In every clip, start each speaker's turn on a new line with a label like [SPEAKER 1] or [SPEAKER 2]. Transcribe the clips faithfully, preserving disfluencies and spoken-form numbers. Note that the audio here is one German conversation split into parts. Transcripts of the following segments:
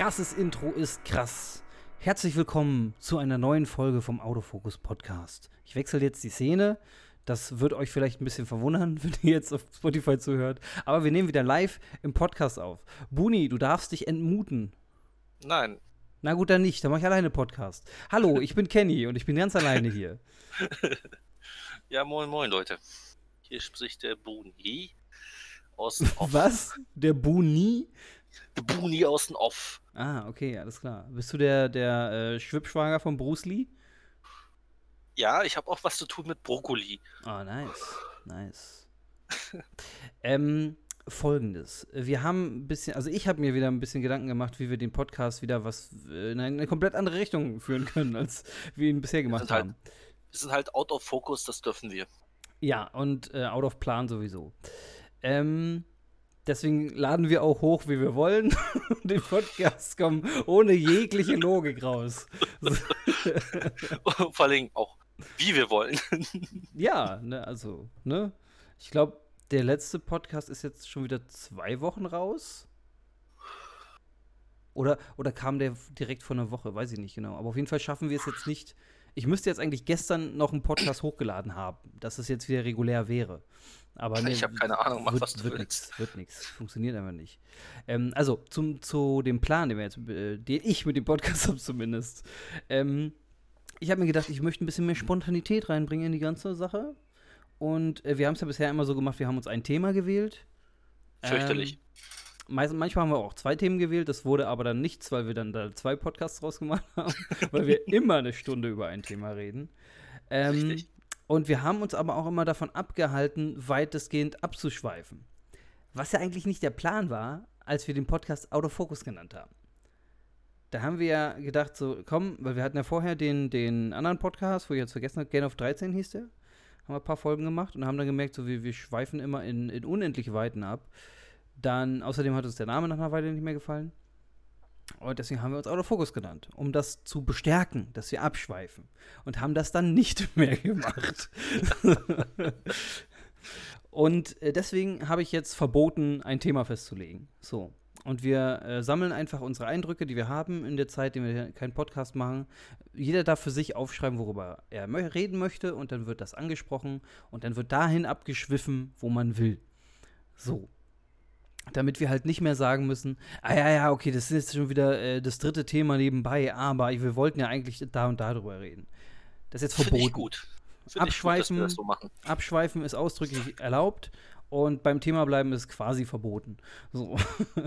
[SPEAKER 1] krasses Intro ist krass. Herzlich willkommen zu einer neuen Folge vom Autofokus Podcast. Ich wechsle jetzt die Szene. Das wird euch vielleicht ein bisschen verwundern, wenn ihr jetzt auf Spotify zuhört. Aber wir nehmen wieder live im Podcast auf. Buni, du darfst dich entmuten.
[SPEAKER 2] Nein.
[SPEAKER 1] Na gut, dann nicht. Dann mache ich alleine Podcast. Hallo, ich bin Kenny und ich bin ganz alleine hier.
[SPEAKER 2] Ja, moin, moin, Leute. Hier spricht der Buni aus dem Off.
[SPEAKER 1] Was? Der Buni?
[SPEAKER 2] Der Buni aus dem Off.
[SPEAKER 1] Ah, okay, alles klar. Bist du der, der äh, Schwippschwager von Bruce Lee?
[SPEAKER 2] Ja, ich habe auch was zu tun mit Brokkoli.
[SPEAKER 1] Oh, nice. Nice. ähm, Folgendes. Wir haben ein bisschen, also ich habe mir wieder ein bisschen Gedanken gemacht, wie wir den Podcast wieder was in eine komplett andere Richtung führen können, als wir ihn bisher gemacht
[SPEAKER 2] wir
[SPEAKER 1] haben.
[SPEAKER 2] Halt, wir sind halt out of focus, das dürfen wir.
[SPEAKER 1] Ja, und äh, out of plan sowieso. Ähm, deswegen laden wir auch hoch, wie wir wollen. Den Podcast kommen ohne jegliche Logik raus.
[SPEAKER 2] Vor allem auch, wie wir wollen.
[SPEAKER 1] Ja, ne, also, ne? Ich glaube, der letzte Podcast ist jetzt schon wieder zwei Wochen raus. Oder, oder kam der direkt vor einer Woche? Weiß ich nicht genau. Aber auf jeden Fall schaffen wir es jetzt nicht. Ich müsste jetzt eigentlich gestern noch einen Podcast hochgeladen haben, dass es jetzt wieder regulär wäre. Aber nee,
[SPEAKER 2] ich habe keine Ahnung, mach
[SPEAKER 1] wird,
[SPEAKER 2] was du
[SPEAKER 1] wird
[SPEAKER 2] willst.
[SPEAKER 1] Nix, wird nichts. Funktioniert einfach nicht. Ähm, also, zum, zu dem Plan, den, wir jetzt, äh, den ich mit dem Podcast habe zumindest. Ähm, ich habe mir gedacht, ich möchte ein bisschen mehr Spontanität reinbringen in die ganze Sache. Und äh, wir haben es ja bisher immer so gemacht, wir haben uns ein Thema gewählt.
[SPEAKER 2] Fürchterlich.
[SPEAKER 1] Ähm, meist, manchmal haben wir auch zwei Themen gewählt, das wurde aber dann nichts, weil wir dann da zwei Podcasts draus gemacht haben, weil wir immer eine Stunde über ein Thema reden. Ähm,
[SPEAKER 2] Richtig.
[SPEAKER 1] Und wir haben uns aber auch immer davon abgehalten, weitestgehend abzuschweifen. Was ja eigentlich nicht der Plan war, als wir den Podcast Out of Focus genannt haben. Da haben wir ja gedacht, so, komm, weil wir hatten ja vorher den, den anderen Podcast, wo ich jetzt vergessen habe, Gain of dreizehn hieß der. Haben wir ein paar Folgen gemacht und haben dann gemerkt, so, wir, wir schweifen immer in, in unendliche Weiten ab. Dann, außerdem hat uns der Name nach einer Weile nicht mehr gefallen. Und deswegen haben wir uns Out of Focus genannt, um das zu bestärken, dass wir abschweifen. Und haben das dann nicht mehr gemacht. Und äh, deswegen habe ich jetzt verboten, ein Thema festzulegen. So. Und wir äh, sammeln einfach unsere Eindrücke, die wir haben in der Zeit, in der wir keinen Podcast machen. Jeder darf für sich aufschreiben, worüber er mö- reden möchte. Und dann wird das angesprochen. Und dann wird dahin abgeschwiffen, wo man will. So. Damit wir halt nicht mehr sagen müssen, ah ja, ja, okay, das ist jetzt schon wieder äh, das dritte Thema nebenbei, aber wir wollten ja eigentlich da und da drüber reden. Das ist jetzt verboten.
[SPEAKER 2] Finde ich gut. Find
[SPEAKER 1] Abschweifen,
[SPEAKER 2] ich gut, dass wir das so machen.
[SPEAKER 1] Abschweifen ist ausdrücklich erlaubt und beim Thema bleiben ist quasi verboten. So.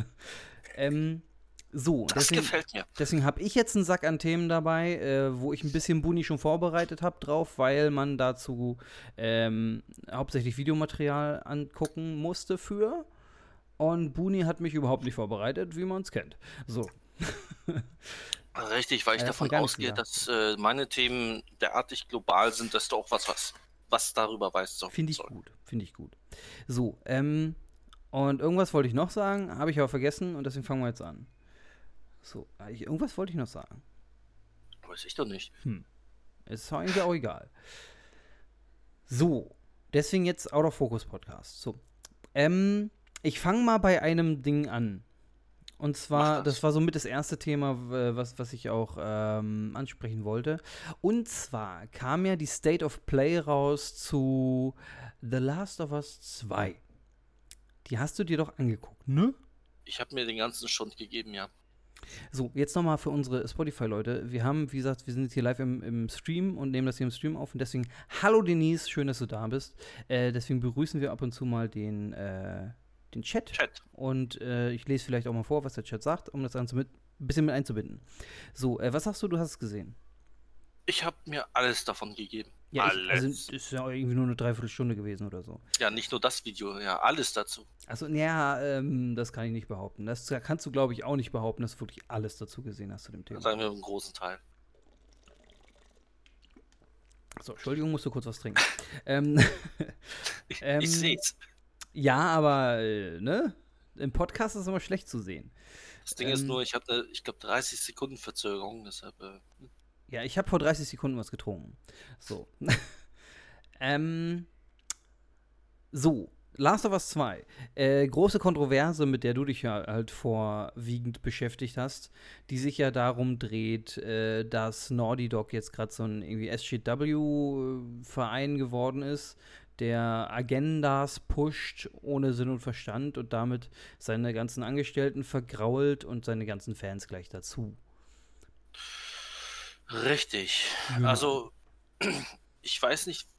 [SPEAKER 1] ähm, so,
[SPEAKER 2] das
[SPEAKER 1] deswegen,
[SPEAKER 2] gefällt mir.
[SPEAKER 1] Deswegen habe ich jetzt einen Sack an Themen dabei, äh, wo ich ein bisschen Buni schon vorbereitet habe drauf, weil man dazu ähm, hauptsächlich Videomaterial angucken musste für. Und Buni hat mich überhaupt nicht vorbereitet, wie man es kennt. So.
[SPEAKER 2] Richtig, weil ich
[SPEAKER 1] Äh,
[SPEAKER 2] davon
[SPEAKER 1] gar nicht
[SPEAKER 2] ausgehe,
[SPEAKER 1] gedacht.
[SPEAKER 2] dass äh, meine Themen derartig global sind, dass du auch was, was, was darüber weißt. So,
[SPEAKER 1] Finde ich
[SPEAKER 2] soll.
[SPEAKER 1] gut, finde ich gut. So, ähm, und irgendwas wollte ich noch sagen, habe ich aber vergessen und deswegen fangen wir jetzt an. So, ich, irgendwas wollte ich noch sagen.
[SPEAKER 2] Weiß ich doch nicht.
[SPEAKER 1] Hm. Ist eigentlich auch egal. So, deswegen jetzt Out of Focus Podcast. So, ähm, ich fange mal bei einem Ding an. Und zwar, das. das war somit das erste Thema, was, was ich auch ähm, ansprechen wollte. Und zwar kam ja die State of Play raus zu The Last of Us zwei. Die hast du dir doch angeguckt, ne?
[SPEAKER 2] Ich habe mir den ganzen schon gegeben, ja.
[SPEAKER 1] So, jetzt nochmal für unsere Spotify-Leute. Wir haben, wie gesagt, wir sind jetzt hier live im, im Stream und nehmen das hier im Stream auf. Und deswegen, hallo Denise, schön, dass du da bist. Äh, deswegen begrüßen wir ab und zu mal den, äh, den Chat.
[SPEAKER 2] Chat.
[SPEAKER 1] Und äh, ich lese vielleicht auch mal vor, was der Chat sagt, um das Ganze mit, ein bisschen mit einzubinden. So, äh, was sagst du, du hast es gesehen?
[SPEAKER 2] Ich habe mir alles davon gegeben.
[SPEAKER 1] Ja,
[SPEAKER 2] alles.
[SPEAKER 1] Ich, also es ist ja irgendwie nur eine Dreiviertelstunde gewesen oder so.
[SPEAKER 2] Ja, nicht nur das Video, ja, alles dazu.
[SPEAKER 1] Also, ja, ähm, das kann ich nicht behaupten. Das kannst du, glaube ich, auch nicht behaupten, dass du wirklich alles dazu gesehen hast zu dem Thema.
[SPEAKER 2] Sagen wir einen großen Teil.
[SPEAKER 1] So, Entschuldigung, musst du kurz was trinken. ähm, ähm,
[SPEAKER 2] ich seh's.
[SPEAKER 1] Ja, aber, äh, ne? Im Podcast ist es immer schlecht zu sehen.
[SPEAKER 2] Das Ding
[SPEAKER 1] ähm,
[SPEAKER 2] ist nur, ich habe, ich glaube, dreißig Sekunden Verzögerung, deshalb. Äh,
[SPEAKER 1] Ja, ich habe vor dreißig Sekunden was getrunken. So. ähm. So. Last of Us zwei. Äh, große Kontroverse, mit der du dich ja halt vorwiegend beschäftigt hast, die sich ja darum dreht, äh, dass Naughty Dog jetzt gerade so ein irgendwie S J W-Verein geworden ist, der Agendas pusht ohne Sinn und Verstand und damit seine ganzen Angestellten vergrault und seine ganzen Fans gleich dazu.
[SPEAKER 2] Richtig.
[SPEAKER 1] Genau.
[SPEAKER 2] Also, ich weiß nicht,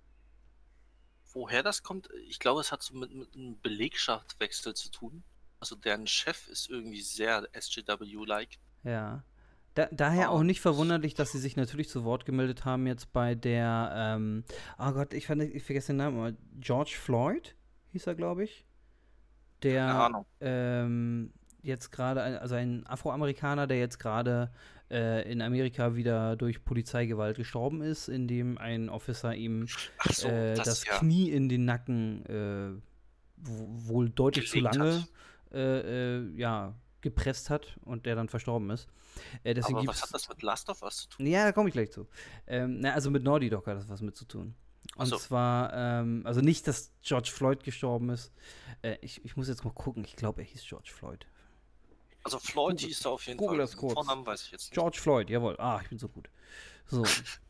[SPEAKER 2] woher das kommt. Ich glaube, es hat so mit, mit einem Belegschaftswechsel zu tun. Also, deren Chef ist irgendwie sehr S J W-like.
[SPEAKER 1] Ja. Da, daher auch
[SPEAKER 2] Und-
[SPEAKER 1] nicht verwunderlich, dass sie sich natürlich zu Wort gemeldet haben jetzt bei der, ähm, oh Gott, ich, fand, ich vergesse den Namen, aber George Floyd hieß er, glaube ich.
[SPEAKER 2] Keine
[SPEAKER 1] Der
[SPEAKER 2] Ahnung.
[SPEAKER 1] ähm, jetzt gerade, ein- also ein Afroamerikaner, der jetzt gerade äh, in Amerika wieder durch Polizeigewalt gestorben ist, indem ein Officer ihm
[SPEAKER 2] Ach so,
[SPEAKER 1] äh,
[SPEAKER 2] das,
[SPEAKER 1] das
[SPEAKER 2] ja.
[SPEAKER 1] Knie in den Nacken äh, w- wohl deutlich zu
[SPEAKER 2] Gelegt
[SPEAKER 1] lange
[SPEAKER 2] hat.
[SPEAKER 1] äh, äh, ja, gepresst hat und der dann verstorben ist. Äh, deswegen
[SPEAKER 2] Aber
[SPEAKER 1] gibt's
[SPEAKER 2] was hat das mit Last of Us zu tun?
[SPEAKER 1] ja, da komme ich gleich zu. Ähm, na, also mit Naughty Dog hat das was mit zu tun.
[SPEAKER 2] Ach
[SPEAKER 1] Und
[SPEAKER 2] so.
[SPEAKER 1] zwar, ähm, also nicht, dass George Floyd gestorben ist. Äh, ich, ich muss jetzt mal gucken. Ich glaube, er hieß George Floyd.
[SPEAKER 2] Also Floyd
[SPEAKER 1] Google-
[SPEAKER 2] hieß da auf jeden
[SPEAKER 1] Google
[SPEAKER 2] Fall.
[SPEAKER 1] das kurz.
[SPEAKER 2] Vornamen weiß ich jetzt nicht.
[SPEAKER 1] George Floyd, jawohl. Ah, ich bin so gut. So.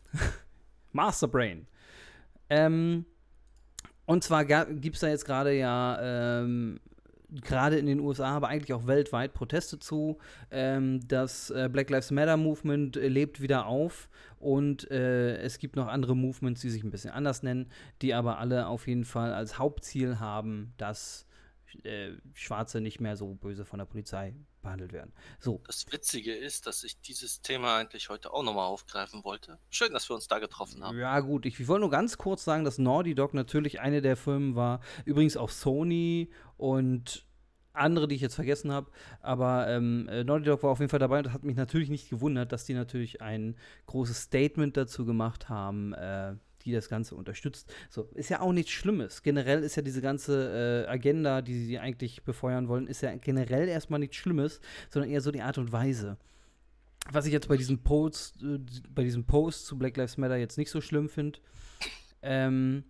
[SPEAKER 1] Masterbrain. Ähm, und zwar gibt es da jetzt gerade ja, ähm, gerade in den U S A, aber eigentlich auch weltweit Proteste zu. Ähm, das äh, Black Lives Matter Movement äh, lebt wieder auf und äh, es gibt noch andere Movements, die sich ein bisschen anders nennen, die aber alle auf jeden Fall als Hauptziel haben, dass äh, Schwarze nicht mehr so böse von der Polizei behandelt werden. So.
[SPEAKER 2] Das Witzige ist, dass ich dieses Thema eigentlich heute auch nochmal aufgreifen wollte. Schön, dass wir uns da getroffen haben.
[SPEAKER 1] Ja, gut, ich, ich wollte nur ganz kurz sagen, dass Naughty Dog natürlich eine der Firmen war, übrigens auch Sony und andere, die ich jetzt vergessen habe, aber ähm, äh, Naughty Dog war auf jeden Fall dabei und das hat mich natürlich nicht gewundert, dass die natürlich ein großes Statement dazu gemacht haben, äh, die das Ganze unterstützt. So, ist ja auch nichts Schlimmes. Generell ist ja diese ganze äh, Agenda, die sie eigentlich befeuern wollen, ist ja generell erstmal nichts Schlimmes, sondern eher so die Art und Weise. Was ich jetzt bei diesem Post, äh, bei diesem Post zu Black Lives Matter jetzt nicht so schlimm finde, ähm,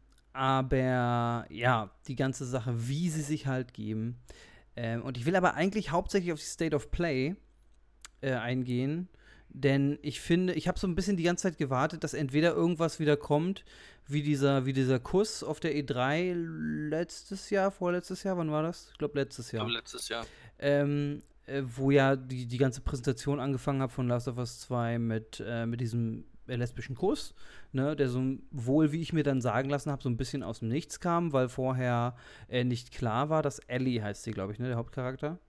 [SPEAKER 1] aber ja, die ganze Sache, wie sie sich halt geben. Ähm, und ich will aber eigentlich hauptsächlich auf die State of Play äh, eingehen, denn ich finde, ich habe so ein bisschen die ganze Zeit gewartet, dass entweder irgendwas wieder kommt, wie dieser, wie dieser Kuss auf der E drei letztes Jahr, vorletztes Jahr, wann war das? Ich glaube letztes
[SPEAKER 2] Ich
[SPEAKER 1] Jahr.
[SPEAKER 2] glaube, letztes Jahr.
[SPEAKER 1] Ähm, äh, wo ja die, die ganze Präsentation angefangen hat von Last of Us zwei mit, äh, mit diesem äh, lesbischen Kuss, ne, der so wohl, wie ich mir dann sagen lassen habe, so ein bisschen aus dem Nichts kam, weil vorher äh, nicht klar war, dass Ellie heißt sie, glaube ich, ne, der Hauptcharakter.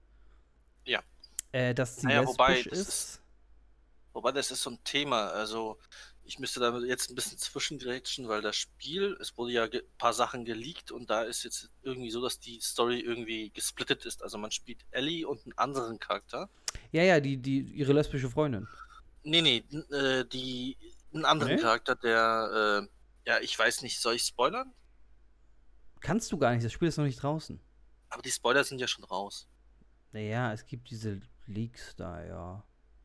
[SPEAKER 2] Ja.
[SPEAKER 1] Äh, dass sie
[SPEAKER 2] Naja,
[SPEAKER 1] lesbisch
[SPEAKER 2] wobei, das
[SPEAKER 1] ist.
[SPEAKER 2] ist- Wobei, das ist so ein Thema. Also, ich müsste da jetzt ein bisschen zwischengrätschen, weil das Spiel, es wurde ja ein paar Sachen geleakt und da ist jetzt irgendwie so, dass die Story irgendwie gesplittet ist. Also, man spielt Ellie und einen anderen Charakter.
[SPEAKER 1] Ja, ja, die, die, ihre lesbische Freundin.
[SPEAKER 2] Nee, nee, n- äh, die, einen anderen
[SPEAKER 1] Nee?
[SPEAKER 2] Charakter, der, äh, ja, ich weiß nicht, soll ich spoilern?
[SPEAKER 1] Kannst du gar nicht, das Spiel ist noch nicht draußen.
[SPEAKER 2] Aber die Spoiler sind ja schon raus.
[SPEAKER 1] Naja, es gibt diese Leaks da, ja.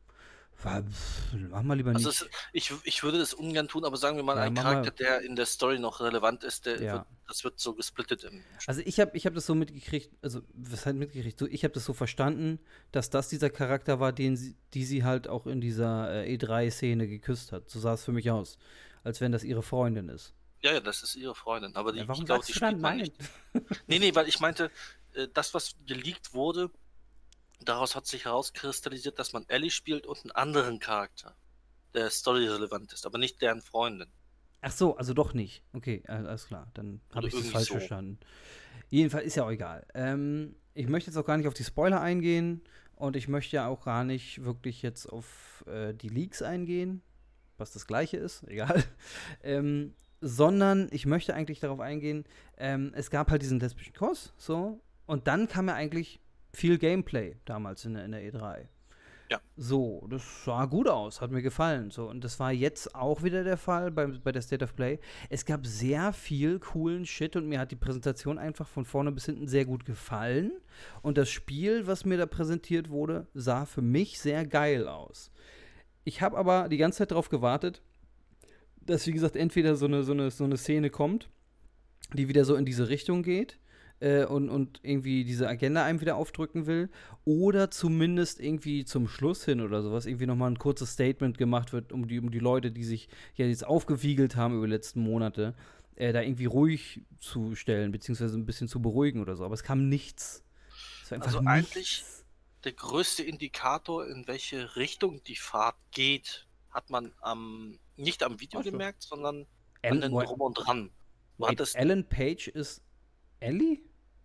[SPEAKER 1] War- pff, Mach mal lieber
[SPEAKER 2] Also
[SPEAKER 1] nicht.
[SPEAKER 2] es, ich, ich würde das ungern tun, aber sagen wir mal,
[SPEAKER 1] Ja,
[SPEAKER 2] ein
[SPEAKER 1] mach
[SPEAKER 2] Charakter,
[SPEAKER 1] mal.
[SPEAKER 2] der in der Story noch relevant ist, der
[SPEAKER 1] Ja.
[SPEAKER 2] wird, das wird so gesplittet im Spiel.
[SPEAKER 1] Also ich habe ich hab das so mitgekriegt, also was halt mitgekriegt, so, ich habe das so verstanden, dass das dieser Charakter war, den sie, die sie halt auch in dieser äh, E drei Szene geküsst hat. So sah es für mich aus, als wenn das ihre Freundin ist.
[SPEAKER 2] Ja, ja, das ist ihre Freundin, aber die,
[SPEAKER 1] Ja, warum
[SPEAKER 2] ich glaube,
[SPEAKER 1] sagst
[SPEAKER 2] die
[SPEAKER 1] du dann
[SPEAKER 2] spielt man
[SPEAKER 1] nein?
[SPEAKER 2] nicht. Nee, nee, weil ich meinte, äh, das, was geleakt wurde, daraus hat sich herauskristallisiert, dass man Ellie spielt und einen anderen Charakter, der storyrelevant ist, aber nicht deren Freundin.
[SPEAKER 1] Ach so, also doch nicht. Okay, äh, alles klar, dann habe
[SPEAKER 2] Oder
[SPEAKER 1] ich das
[SPEAKER 2] irgendwie
[SPEAKER 1] falsch
[SPEAKER 2] so.
[SPEAKER 1] verstanden. Jedenfalls ist ja auch egal. Ähm, ich möchte jetzt auch gar nicht auf die Spoiler eingehen und ich möchte ja auch gar nicht wirklich jetzt auf äh, die Leaks eingehen, was das gleiche ist, egal. ähm, sondern ich möchte eigentlich darauf eingehen, ähm, es gab halt diesen lesbischen Kuss, so, und dann kam ja eigentlich viel Gameplay damals in der, in der E drei.
[SPEAKER 2] Ja.
[SPEAKER 1] So, das sah gut aus, hat mir gefallen. So, und das war jetzt auch wieder der Fall bei, bei der State of Play. Es gab sehr viel coolen Shit und mir hat die Präsentation einfach von vorne bis hinten sehr gut gefallen. Und das Spiel, was mir da präsentiert wurde, sah für mich sehr geil aus. Ich habe aber die ganze Zeit darauf gewartet, dass, wie gesagt, entweder so eine, so eine, so eine Szene kommt, die wieder so in diese Richtung geht, äh, und, und irgendwie diese Agenda einem wieder aufdrücken will. Oder zumindest irgendwie zum Schluss hin oder sowas irgendwie nochmal ein kurzes Statement gemacht wird, um die, um die Leute, die sich ja jetzt aufgewiegelt haben über die letzten Monate, äh, da irgendwie ruhig zu stellen, beziehungsweise ein bisschen zu beruhigen oder so. Aber es kam nichts. Es war einfach
[SPEAKER 2] Also
[SPEAKER 1] nichts.
[SPEAKER 2] eigentlich der größte Indikator, in welche Richtung die Fahrt geht, hat man am, nicht am Video
[SPEAKER 1] Ach so.
[SPEAKER 2] gemerkt, sondern an
[SPEAKER 1] Alan,
[SPEAKER 2] den
[SPEAKER 1] wait,
[SPEAKER 2] Drum und Dran. Du
[SPEAKER 1] wait,
[SPEAKER 2] hattest,
[SPEAKER 1] Alan Page ist Ellie?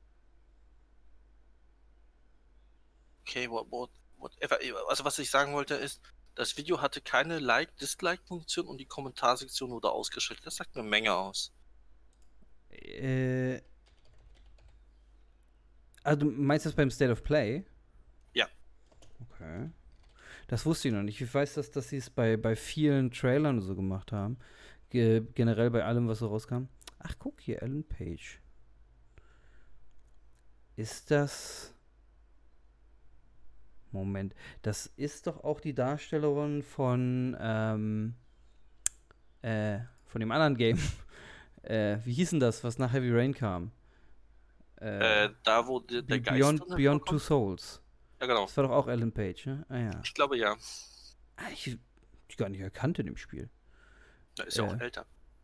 [SPEAKER 2] okay, what, what, whatever. Also was ich sagen wollte ist, das Video hatte keine Like-Dislike-Funktion und die Kommentarsektion wurde ausgeschaltet. Das sagt eine Menge aus.
[SPEAKER 1] Äh. Also, du meinst das beim State of Play?
[SPEAKER 2] Ja.
[SPEAKER 1] Okay. Das wusste ich noch nicht. Ich weiß, dass, dass sie es bei, bei vielen Trailern so gemacht haben. Ge- generell bei allem, was so rauskam. Ach, guck hier, Ellen Page. Ist das. Moment. Das ist doch auch die Darstellerin von. Ähm, äh, von dem anderen Game. äh, wie hieß denn das, was nach Heavy Rain kam? Äh,
[SPEAKER 2] Äh, da, wo der, der Geist
[SPEAKER 1] Beyond,
[SPEAKER 2] drin
[SPEAKER 1] Beyond Two
[SPEAKER 2] vorkommt.
[SPEAKER 1] Souls.
[SPEAKER 2] Ja, genau.
[SPEAKER 1] Das war doch auch Ellen Page, ne? Ah ja.
[SPEAKER 2] Ich glaube ja.
[SPEAKER 1] Ah, ich hab die gar nicht erkannt in dem Spiel.
[SPEAKER 2] Da ist ja auch
[SPEAKER 1] Äh.
[SPEAKER 2] älter.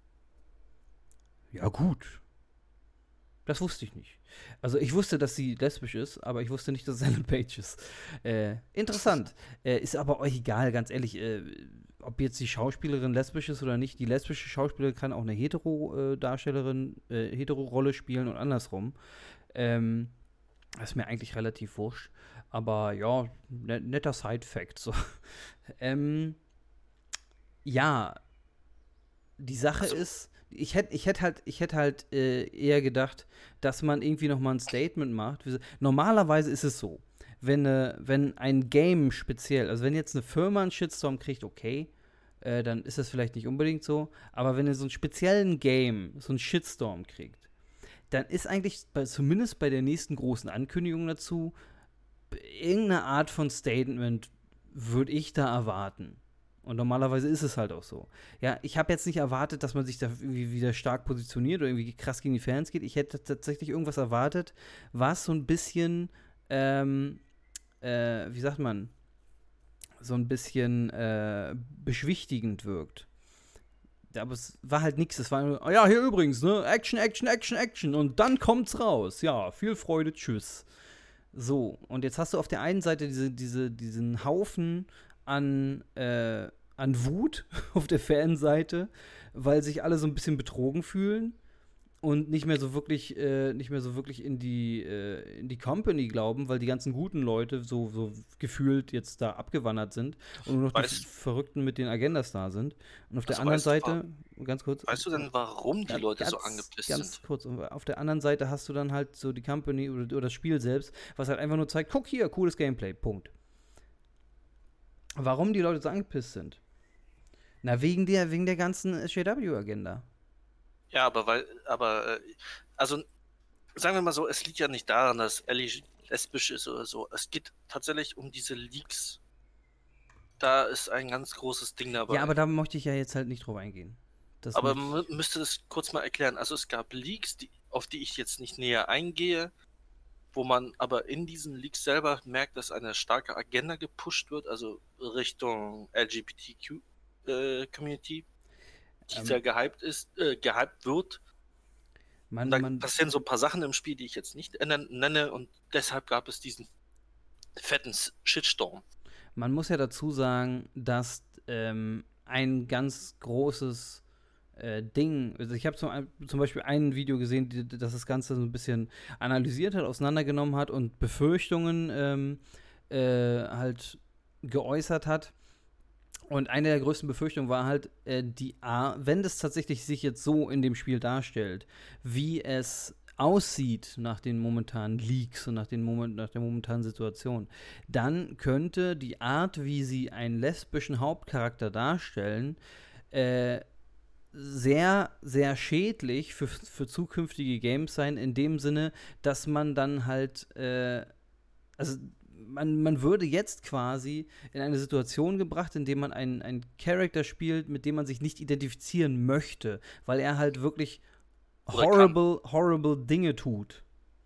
[SPEAKER 1] Ja, gut. Das wusste ich nicht. Also ich wusste, dass sie lesbisch ist, aber ich wusste nicht, dass es Ellen Page ist. Äh, interessant. äh, ist aber euch egal, ganz ehrlich, äh, ob jetzt die Schauspielerin lesbisch ist oder nicht. Die lesbische Schauspielerin kann auch eine Hetero-Darstellerin, äh, Hetero-Rolle spielen und andersrum. Ähm, das ist mir eigentlich relativ wurscht. Aber ja, ne- netter Side-Fact. So. ähm, ja, die Sache
[SPEAKER 2] Also-
[SPEAKER 1] ist, ich hätte ich hätt halt, ich hätt halt äh, eher gedacht, dass man irgendwie nochmal ein Statement macht. Wie so- Normalerweise ist es so, wenn, äh, wenn ein Game speziell, also wenn jetzt eine Firma einen Shitstorm kriegt, okay, äh, dann ist das vielleicht nicht unbedingt so, aber wenn ihr so einen speziellen Game so einen Shitstorm kriegt, dann ist eigentlich bei, zumindest bei der nächsten großen Ankündigung dazu irgendeine Art von Statement würde ich da erwarten. Und normalerweise ist es halt auch so. Ja, ich habe jetzt nicht erwartet, dass man sich da irgendwie wieder stark positioniert oder irgendwie krass gegen die Fans geht. Ich hätte tatsächlich irgendwas erwartet, was so ein bisschen, ähm, äh, wie sagt man, so ein bisschen äh, beschwichtigend wirkt. Aber es war halt nichts. Es war nur, oh ja, hier übrigens, ne, Action, Action, Action, Action. Und dann kommt's raus. Ja, viel Freude, tschüss. So, und jetzt hast du auf der einen Seite diese, diese, diesen Haufen an, äh, an Wut auf der Fanseite, weil sich alle so ein bisschen betrogen fühlen und nicht mehr so wirklich, äh, nicht mehr so wirklich in die, äh, in die Company glauben, weil die ganzen guten Leute so, so gefühlt jetzt da abgewandert sind und nur noch
[SPEAKER 2] Weißt-
[SPEAKER 1] die Verrückten mit den Agendas da sind. Und auf der
[SPEAKER 2] Also
[SPEAKER 1] anderen
[SPEAKER 2] weißt du,
[SPEAKER 1] Seite, ganz kurz.
[SPEAKER 2] Weißt du denn, warum die
[SPEAKER 1] Ganz-
[SPEAKER 2] Leute so
[SPEAKER 1] ganz-
[SPEAKER 2] angepisst
[SPEAKER 1] Ganz
[SPEAKER 2] sind?
[SPEAKER 1] kurz. Und auf der anderen Seite hast du dann halt so die Company oder, oder das Spiel selbst, was halt einfach nur zeigt, guck hier, cooles Gameplay, Punkt. Warum die Leute so angepisst sind? Na, wegen der, wegen der ganzen S J W-Agenda.
[SPEAKER 2] Ja, aber weil, aber, äh, also, sagen wir mal so, es liegt ja nicht daran, dass Ellie lesbisch ist oder so. Es geht tatsächlich um diese Leaks. Da ist ein ganz großes Ding dabei.
[SPEAKER 1] Ja, aber da möchte ich ja jetzt halt nicht drauf eingehen. Das
[SPEAKER 2] Aber
[SPEAKER 1] möchte
[SPEAKER 2] man
[SPEAKER 1] ich-
[SPEAKER 2] mü- müsste das kurz mal erklären. Also es gab Leaks, die, auf die ich jetzt nicht näher eingehe, wo man aber in diesen Leaks selber merkt, dass eine starke Agenda gepusht wird, also Richtung L G B T Q-Community, die
[SPEAKER 1] Ähm.
[SPEAKER 2] sehr gehypt ist, äh, gehypt wird.
[SPEAKER 1] man,
[SPEAKER 2] Und da
[SPEAKER 1] man,
[SPEAKER 2] passieren so ein paar Sachen im Spiel, die ich jetzt nicht nen- nenne, und deshalb gab es diesen fetten Shitstorm.
[SPEAKER 1] man muss ja dazu sagen, dass ähm, ein ganz großes äh, Ding, also ich habe zum, ein- zum Beispiel ein Video gesehen, die, das das Ganze so ein bisschen analysiert hat, auseinandergenommen hat und Befürchtungen ähm, äh, halt geäußert hat. Und eine der größten Befürchtungen war halt, äh, die A, wenn das tatsächlich sich jetzt so in dem Spiel darstellt, wie es aussieht nach den momentanen Leaks und nach, den Moment, nach der momentanen Situation, dann könnte die Art, wie sie einen lesbischen Hauptcharakter darstellen, äh, sehr, sehr schädlich für, für zukünftige Games sein, in dem Sinne, dass man dann halt, äh, also man, man würde jetzt quasi in eine Situation gebracht, in der man einen, einen Charakter spielt, mit dem man sich nicht identifizieren möchte, weil er halt wirklich
[SPEAKER 2] Oder
[SPEAKER 1] horrible, horrible Dinge tut.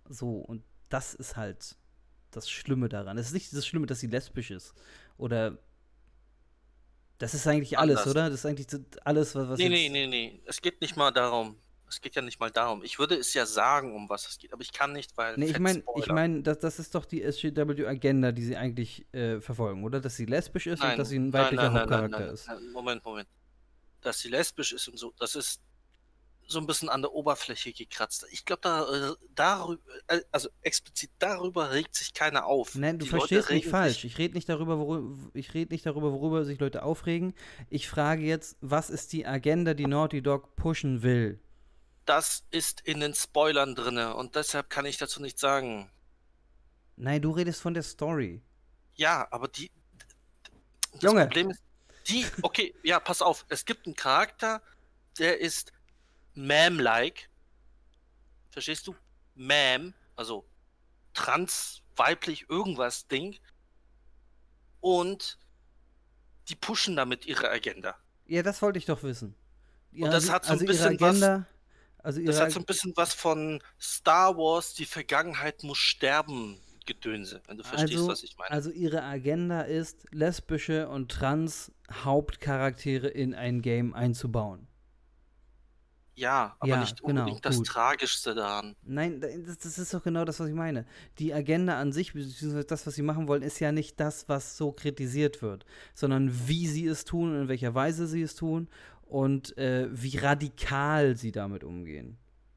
[SPEAKER 1] So, und das ist halt das Schlimme daran. Es ist nicht das Schlimme, dass sie lesbisch ist. Oder das ist eigentlich alles,
[SPEAKER 2] Anders.
[SPEAKER 1] oder? Das ist eigentlich so alles, was, was
[SPEAKER 2] Nee,
[SPEAKER 1] jetzt.
[SPEAKER 2] nee, nee, nee. Es geht nicht mal darum. Es geht ja nicht mal darum. Ich würde es ja sagen, um was es geht, aber ich kann nicht, weil
[SPEAKER 1] Nee, ich
[SPEAKER 2] fett
[SPEAKER 1] meine, ich
[SPEAKER 2] Spoiler.
[SPEAKER 1] mein, das, das ist doch die S G W-Agenda, die sie eigentlich äh, verfolgen, oder? Dass sie lesbisch ist und
[SPEAKER 2] Nein,
[SPEAKER 1] dass sie ein
[SPEAKER 2] nein,
[SPEAKER 1] weiblicher
[SPEAKER 2] nein, nein, nein,
[SPEAKER 1] Hauptcharakter
[SPEAKER 2] nein,
[SPEAKER 1] ist.
[SPEAKER 2] nein. Moment, Moment. Dass sie lesbisch ist und so, das ist so ein bisschen an der Oberfläche gekratzt. Ich glaube, da, äh, darüber, äh, also explizit darüber regt sich keiner auf.
[SPEAKER 1] Nein, du
[SPEAKER 2] Die
[SPEAKER 1] verstehst
[SPEAKER 2] Leute
[SPEAKER 1] mich
[SPEAKER 2] regen
[SPEAKER 1] falsch.
[SPEAKER 2] sich,
[SPEAKER 1] Ich rede nicht darüber, worüber, ich rede nicht darüber, worüber sich Leute aufregen. Ich frage jetzt, was ist die Agenda, die Naughty Dog pushen will?
[SPEAKER 2] das ist in den Spoilern drinne und deshalb kann ich dazu nichts sagen.
[SPEAKER 1] Nein, du redest von der Story.
[SPEAKER 2] Ja, aber die, das
[SPEAKER 1] Junge,
[SPEAKER 2] Problem ist, die, okay, ja, pass auf, es gibt einen Charakter, der ist Ma'am-like. Verstehst du? Ma'am, also trans, weiblich, irgendwas Ding. Und die pushen damit ihre Agenda.
[SPEAKER 1] ja, das wollte ich doch wissen.
[SPEAKER 2] Und
[SPEAKER 1] Ja,
[SPEAKER 2] das
[SPEAKER 1] also,
[SPEAKER 2] hat so ein
[SPEAKER 1] also ihre
[SPEAKER 2] bisschen was,
[SPEAKER 1] Agenda, also
[SPEAKER 2] das
[SPEAKER 1] ihre,
[SPEAKER 2] hat so ein bisschen was von Star Wars, die Vergangenheit muss sterben, Gedönse, wenn du verstehst,
[SPEAKER 1] also,
[SPEAKER 2] was ich meine.
[SPEAKER 1] also ihre Agenda ist, lesbische und trans Hauptcharaktere in ein Game einzubauen.
[SPEAKER 2] Ja, aber
[SPEAKER 1] Ja,
[SPEAKER 2] nicht
[SPEAKER 1] genau,
[SPEAKER 2] unbedingt das
[SPEAKER 1] gut.
[SPEAKER 2] Tragischste daran.
[SPEAKER 1] Nein, das, das ist doch genau das, was ich meine. Die Agenda an sich, beziehungsweise das, was sie machen wollen, ist ja nicht das, was so kritisiert wird, sondern wie sie es tun und in welcher Weise sie es tun und äh, wie radikal sie damit umgehen.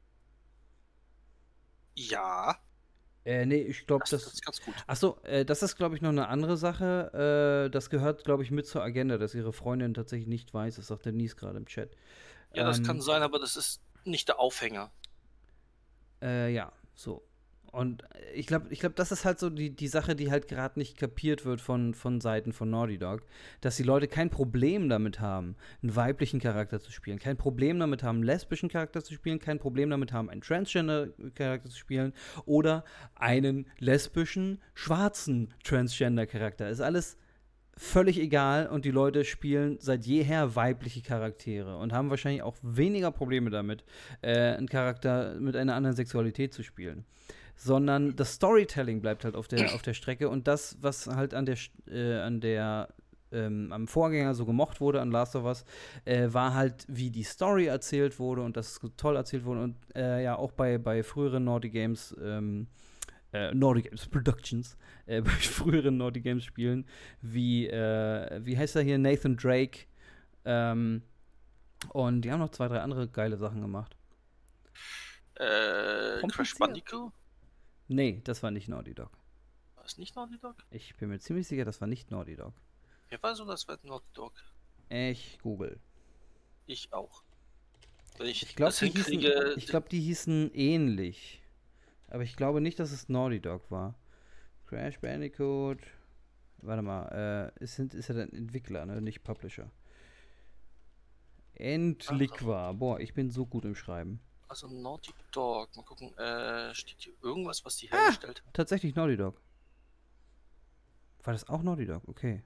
[SPEAKER 2] Ja,
[SPEAKER 1] Äh, nee, ich glaube,
[SPEAKER 2] das, das
[SPEAKER 1] das.
[SPEAKER 2] ist ganz gut.
[SPEAKER 1] Achso, äh, das ist, glaube ich, noch eine andere Sache. Äh, das gehört, glaube ich, mit zur Agenda, dass ihre Freundin tatsächlich nicht weiß. Das sagt der Nies gerade im Chat.
[SPEAKER 2] Ja, das kann
[SPEAKER 1] Ähm,
[SPEAKER 2] sein, aber das ist nicht der Aufhänger.
[SPEAKER 1] Äh, ja, so. Und ich glaube, ich glaub, das ist halt so die, die Sache, die halt gerade nicht kapiert wird von, von Seiten von Naughty Dog, dass die Leute kein Problem damit haben, einen weiblichen Charakter zu spielen, kein Problem damit haben, einen lesbischen Charakter zu spielen, kein Problem damit haben, einen Transgender-Charakter zu spielen oder einen lesbischen, schwarzen Transgender-Charakter. Ist alles völlig egal und die Leute spielen seit jeher weibliche Charaktere und haben wahrscheinlich auch weniger Probleme damit, äh, einen Charakter mit einer anderen Sexualität zu spielen. Sondern das Storytelling bleibt halt auf der, auf der Strecke und das, was halt an der, äh, an der ähm, am Vorgänger so gemocht wurde an Last of Us, äh, war halt, wie die Story erzählt wurde und das toll erzählt wurde und äh, ja auch bei, bei früheren Naughty Games ähm, Äh, Naughty Games Productions, äh, bei früheren Naughty Games Spielen, wie, äh, wie heißt er hier, Nathan Drake, ähm, und die haben noch zwei, drei andere geile Sachen gemacht.
[SPEAKER 2] Äh, Crash
[SPEAKER 1] Kompliziert.
[SPEAKER 2] Bandicoot?
[SPEAKER 1] Nee, das war nicht Naughty Dog.
[SPEAKER 2] War es nicht Naughty Dog?
[SPEAKER 1] Ich bin mir ziemlich sicher, das war nicht Naughty Dog.
[SPEAKER 2] Mir war so, das war Naughty Dog.
[SPEAKER 1] Ich google.
[SPEAKER 2] Ich auch. Wenn ich,
[SPEAKER 1] Ich glaube,
[SPEAKER 2] das
[SPEAKER 1] die, hießen,
[SPEAKER 2] hinkriege,
[SPEAKER 1] ich glaub, die hießen ähnlich. Aber ich glaube nicht, dass es Naughty Dog war. Crash Bandicoot. Warte mal, äh, ist, ist ja ein Entwickler, ne? Nicht Publisher. Entliqua. Boah, ich bin so gut im Schreiben.
[SPEAKER 2] also Naughty Dog, mal gucken, äh, steht hier irgendwas, was die
[SPEAKER 1] Ah,
[SPEAKER 2] hergestellt haben?
[SPEAKER 1] tatsächlich Naughty Dog. War das auch Naughty Dog? Okay.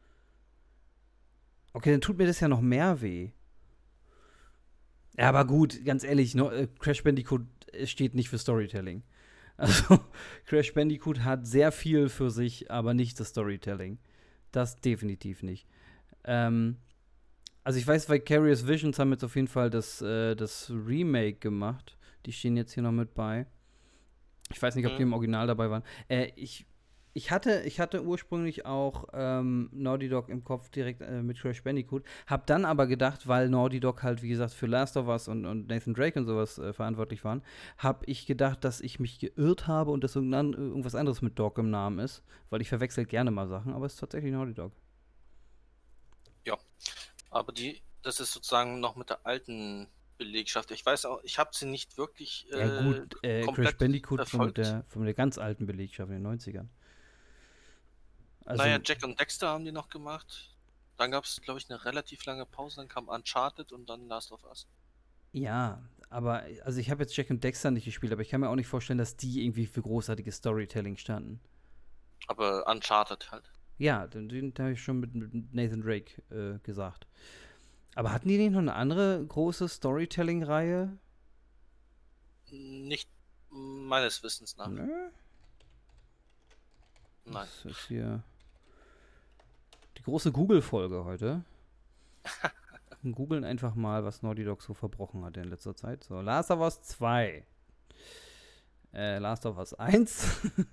[SPEAKER 1] Okay, dann tut mir das ja noch mehr weh. Ja, aber gut, ganz ehrlich, no, äh, Crash Bandicoot steht nicht für Storytelling. Also, Crash Bandicoot hat sehr viel für sich, aber nicht das Storytelling. Das definitiv nicht. Ähm, also ich weiß, Vicarious Visions haben jetzt auf jeden Fall das, äh, das Remake gemacht. Die stehen jetzt hier noch mit bei. Ich weiß nicht, ob
[SPEAKER 2] Mhm.
[SPEAKER 1] die im Original dabei waren. Äh, ich, ich, hatte, ich hatte ursprünglich auch ähm, Naughty Dog im Kopf direkt äh, mit Crash Bandicoot. Hab dann aber gedacht, weil Naughty Dog halt, wie gesagt, für Last of Us und, und Nathan Drake und sowas äh, verantwortlich waren, hab ich gedacht, dass ich mich geirrt habe und dass irgendein, irgendwas anderes mit Dog im Namen ist. Weil ich verwechsel gerne mal Sachen, aber es ist tatsächlich Naughty Dog.
[SPEAKER 2] Ja, aber die, das ist sozusagen noch mit der alten Belegschaft. Ich weiß auch, ich habe sie nicht wirklich äh,
[SPEAKER 1] Ja gut, äh, Crash
[SPEAKER 2] komplett
[SPEAKER 1] Bandicoot von
[SPEAKER 2] verfolgt.
[SPEAKER 1] der, von der ganz alten Belegschaft in den neunzigern. Also,
[SPEAKER 2] naja, Jack und Dexter haben die noch gemacht. Dann gab es, glaube ich, eine relativ lange Pause. Dann kam Uncharted und dann Last of Us.
[SPEAKER 1] ja, aber also ich habe jetzt Jack und Dexter nicht gespielt, aber ich kann mir auch nicht vorstellen, dass die irgendwie für großartiges Storytelling standen.
[SPEAKER 2] Aber Uncharted halt.
[SPEAKER 1] Ja, den, den habe ich schon mit, mit Nathan Drake äh, gesagt. Aber hatten die nicht noch eine andere große Storytelling-Reihe?
[SPEAKER 2] Nicht Meines Wissens nach.
[SPEAKER 1] Nö.
[SPEAKER 2] Nein.
[SPEAKER 1] Das ist hier die große Google-Folge heute. Googeln einfach mal, was Naughty Dog so verbrochen hat in letzter Zeit. So, Last of Us zwei. Äh, Last of Us eins.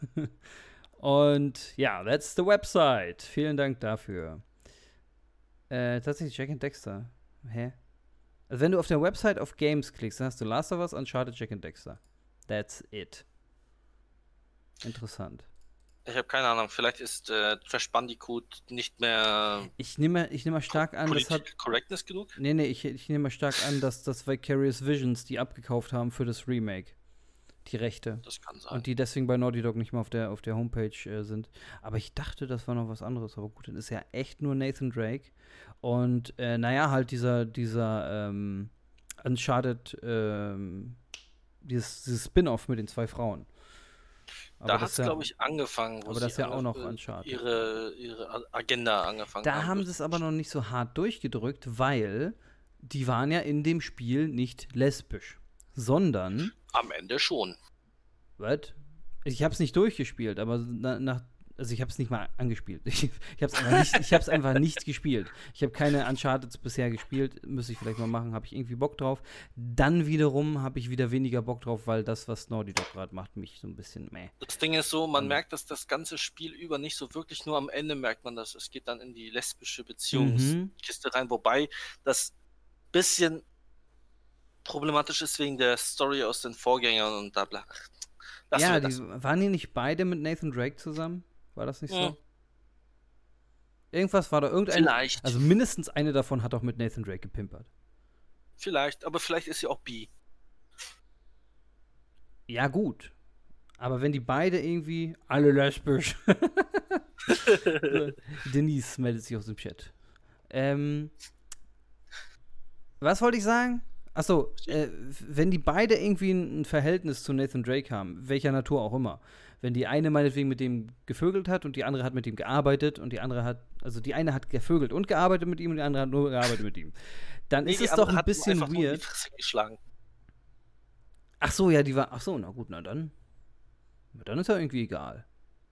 [SPEAKER 1] Und ja, that's the website. Vielen Dank dafür. Äh, tatsächlich Jack and Dexter. Hä? Also wenn du auf der Website auf Games klickst, dann hast du Last of Us, Uncharted, Jack and Dexter. That's it. Interessant.
[SPEAKER 2] Ich habe keine Ahnung, vielleicht ist äh, Crash Bandicoot nicht mehr
[SPEAKER 1] Ich nehme ich nehm mal stark an, das hat...
[SPEAKER 2] Correctness genug?
[SPEAKER 1] Nee, nee, ich, ich nehme mal stark an, dass das Vicarious Visions die abgekauft haben für das Remake. Die Rechte.
[SPEAKER 2] Das kann sein.
[SPEAKER 1] Und die deswegen bei Naughty Dog nicht mehr auf der, auf der Homepage äh, sind. Aber ich dachte, das war noch was anderes. Aber gut, dann ist ja echt nur Nathan Drake. Und äh, naja, halt dieser, dieser ähm, Uncharted, ähm, dieses, dieses Spin-Off mit den zwei Frauen. Aber
[SPEAKER 2] da hat es,
[SPEAKER 1] ja,
[SPEAKER 2] glaube ich, angefangen, wo
[SPEAKER 1] aber das
[SPEAKER 2] sie
[SPEAKER 1] ja auch noch
[SPEAKER 2] äh,
[SPEAKER 1] Uncharted.
[SPEAKER 2] ihre, ihre Agenda angefangen
[SPEAKER 1] Da
[SPEAKER 2] haben.
[SPEAKER 1] Da haben sie es aber noch nicht so hart durchgedrückt, weil die waren ja in dem Spiel nicht lesbisch, sondern
[SPEAKER 2] am Ende schon.
[SPEAKER 1] Was? Ich habe es nicht durchgespielt, aber na, nach, also ich habe es nicht mal angespielt. Ich, ich habe es einfach, nicht, ich hab's einfach nicht gespielt. Ich habe keine Uncharted bisher gespielt, müsste ich vielleicht mal machen, habe ich irgendwie Bock drauf. Dann wiederum habe ich wieder weniger Bock drauf, weil das, was Naughty Dog gerade macht, mich so ein bisschen meh.
[SPEAKER 2] Das Ding ist so, man mhm. merkt, dass das ganze Spiel über nicht so wirklich, nur am Ende merkt man das. Es geht dann in die lesbische Beziehungskiste mhm. rein, wobei das bisschen problematisch ist wegen der Story aus den Vorgängern und da bla. Lassen
[SPEAKER 1] ja,
[SPEAKER 2] wir
[SPEAKER 1] die,
[SPEAKER 2] das.
[SPEAKER 1] Waren die nicht beide mit Nathan Drake zusammen? War das nicht
[SPEAKER 2] ja.
[SPEAKER 1] so? Irgendwas war da irgendein.
[SPEAKER 2] Vielleicht.
[SPEAKER 1] Also mindestens eine davon hat auch mit Nathan Drake gepimpert.
[SPEAKER 2] Vielleicht, aber vielleicht ist sie auch bi.
[SPEAKER 1] Ja, gut. Aber wenn die beide irgendwie alle lesbisch. Denise meldet sich aus dem Chat. Ähm. Was wollte ich sagen? Achso, äh, wenn die beide irgendwie ein Verhältnis zu Nathan Drake haben, welcher Natur auch immer, wenn die eine meinetwegen mit dem gevögelt hat und die andere hat mit ihm gearbeitet und die andere hat, also die eine hat gevögelt und gearbeitet mit ihm und die andere hat nur gearbeitet mit ihm, dann nee, ist es doch ein bisschen weird. Nur die Fresse geschlagen. Ach so, ja, die war, ach so, na gut, na dann, na dann ist ja irgendwie egal.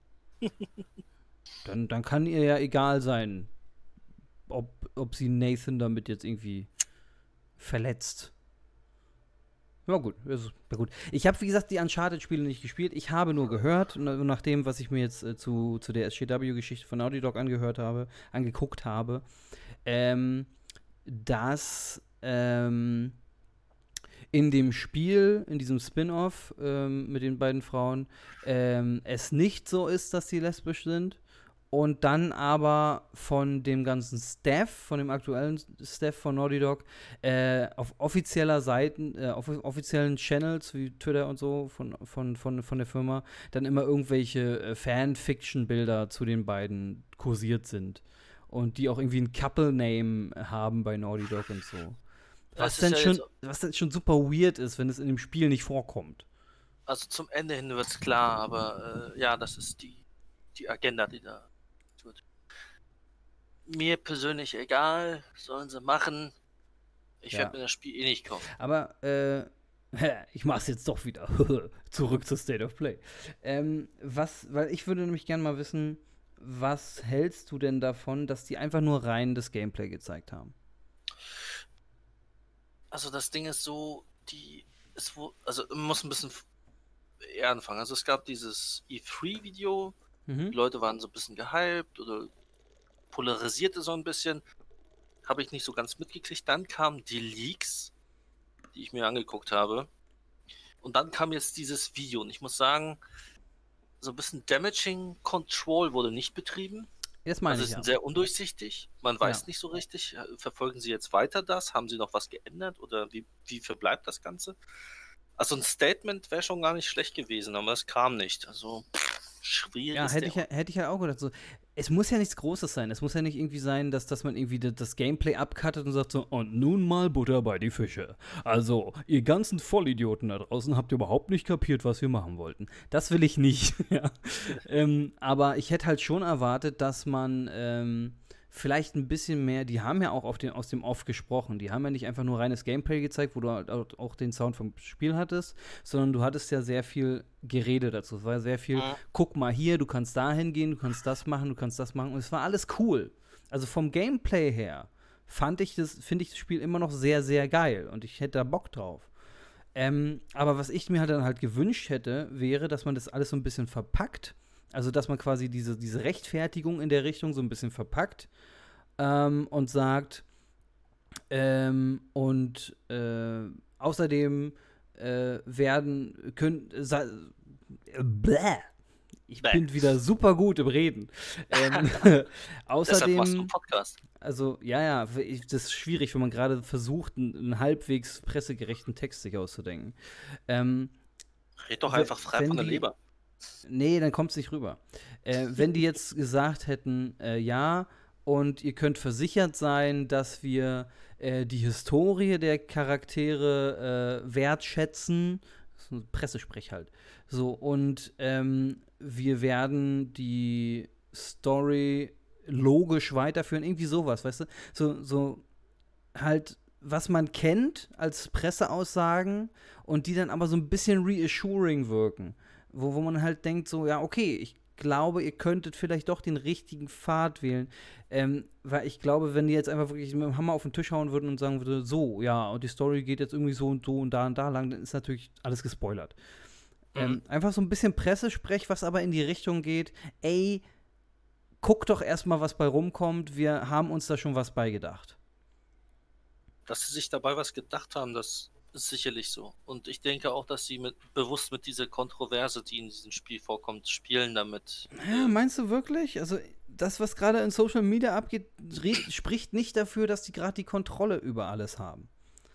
[SPEAKER 1] dann, dann kann ihr ja egal sein, ob, ob sie Nathan damit jetzt irgendwie verletzt. Ja gut, ist, ja gut. Ich habe, wie gesagt, die Uncharted-Spiele nicht gespielt. Ich habe nur gehört, nach dem, was ich mir jetzt äh, zu, zu der S G W-Geschichte von Naughty Dog angehört habe, angeguckt habe, ähm, dass ähm, in dem Spiel, in diesem Spin-Off ähm, mit den beiden Frauen, ähm, es nicht so ist, dass sie lesbisch sind. Und dann aber von dem ganzen Staff, von dem aktuellen Staff von Naughty Dog, äh, auf offizieller Seiten, äh, auf offiziellen Channels wie Twitter und so von, von, von, von der Firma, dann immer irgendwelche äh, Fan-Fiction-Bilder zu den beiden kursiert sind. Und die auch irgendwie ein Couple-Name haben bei Naughty Dog und so. Was denn, ja schon, was denn schon super weird ist, wenn es in dem Spiel nicht vorkommt.
[SPEAKER 2] Also zum Ende hin wird's klar, aber äh, ja, das ist die, die Agenda, die da wird. Mir persönlich egal, sollen sie machen. Ich ja. werde mir das Spiel eh nicht kaufen.
[SPEAKER 1] Aber, äh, ich mach's jetzt doch wieder. Zurück zu State of Play. Ähm, was, weil ich würde nämlich gerne mal wissen, was hältst du denn davon, dass die einfach nur rein das Gameplay gezeigt haben?
[SPEAKER 2] Also das Ding ist so, die, es wo, also man muss ein bisschen eher anfangen. Also es gab dieses E drei Video, mhm. die Leute waren so ein bisschen gehypt oder polarisierte so ein bisschen. Habe ich nicht so ganz mitgekriegt. Dann kamen die Leaks, die ich mir angeguckt habe. Und dann kam jetzt dieses Video. Und ich muss sagen, so ein bisschen Damaging Control wurde nicht betrieben.
[SPEAKER 1] Das meine
[SPEAKER 2] also
[SPEAKER 1] ich,
[SPEAKER 2] es ist
[SPEAKER 1] ja.
[SPEAKER 2] sehr undurchsichtig. Man weiß
[SPEAKER 1] ja.
[SPEAKER 2] nicht so richtig. Verfolgen sie jetzt weiter das? Haben sie noch was geändert? Oder wie, wie verbleibt das Ganze? Also ein Statement wäre schon gar nicht schlecht gewesen, aber es kam nicht. Also schwierig.
[SPEAKER 1] Ja, hätte ich, hätte ich halt auch gedacht. So, es muss ja nichts Großes sein. Es muss ja nicht irgendwie sein, dass, dass man irgendwie das, das Gameplay abcuttet und sagt so, und nun mal Butter bei die Fische. Also, ihr ganzen Vollidioten da draußen habt ihr überhaupt nicht kapiert, was wir machen wollten. Das will ich nicht. ja. ähm, aber ich hätte halt schon erwartet, dass man ähm, vielleicht ein bisschen mehr, die haben ja auch auf den, aus dem Off gesprochen. Die haben ja nicht einfach nur reines Gameplay gezeigt, wo du halt auch den Sound vom Spiel hattest, sondern du hattest ja sehr viel Gerede dazu. Es war sehr viel,
[SPEAKER 2] Mhm.
[SPEAKER 1] guck mal hier, du kannst da hingehen, du kannst das machen, du kannst das machen. Und es war alles cool. Also vom Gameplay her fand ich das, finde ich das Spiel immer noch sehr, sehr geil. Und ich hätte da Bock drauf. Ähm, aber was ich mir halt dann halt gewünscht hätte, wäre, dass man das alles so ein bisschen verpackt. Also, dass man quasi diese, diese Rechtfertigung in der Richtung so ein bisschen verpackt ähm, und sagt, ähm, und äh, außerdem äh, werden, können, sa- äh, bläh. Ich
[SPEAKER 2] Bäh.
[SPEAKER 1] bin wieder super gut im Reden. ähm,
[SPEAKER 2] Deshalb machst du
[SPEAKER 1] außerdem,
[SPEAKER 2] einen Podcast.
[SPEAKER 1] also, ja, ja, ich, das ist schwierig, wenn man gerade versucht, einen, einen halbwegs pressegerechten Text sich auszudenken. Ähm,
[SPEAKER 2] Red doch
[SPEAKER 1] we-
[SPEAKER 2] einfach frei
[SPEAKER 1] wenn
[SPEAKER 2] von der
[SPEAKER 1] die-
[SPEAKER 2] Leber.
[SPEAKER 1] Nee, dann kommt es nicht rüber. Äh, wenn die jetzt gesagt hätten, äh, ja, und ihr könnt versichert sein, dass wir äh, die Historie der Charaktere äh, wertschätzen, das ist ein Pressesprech halt, so, und ähm, wir werden die Story logisch weiterführen, irgendwie sowas, weißt du? So, so halt, was man kennt als Presseaussagen und die dann aber so ein bisschen reassuring wirken. Wo, wo man halt denkt, so, ja, okay, ich glaube, ihr könntet vielleicht doch den richtigen Pfad wählen. Ähm, weil ich glaube, wenn die jetzt einfach wirklich mit dem Hammer auf den Tisch hauen würden und sagen würde, so, ja, und die Story geht jetzt irgendwie so und so und da und da lang, dann ist natürlich alles gespoilert.
[SPEAKER 2] Mhm.
[SPEAKER 1] Ähm, einfach so ein bisschen Pressesprech, was aber in die Richtung geht, ey, guck doch erstmal, was bei rumkommt, wir haben uns da schon was beigedacht.
[SPEAKER 2] Dass sie sich dabei was gedacht haben, das ist sicherlich so. Und ich denke auch, dass sie mit, bewusst mit dieser Kontroverse, die in diesem Spiel vorkommt, spielen damit.
[SPEAKER 1] Ja, meinst du wirklich? Also, das, was gerade in Social Media abgeht, red, spricht nicht dafür, dass die gerade die Kontrolle über alles haben.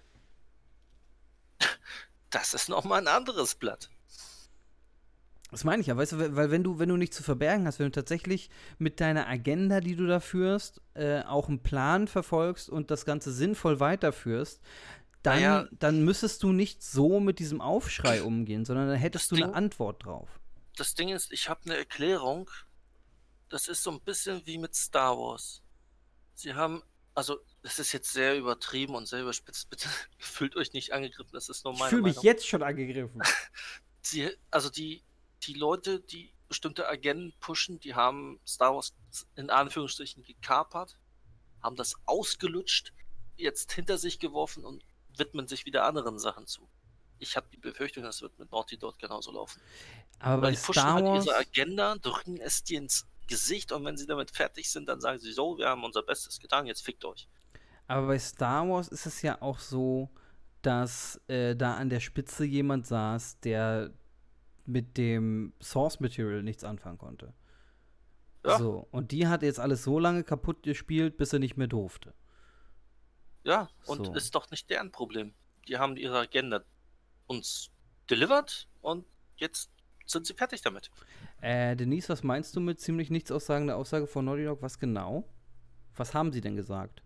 [SPEAKER 2] Das ist nochmal ein anderes Blatt.
[SPEAKER 1] Das meine ich ja, weißt du, weil wenn du, wenn du nichts zu verbergen hast, wenn du tatsächlich mit deiner Agenda, die du da führst, äh, auch einen Plan verfolgst und das Ganze sinnvoll weiterführst, dann,
[SPEAKER 2] Naja.
[SPEAKER 1] dann müsstest du nicht so mit diesem Aufschrei umgehen, sondern dann hättest
[SPEAKER 2] Das
[SPEAKER 1] du eine
[SPEAKER 2] Ding-
[SPEAKER 1] Antwort drauf.
[SPEAKER 2] Das Ding ist, ich habe eine Erklärung. Das ist so ein bisschen wie mit Star Wars. Sie haben, also, das ist jetzt sehr übertrieben und sehr überspitzt. Bitte fühlt euch nicht angegriffen, das ist nur
[SPEAKER 1] Ich
[SPEAKER 2] meine
[SPEAKER 1] fühle mich
[SPEAKER 2] Meinung.
[SPEAKER 1] jetzt schon angegriffen.
[SPEAKER 2] Sie, also die, die Leute, die bestimmte Agenten pushen, die haben Star Wars in Anführungsstrichen gekapert, haben das ausgelutscht, jetzt hinter sich geworfen und widmen sich wieder anderen Sachen zu. Ich habe die Befürchtung, das wird mit Naughty Dog genauso laufen.
[SPEAKER 1] Aber
[SPEAKER 2] Weil
[SPEAKER 1] bei
[SPEAKER 2] die pushen
[SPEAKER 1] Star
[SPEAKER 2] halt
[SPEAKER 1] Wars,
[SPEAKER 2] ihre Agenda, drücken es dir ins Gesicht und wenn sie damit fertig sind, dann sagen sie so, wir haben unser Bestes getan, jetzt fickt euch.
[SPEAKER 1] aber bei Star Wars ist es ja auch so, dass äh, da an der Spitze jemand saß, der mit dem Source Material nichts anfangen konnte.
[SPEAKER 2] Ja.
[SPEAKER 1] So, und die hat jetzt alles so lange kaputt gespielt, bis er nicht mehr durfte.
[SPEAKER 2] Ja, und
[SPEAKER 1] So.
[SPEAKER 2] ist doch nicht deren Problem. Die haben ihre Agenda uns delivered und jetzt sind sie fertig damit.
[SPEAKER 1] Äh, Denise, was meinst du mit ziemlich nichtaussagender Aussage von Naughty Dog? Was genau? Was haben sie denn gesagt?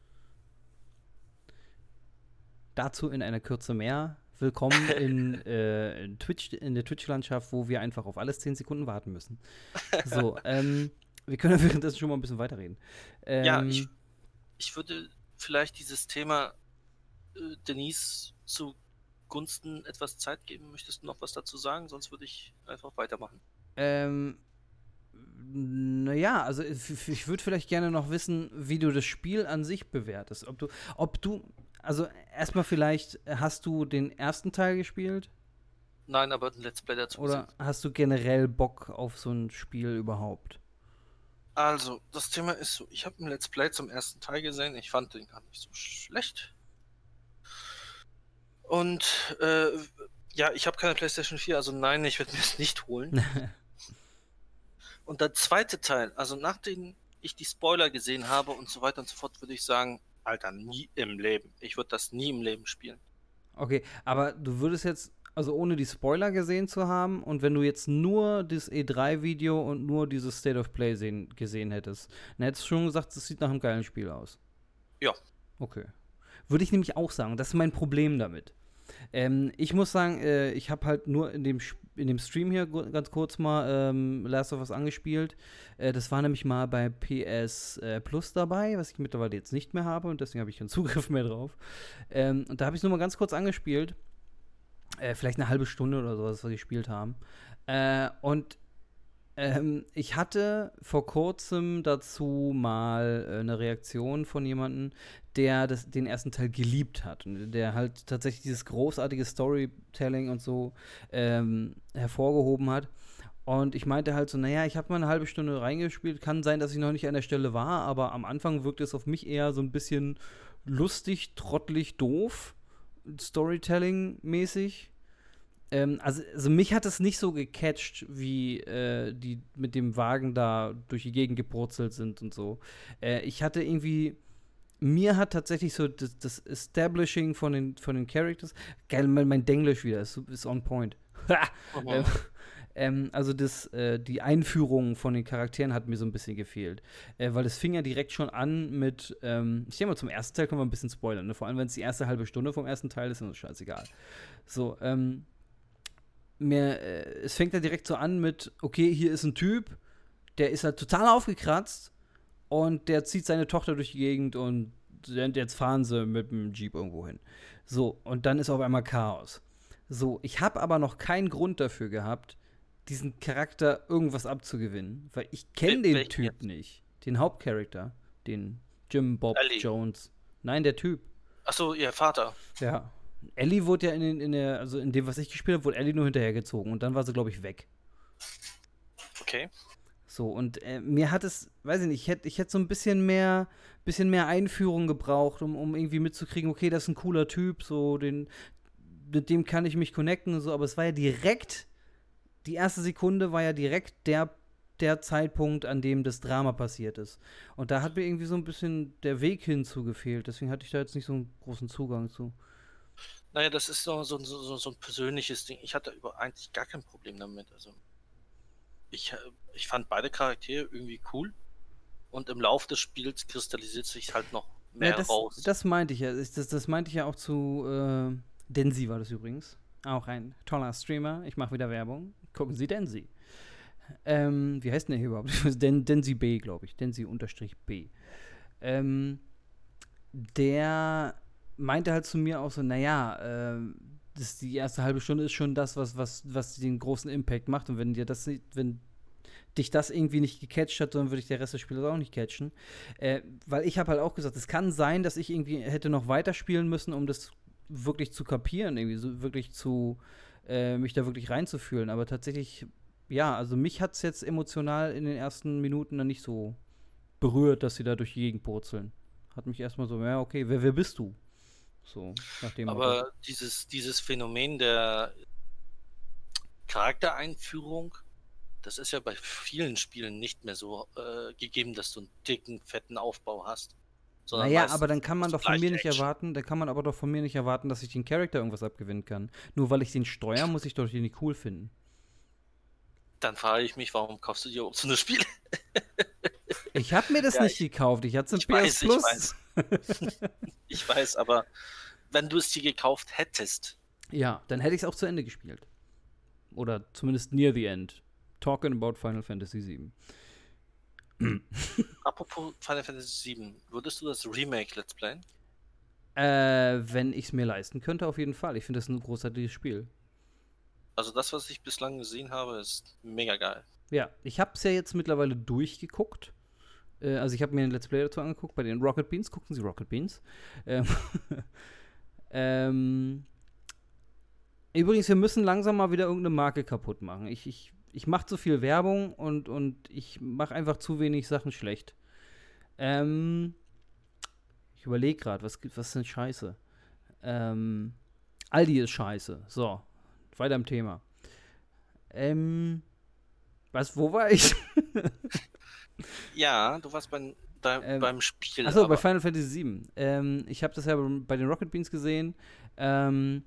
[SPEAKER 1] Dazu in einer Kürze mehr. Willkommen in, äh, in, Twitch, in der Twitch-Landschaft, wo wir einfach auf alles zehn Sekunden warten müssen. So, ähm, wir können ja währenddessen schon mal ein bisschen weiterreden. Ähm,
[SPEAKER 2] Ja, ich, ich würde vielleicht dieses Thema äh, Denise zugunsten etwas Zeit geben. Möchtest du noch was dazu sagen? Sonst würde ich einfach weitermachen.
[SPEAKER 1] Ähm, naja, also ich, ich würde vielleicht gerne noch wissen, wie du das Spiel an sich bewertest. Ob du, ob du, also erstmal vielleicht, hast du den ersten Teil gespielt?
[SPEAKER 2] Nein, aber ein Let's Play dazu
[SPEAKER 1] Oder
[SPEAKER 2] gesehen.
[SPEAKER 1] hast du generell Bock auf so ein Spiel überhaupt?
[SPEAKER 2] Also, das Thema ist so, ich habe ein Let's Play zum ersten Teil gesehen. Ich fand den gar nicht so schlecht. Und äh, ja, ich habe keine PlayStation vier, also nein, ich werde mir es nicht holen. Und der zweite Teil, also nachdem ich die Spoiler gesehen habe und so weiter und so fort, würde ich sagen, Alter, nie im Leben. Ich würde das nie im Leben spielen.
[SPEAKER 1] Okay, aber du würdest jetzt, also ohne die Spoiler gesehen zu haben und wenn du jetzt nur das E drei Video und nur dieses State of Play sehen, gesehen hättest, dann hättest du schon gesagt, das sieht nach einem geilen Spiel aus.
[SPEAKER 2] Ja.
[SPEAKER 1] Okay. Würde ich nämlich auch sagen, das ist mein Problem damit. Ähm, ich muss sagen, äh, ich habe halt nur in dem Sp- in dem Stream hier gu- ganz kurz mal ähm, Last of Us angespielt. Äh, das war nämlich mal bei P S äh, Plus dabei, was ich mittlerweile jetzt nicht mehr habe und deswegen habe ich keinen Zugriff mehr drauf. Ähm, und da habe ich es nur mal ganz kurz angespielt. Äh, vielleicht eine halbe Stunde oder so, was wir gespielt haben. Äh, und ähm, ich hatte vor kurzem dazu mal äh, eine Reaktion von jemandem, der das, den ersten Teil geliebt hat und der halt tatsächlich dieses großartige Storytelling und so ähm, hervorgehoben hat. Und ich meinte halt so, naja, ich habe mal eine halbe Stunde reingespielt, kann sein, dass ich noch nicht an der Stelle war, aber am Anfang wirkt es auf mich eher so ein bisschen lustig, trottelig, doof, Storytelling-mäßig. Ähm, also, also mich hat es nicht so gecatcht, wie äh, die mit dem Wagen da durch die Gegend gepurzelt sind und so. Äh, ich hatte irgendwie, mir hat tatsächlich so das, das Establishing von den, von den Characters, geil, mein, mein Denglisch wieder, ist, ist on point. ähm, ähm, also das, äh, die Einführung von den Charakteren hat mir so ein bisschen gefehlt. Äh, weil es fing ja direkt schon an mit, ähm, ich denke mal, zum ersten Teil können wir ein bisschen spoilern, ne? Vor allem, wenn es die erste halbe Stunde vom ersten Teil ist, ist uns scheißegal. So, ähm, mir, äh, es fängt ja direkt so an mit, okay, hier ist ein Typ, der ist halt total aufgekratzt und der zieht seine Tochter durch die Gegend und jetzt fahren sie mit dem Jeep irgendwo hin. So, und dann ist auf einmal Chaos. So, ich habe aber noch keinen Grund dafür gehabt, diesen Charakter irgendwas abzugewinnen, weil ich kenne
[SPEAKER 2] Wel-
[SPEAKER 1] den
[SPEAKER 2] welchen
[SPEAKER 1] Typ
[SPEAKER 2] jetzt?
[SPEAKER 1] nicht. Den Hauptcharakter, den Jim Bob
[SPEAKER 2] Ellie.
[SPEAKER 1] Jones. Nein, der Typ.
[SPEAKER 2] Achso, ihr Vater.
[SPEAKER 1] Ja. Ellie wurde ja in, den- in der, also in dem, was ich gespielt habe, wurde Ellie nur hinterhergezogen und dann war sie, glaube ich, weg.
[SPEAKER 2] Okay.
[SPEAKER 1] So, und äh, mir hat es, weiß ich nicht, ich hätte ich hätt so ein bisschen mehr, bisschen mehr Einführung gebraucht, um, um irgendwie mitzukriegen, okay, das ist ein cooler Typ, so, den, mit dem kann ich mich connecten und so, aber es war ja direkt, die erste Sekunde war ja direkt der, der Zeitpunkt, an dem das Drama passiert ist. Und da hat mir irgendwie so ein bisschen der Weg hinzu gefehlt, deswegen hatte ich da jetzt nicht so einen großen Zugang zu.
[SPEAKER 2] Naja, das ist so, so, so, so ein persönliches Ding. Ich hatte über eigentlich gar kein Problem damit. Also ich, äh, ich fand beide Charaktere irgendwie cool und im Laufe des Spiels kristallisiert sich halt noch
[SPEAKER 1] Ja,
[SPEAKER 2] mehr
[SPEAKER 1] das,
[SPEAKER 2] raus.
[SPEAKER 1] das meinte ich ja. Ich- Das, das meinte ich ja auch zu äh, Densi war das übrigens. Auch ein toller Streamer. Ich mache wieder Werbung. Gucken Sie Densi. Ähm, wie heißt denn der hier überhaupt? Den, Densi B, glaube ich. Densi unterstrich B. Ähm, der meinte halt zu mir auch so, naja, äh, das, die erste halbe Stunde ist schon das, was, was, was den großen Impact macht. Und wenn dir das nicht, wenn dich das irgendwie nicht gecatcht hat, dann würde ich der Rest des Spiels auch nicht catchen. Äh, weil ich habe halt auch gesagt, es kann sein, dass ich irgendwie hätte noch weiterspielen müssen, um das wirklich zu kapieren, irgendwie so wirklich zu, äh, mich da wirklich reinzufühlen. Aber tatsächlich, ja, also mich hat es jetzt emotional in den ersten Minuten dann nicht so berührt, dass sie da durch die Gegend purzeln. Hat mich erstmal so, ja, okay, wer, wer bist du? So, nach dem Motto.
[SPEAKER 2] Aber dieses, dieses Phänomen der Charaktereinführung, das ist ja bei vielen Spielen nicht mehr so äh, gegeben, dass du einen dicken, fetten Aufbau hast. Sondern
[SPEAKER 1] Naja,
[SPEAKER 2] meistens
[SPEAKER 1] aber dann kann man
[SPEAKER 2] hast du
[SPEAKER 1] doch von mir
[SPEAKER 2] leichte
[SPEAKER 1] nicht
[SPEAKER 2] Action.
[SPEAKER 1] erwarten, dann kann man aber doch von mir nicht erwarten, dass ich den Charakter irgendwas abgewinnen kann. Nur weil ich den steuere, muss ich doch den nicht cool finden.
[SPEAKER 2] Dann frage ich mich, warum kaufst du dir überhaupt so eine Spiele?
[SPEAKER 1] Ich habe mir das
[SPEAKER 2] Ja,
[SPEAKER 1] nicht
[SPEAKER 2] ich-
[SPEAKER 1] gekauft, ich hatte es im
[SPEAKER 2] ich
[SPEAKER 1] P S
[SPEAKER 2] weiß, ich
[SPEAKER 1] Plus.
[SPEAKER 2] weiß. Ich weiß, aber wenn du es dir gekauft hättest,
[SPEAKER 1] Ja, dann hätte ich es auch zu Ende gespielt. Oder zumindest near the end. Talking about Final Fantasy sieben.
[SPEAKER 2] apropos Final Fantasy sieben, würdest du das Remake Let's Playen?
[SPEAKER 1] Äh, wenn ich es mir leisten könnte, auf jeden Fall. Ich finde das ein großartiges Spiel.
[SPEAKER 2] Also das, was ich bislang gesehen habe, ist mega geil.
[SPEAKER 1] Ja, ich habe es ja jetzt mittlerweile durchgeguckt. Äh, also ich habe mir einen Let's Play dazu angeguckt, bei den Rocket Beans. Gucken Sie Rocket Beans. Ähm, ähm, übrigens, wir müssen langsam mal wieder irgendeine Marke kaputt machen. Ich, ich, ich mache zu viel Werbung und, und ich mache einfach zu wenig Sachen schlecht. Ähm, ich überlege gerade, was, gibt- was ist denn scheiße? Ähm, Aldi ist scheiße. So, weiter im Thema. Ähm, was, wo war ich?
[SPEAKER 2] Ja, du warst beim, da,
[SPEAKER 1] Ähm,
[SPEAKER 2] beim Spiel.
[SPEAKER 1] Achso, bei
[SPEAKER 2] aber
[SPEAKER 1] Final Fantasy sieben. Ähm, ich habe das ja bei den Rocket Beans gesehen. Ähm,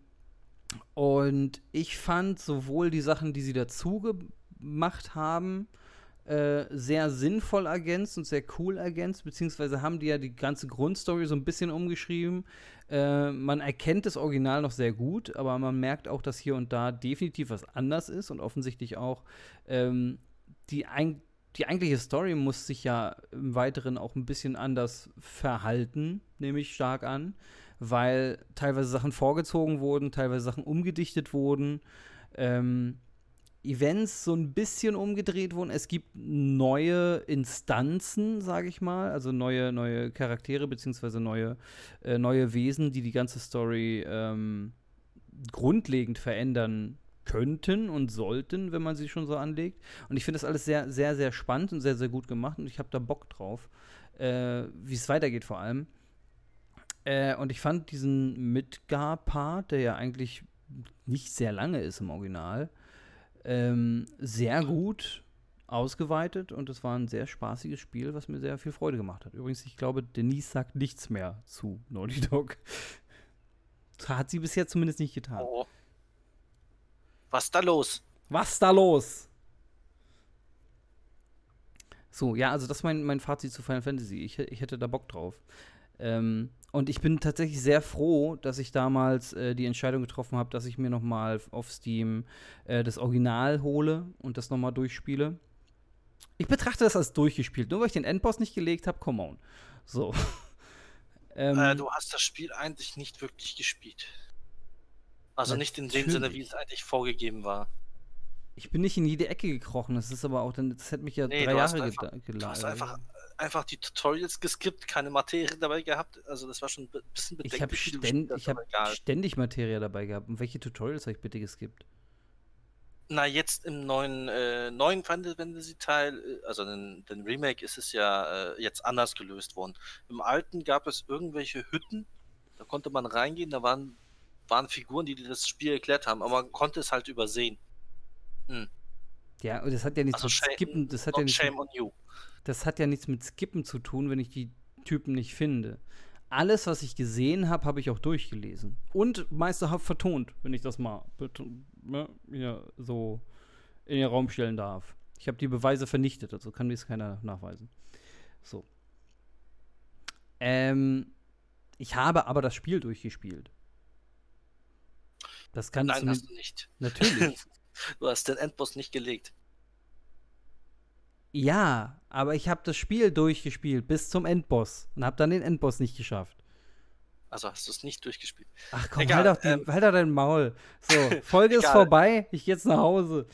[SPEAKER 1] und ich fand sowohl die Sachen, die sie dazu gemacht haben, äh, sehr sinnvoll ergänzt und sehr cool ergänzt, beziehungsweise haben die ja die ganze Grundstory so ein bisschen umgeschrieben. Äh, man erkennt das Original noch sehr gut, aber man merkt auch, dass hier und da definitiv was anders ist und offensichtlich auch ähm, die, ein, die eigentliche Story muss sich ja im Weiteren auch ein bisschen anders verhalten, nehme ich stark an, weil teilweise Sachen vorgezogen wurden, teilweise Sachen umgedichtet wurden, ähm, Events so ein bisschen umgedreht wurden. Es gibt neue Instanzen, sage ich mal, also neue, neue Charaktere beziehungsweise neue, äh, neue Wesen, die die ganze Story ähm, grundlegend verändern könnten und sollten, wenn man sie schon so anlegt. Und ich finde das alles sehr, sehr, sehr spannend und sehr, sehr gut gemacht und ich habe da Bock drauf, äh, wie es weitergeht vor allem. Äh, und ich fand diesen Midgar-Part, der ja eigentlich nicht sehr lange ist im Original, ähm, sehr gut ausgeweitet und es war ein sehr spaßiges Spiel, was mir sehr viel Freude gemacht hat. Übrigens, ich glaube, Denise sagt nichts mehr zu Naughty Dog. Hat sie bisher zumindest nicht getan.
[SPEAKER 2] Oh. Was ist da los?
[SPEAKER 1] Was ist da los? So, ja, also das ist mein, mein Fazit zu Final Fantasy. Ich, ich hätte da Bock drauf. Ähm, und ich bin tatsächlich sehr froh, dass ich damals äh, die Entscheidung getroffen habe, dass ich mir noch mal auf Steam äh, das Original hole und das noch mal durchspiele. Ich betrachte das als durchgespielt. Nur weil ich den Endboss nicht gelegt habe, come on. So.
[SPEAKER 2] ähm, äh, du hast das Spiel eigentlich nicht wirklich gespielt. Also nicht in dem Sinne, wie es eigentlich vorgegeben war.
[SPEAKER 1] Ich bin nicht in jede Ecke gekrochen. Das ist aber auch dann, das hätte mich ja nee, drei Jahre
[SPEAKER 2] gelaufen. Du hast einfach, einfach die Tutorials geskippt, keine Materie dabei gehabt. Also das war schon ein bisschen bedenklich.
[SPEAKER 1] Ich habe ständ, hab ständig Materie dabei gehabt. Und welche Tutorials habe ich bitte geskippt?
[SPEAKER 2] Na, jetzt im neuen, äh, neuen Final Fantasy Teil, also den, den Remake, ist es ja äh, jetzt anders gelöst worden. Im alten gab es irgendwelche Hütten, da konnte man reingehen, da waren, waren Figuren, die das Spiel erklärt haben, aber man konnte es halt übersehen. Hm.
[SPEAKER 1] Ja, und das hat ja nichts
[SPEAKER 2] also
[SPEAKER 1] mit
[SPEAKER 2] shame,
[SPEAKER 1] Skippen, das hat ja nichts
[SPEAKER 2] shame
[SPEAKER 1] mit,
[SPEAKER 2] on you.
[SPEAKER 1] Das hat ja nichts mit Skippen zu tun, wenn ich die Typen nicht finde. Alles, was ich gesehen habe, habe ich auch durchgelesen. Und meisterhaft vertont, wenn ich das mal ne, hier so in den Raum stellen darf. Ich habe die Beweise vernichtet, also kann mir es keiner nachweisen. So. Ähm, ich habe aber das Spiel durchgespielt. Das kann
[SPEAKER 2] Nein, hast du nicht.
[SPEAKER 1] Natürlich.
[SPEAKER 2] Du hast den Endboss nicht gelegt.
[SPEAKER 1] Ja, aber ich habe das Spiel durchgespielt bis zum Endboss und habe dann den Endboss nicht geschafft.
[SPEAKER 2] Also hast du es nicht durchgespielt.
[SPEAKER 1] Ach komm, Egal, halt, doch die, ähm, halt doch dein Maul. So, Folge ist vorbei, ich gehe jetzt nach Hause.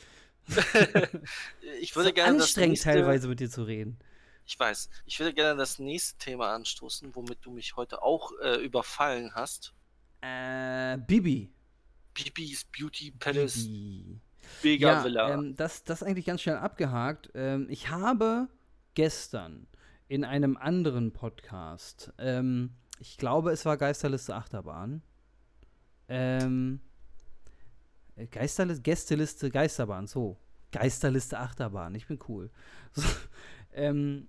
[SPEAKER 2] Ich würde
[SPEAKER 1] so
[SPEAKER 2] gerne
[SPEAKER 1] anstrengend
[SPEAKER 2] das nächste,
[SPEAKER 1] teilweise mit dir zu reden.
[SPEAKER 2] Ich weiß. Ich würde gerne das nächste Thema anstoßen, womit du mich heute auch äh, überfallen hast.
[SPEAKER 1] Äh, Bibi.
[SPEAKER 2] Bibis Beauty Palace.
[SPEAKER 1] Bibi.
[SPEAKER 2] Mega
[SPEAKER 1] ja,
[SPEAKER 2] Villa.
[SPEAKER 1] Ähm, das, das eigentlich ganz schnell abgehakt. Ähm, ich habe gestern in einem anderen Podcast, ähm, ich glaube, es war Geisterliste Achterbahn, ähm, Geisterliste, Gästeliste Geisterbahn, so. Geisterliste Achterbahn, ich bin cool. So, ähm,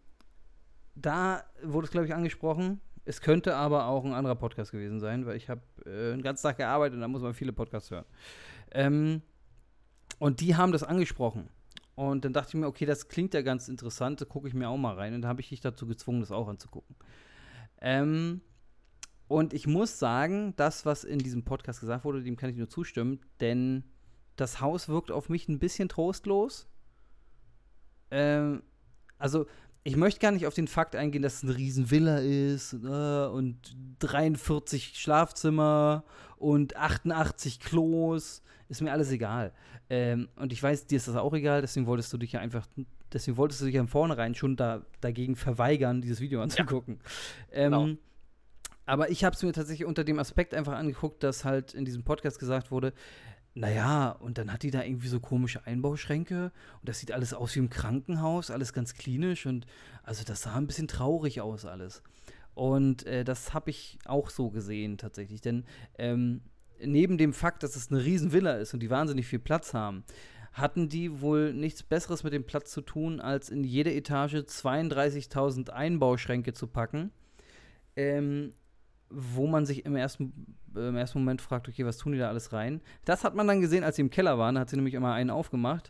[SPEAKER 1] da wurde es, glaube ich, angesprochen. Es könnte aber auch ein anderer Podcast gewesen sein, weil ich habe äh, einen ganzen Tag gearbeitet und da muss man viele Podcasts hören. Ähm, Und die haben das angesprochen. Und dann dachte ich mir, okay, das klingt ja ganz interessant, da gucke ich mir auch mal rein. Und da habe ich dich dazu gezwungen, das auch anzugucken. Ähm, und ich muss sagen, das, was in diesem Podcast gesagt wurde, dem kann ich nur zustimmen, denn das Haus wirkt auf mich ein bisschen trostlos. Ähm, also, ich möchte gar nicht auf den Fakt eingehen, dass es eine riesen Villa ist äh, und dreiundvierzig Schlafzimmer und achtundachtzig Klos. Ist mir alles egal. Ähm, und ich weiß, dir ist das auch egal, deswegen wolltest du dich ja einfach, deswegen wolltest du dich ja im Vornherein schon da, dagegen verweigern, dieses Video anzugucken. Ja, ähm, genau. Aber ich habe es mir tatsächlich unter dem Aspekt einfach angeguckt, dass halt in diesem Podcast gesagt wurde, naja, und dann hat die da irgendwie so komische Einbauschränke und das sieht alles aus wie im Krankenhaus, alles ganz klinisch und also das sah ein bisschen traurig aus alles. Und äh, das habe ich auch so gesehen tatsächlich, denn ähm, neben dem Fakt, dass es eine riesen Villa ist und die wahnsinnig viel Platz haben, hatten die wohl nichts Besseres mit dem Platz zu tun, als in jede Etage zweiunddreißigtausend Einbauschränke zu packen, ähm, wo man sich im ersten, äh, im ersten Moment fragt, okay, was tun die da alles rein? Das hat man dann gesehen, als sie im Keller waren, da hat sie nämlich immer einen aufgemacht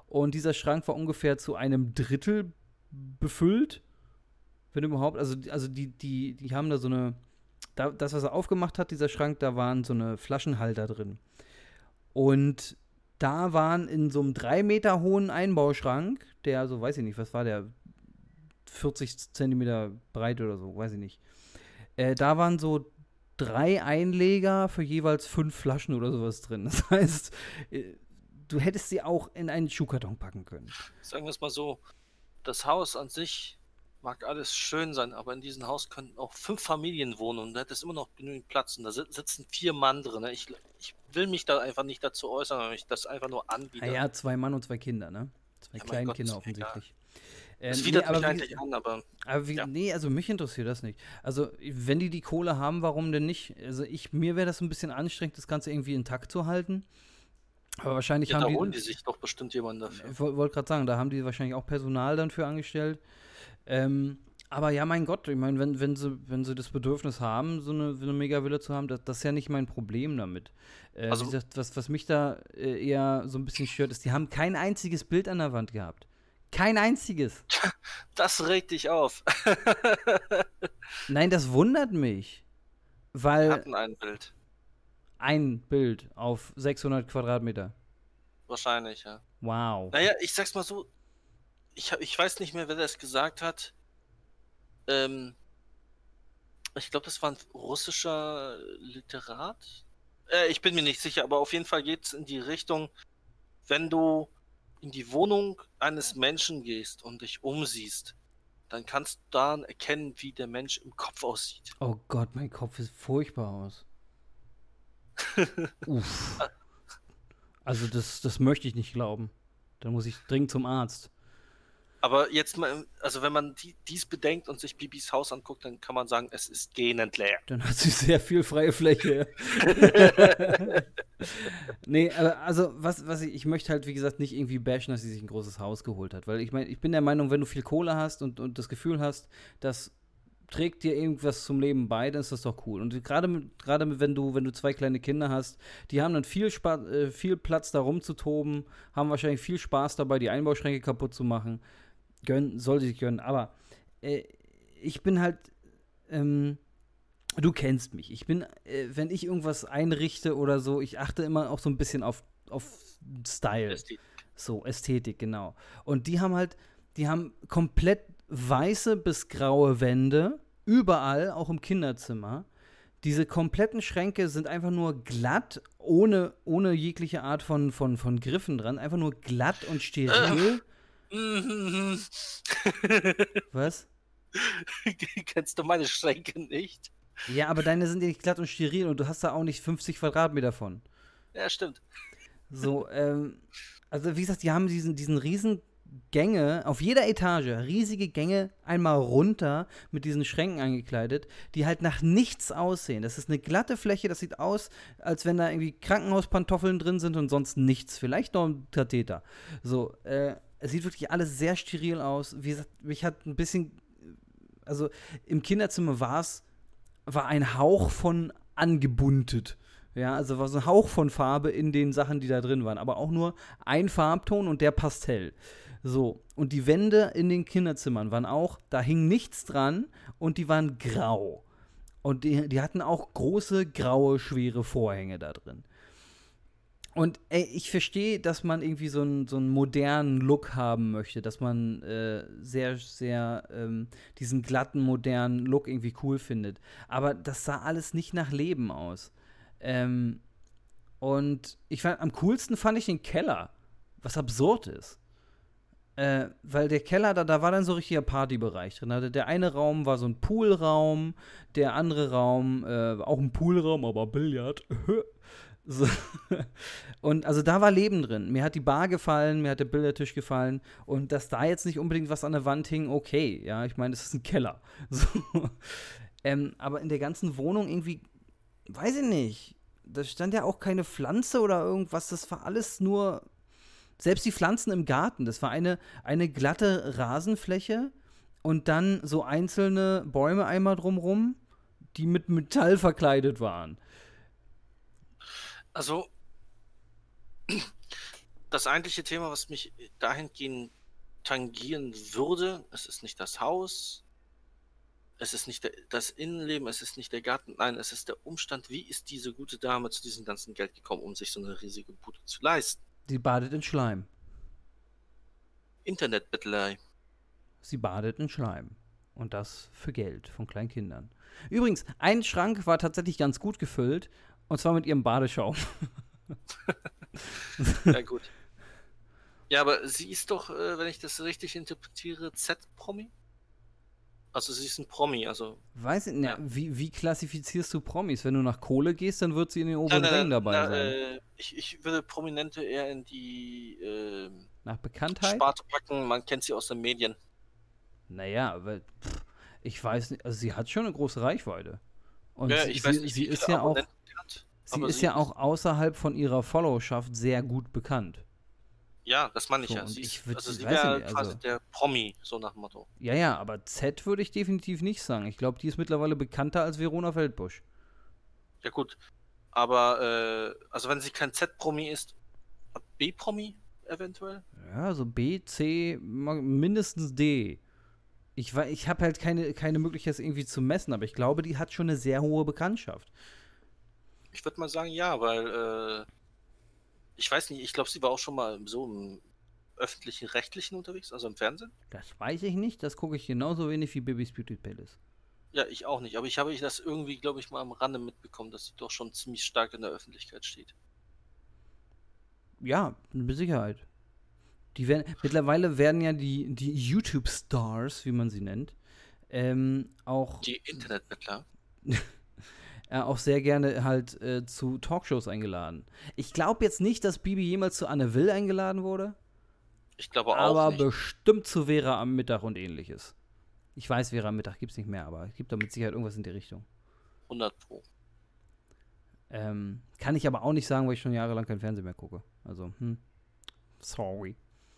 [SPEAKER 1] Und dieser Schrank war ungefähr zu einem Drittel befüllt, wenn überhaupt. Also, also die, die, die haben da so eine, da, das, was er aufgemacht hat, dieser Schrank, da waren so eine Flaschenhalter drin. Und da waren in so einem drei Meter hohen Einbauschrank, der, so weiß ich nicht, was war der, vierzig Zentimeter breit oder so, weiß ich nicht. Äh, da waren so drei Einleger für jeweils fünf Flaschen oder sowas drin. Das heißt, äh, du hättest sie auch in einen Schuhkarton packen können.
[SPEAKER 2] Sagen wir es mal so, das Haus an sich mag alles schön sein, aber in diesem Haus könnten auch fünf Familien wohnen und da hätte es immer noch genügend Platz und da sitzen vier Mann drin. Ne? Ich, ich will mich da einfach nicht dazu äußern, weil ich das einfach nur anbiete.
[SPEAKER 1] Ah ja, zwei Mann und zwei Kinder, ne? Zwei
[SPEAKER 2] Ja,
[SPEAKER 1] kleine
[SPEAKER 2] Gott,
[SPEAKER 1] Kinder
[SPEAKER 2] ist
[SPEAKER 1] offensichtlich.
[SPEAKER 2] Das
[SPEAKER 1] Ähm,
[SPEAKER 2] widert
[SPEAKER 1] nee,
[SPEAKER 2] mich
[SPEAKER 1] aber
[SPEAKER 2] eigentlich
[SPEAKER 1] wie,
[SPEAKER 2] an, aber
[SPEAKER 1] aber wie,
[SPEAKER 2] ja.
[SPEAKER 1] nee, also mich interessiert das nicht. Also, wenn die die Kohle haben, warum denn nicht? Also, ich, mir wäre das ein bisschen anstrengend, das Ganze irgendwie intakt zu halten. Aber wahrscheinlich
[SPEAKER 2] ja,
[SPEAKER 1] haben
[SPEAKER 2] da
[SPEAKER 1] die.
[SPEAKER 2] holen die sich doch bestimmt jemanden dafür.
[SPEAKER 1] Ich wollte gerade sagen, da haben die wahrscheinlich auch Personal dann für angestellt. Ähm, aber ja, mein Gott, ich meine, wenn, wenn, sie, wenn sie das Bedürfnis haben, so eine, so eine Mega-Villa zu haben, das, das ist ja nicht mein Problem damit. Äh,
[SPEAKER 2] Also-
[SPEAKER 1] wie gesagt, was, was mich da äh, eher so ein bisschen stört, ist, die haben kein einziges Bild an der Wand gehabt. Kein einziges.
[SPEAKER 2] Das regt dich auf.
[SPEAKER 1] Nein, das wundert mich.
[SPEAKER 2] Wir
[SPEAKER 1] Weil
[SPEAKER 2] hatten ein Bild.
[SPEAKER 1] ein Bild auf sechshundert Quadratmeter.
[SPEAKER 2] Wahrscheinlich, ja.
[SPEAKER 1] Wow.
[SPEAKER 2] Naja, ich sag's mal so, ich, hab- ich weiß nicht mehr, wer das gesagt hat. Ähm, ich glaube, das war ein russischer Literat. Äh, ich bin mir nicht sicher, aber auf jeden Fall geht's in die Richtung, wenn du in die Wohnung eines Menschen gehst und dich umsiehst, dann kannst du daran erkennen, wie der Mensch im Kopf aussieht.
[SPEAKER 1] Oh Gott, mein Kopf sieht furchtbar aus. Uff. Also das, das möchte ich nicht glauben. Da muss ich dringend zum Arzt.
[SPEAKER 2] Aber jetzt mal, also wenn man die, dies bedenkt und sich Bibis Haus anguckt, dann kann man sagen, es ist gähnend leer.
[SPEAKER 1] Dann hat sie sehr viel freie Fläche. Nee, aber also was, was ich, ich möchte halt, wie gesagt, nicht irgendwie bashen, dass sie sich ein großes Haus geholt hat. Weil ich meine, ich bin der Meinung, wenn du viel Kohle hast und, und das Gefühl hast, das trägt dir irgendwas zum Leben bei, dann ist das doch cool. Und gerade mit- gerade mit, wenn du, wenn du zwei kleine Kinder hast, die haben dann viel, Spa äh, viel Platz, da rumzutoben, haben wahrscheinlich viel Spaß dabei, die Einbauschränke kaputt zu machen. Gönnen, soll sich gönnen. Aber äh, ich bin halt, ähm, du kennst mich. Ich bin, äh, wenn ich irgendwas einrichte oder so, ich achte immer auch so ein bisschen auf, auf Style.
[SPEAKER 2] Ästhetik.
[SPEAKER 1] So, Ästhetik, genau. Und die haben halt, die haben komplett weiße bis graue Wände, überall, auch im Kinderzimmer. Diese kompletten Schränke sind einfach nur glatt, ohne, ohne jegliche Art von, von, von Griffen dran. Einfach nur glatt und steril.
[SPEAKER 2] Mhm.
[SPEAKER 1] Was?
[SPEAKER 2] Kennst du meine Schränke nicht?
[SPEAKER 1] Ja, aber deine sind ja nicht glatt und steril und du hast da auch nicht fünfzig Quadratmeter von.
[SPEAKER 2] Ja, stimmt.
[SPEAKER 1] So, ähm, also wie gesagt, die haben diesen, diesen riesen Gänge, auf jeder Etage, riesige Gänge einmal runter mit diesen Schränken angekleidet, die halt nach nichts aussehen. Das ist eine glatte Fläche, das sieht aus, als wenn da irgendwie Krankenhauspantoffeln drin sind und sonst nichts. Vielleicht noch ein Katheter. So, äh, es sieht wirklich alles sehr steril aus. Wie gesagt, mich hat ein bisschen, also im Kinderzimmer war es, war ein Hauch von angebuntet. Ja, also war so ein Hauch von Farbe in den Sachen, die da drin waren. Aber auch nur ein Farbton und der Pastell. So, und die Wände in den Kinderzimmern waren auch, da hing nichts dran und die waren grau. Und die, die hatten auch große, graue, schwere Vorhänge da drin. Und ey, ich verstehe, dass man irgendwie so einen, so einen modernen Look haben möchte, dass man äh, sehr, sehr ähm, diesen glatten, modernen Look irgendwie cool findet. Aber das sah alles nicht nach Leben aus. Ähm, und ich fand, am coolsten fand ich den Keller, was absurd ist. Äh, weil der Keller, da, da war dann so richtiger Partybereich drin. Also der eine Raum war so ein Poolraum, der andere Raum, äh, auch ein Poolraum, aber Billard. So. Und also da war Leben drin. Mir hat die Bar gefallen, mir hat der Billardtisch gefallen. Und dass da jetzt nicht unbedingt was an der Wand hing, okay. Ja, ich meine, es ist ein Keller. So. Ähm, aber in der ganzen Wohnung irgendwie, weiß ich nicht, da stand ja auch keine Pflanze oder irgendwas. Das war alles nur, selbst die Pflanzen im Garten, das war eine, eine glatte Rasenfläche und dann so einzelne Bäume einmal drumrum, die mit Metall verkleidet waren.
[SPEAKER 2] Also, das eigentliche Thema, was mich dahingehend tangieren würde, es ist nicht das Haus, es ist nicht der, das Innenleben, es ist nicht der Garten, nein, es ist der Umstand, wie ist diese gute Dame zu diesem ganzen Geld gekommen, um sich so eine riesige Bude zu leisten.
[SPEAKER 1] Sie badet in Schleim.
[SPEAKER 2] Internetbettelei.
[SPEAKER 1] Sie badet in Schleim. Und das für Geld von kleinen Kindern. Übrigens, ein Schrank war tatsächlich ganz gut gefüllt. Und zwar mit ihrem Badeschaum.
[SPEAKER 2] Ja, gut. Ja, aber sie ist doch, äh, wenn ich das richtig interpretiere, Z-Promi? Also sie ist ein Promi, also...
[SPEAKER 1] Weiß ich, na,
[SPEAKER 2] Ja.
[SPEAKER 1] wie, wie klassifizierst du Promis? Wenn du nach Kohle gehst, dann wird sie in den
[SPEAKER 2] Nein,
[SPEAKER 1] oberen
[SPEAKER 2] nein,
[SPEAKER 1] Rängen
[SPEAKER 2] nein,
[SPEAKER 1] dabei
[SPEAKER 2] na,
[SPEAKER 1] sein.
[SPEAKER 2] äh, ich, ich würde Prominente eher in die äh,
[SPEAKER 1] Nach Bekanntheit?
[SPEAKER 2] Sparte packen, man kennt sie aus den Medien.
[SPEAKER 1] Naja, aber pff, ich weiß nicht, also sie hat schon eine große Reichweite. Und
[SPEAKER 2] Ja,
[SPEAKER 1] sie,
[SPEAKER 2] ich weiß
[SPEAKER 1] sie,
[SPEAKER 2] nicht,
[SPEAKER 1] sie
[SPEAKER 2] wie
[SPEAKER 1] ist
[SPEAKER 2] viele
[SPEAKER 1] ja auch,
[SPEAKER 2] Abonnenten sie hat.
[SPEAKER 1] sie
[SPEAKER 2] aber
[SPEAKER 1] ist
[SPEAKER 2] sie
[SPEAKER 1] ja auch außerhalb von ihrer Followerschaft sehr gut bekannt.
[SPEAKER 2] Ja, das meine ich
[SPEAKER 1] So,
[SPEAKER 2] ja.
[SPEAKER 1] und
[SPEAKER 2] Sie
[SPEAKER 1] ich
[SPEAKER 2] ist,
[SPEAKER 1] würd-
[SPEAKER 2] also
[SPEAKER 1] ich
[SPEAKER 2] sie
[SPEAKER 1] weiß ja
[SPEAKER 2] wäre
[SPEAKER 1] nicht,
[SPEAKER 2] quasi
[SPEAKER 1] also-
[SPEAKER 2] der Promi, so nach dem Motto.
[SPEAKER 1] Ja, ja, aber Z würde ich definitiv nicht sagen. Ich glaube, die ist mittlerweile bekannter als Verona Feldbusch.
[SPEAKER 2] Ja gut, aber äh, also wenn sie kein Z-Promi ist, B-Promi eventuell?
[SPEAKER 1] Ja, so B, C, ma- mindestens D. Ich, wei- ich habe halt keine, keine Möglichkeit, das irgendwie zu messen, aber ich glaube, die hat schon eine sehr hohe Bekanntschaft.
[SPEAKER 2] Ich würde mal sagen ja, weil äh, ich weiß nicht, ich glaube, sie war auch schon mal so im öffentlichen Rechtlichen unterwegs, also im Fernsehen.
[SPEAKER 1] Das weiß ich nicht, das gucke ich genauso wenig wie Bibis Beauty Palace.
[SPEAKER 2] Ja, ich auch nicht, aber ich habe das irgendwie, glaube ich, mal am Rande mitbekommen, dass sie doch schon ziemlich stark in der Öffentlichkeit steht.
[SPEAKER 1] Ja, mit Sicherheit. Die werden, mittlerweile werden ja die, die YouTube-Stars, wie man sie nennt, ähm, auch,
[SPEAKER 2] Die Internetmittler.
[SPEAKER 1] äh, auch sehr gerne halt äh, zu Talkshows eingeladen. Ich glaube jetzt nicht, dass Bibi jemals zu Anne Will eingeladen wurde,
[SPEAKER 2] Ich glaube auch
[SPEAKER 1] aber
[SPEAKER 2] nicht.
[SPEAKER 1] bestimmt zu Vera am Mittag und ähnliches. Ich weiß, Vera am Mittag gibt es nicht mehr, aber es gibt da mit Sicherheit irgendwas in die Richtung.
[SPEAKER 2] hundert Pro.
[SPEAKER 1] Ähm, kann ich aber auch nicht sagen, weil ich schon jahrelang kein Fernsehen mehr gucke. Also, hm. Sorry.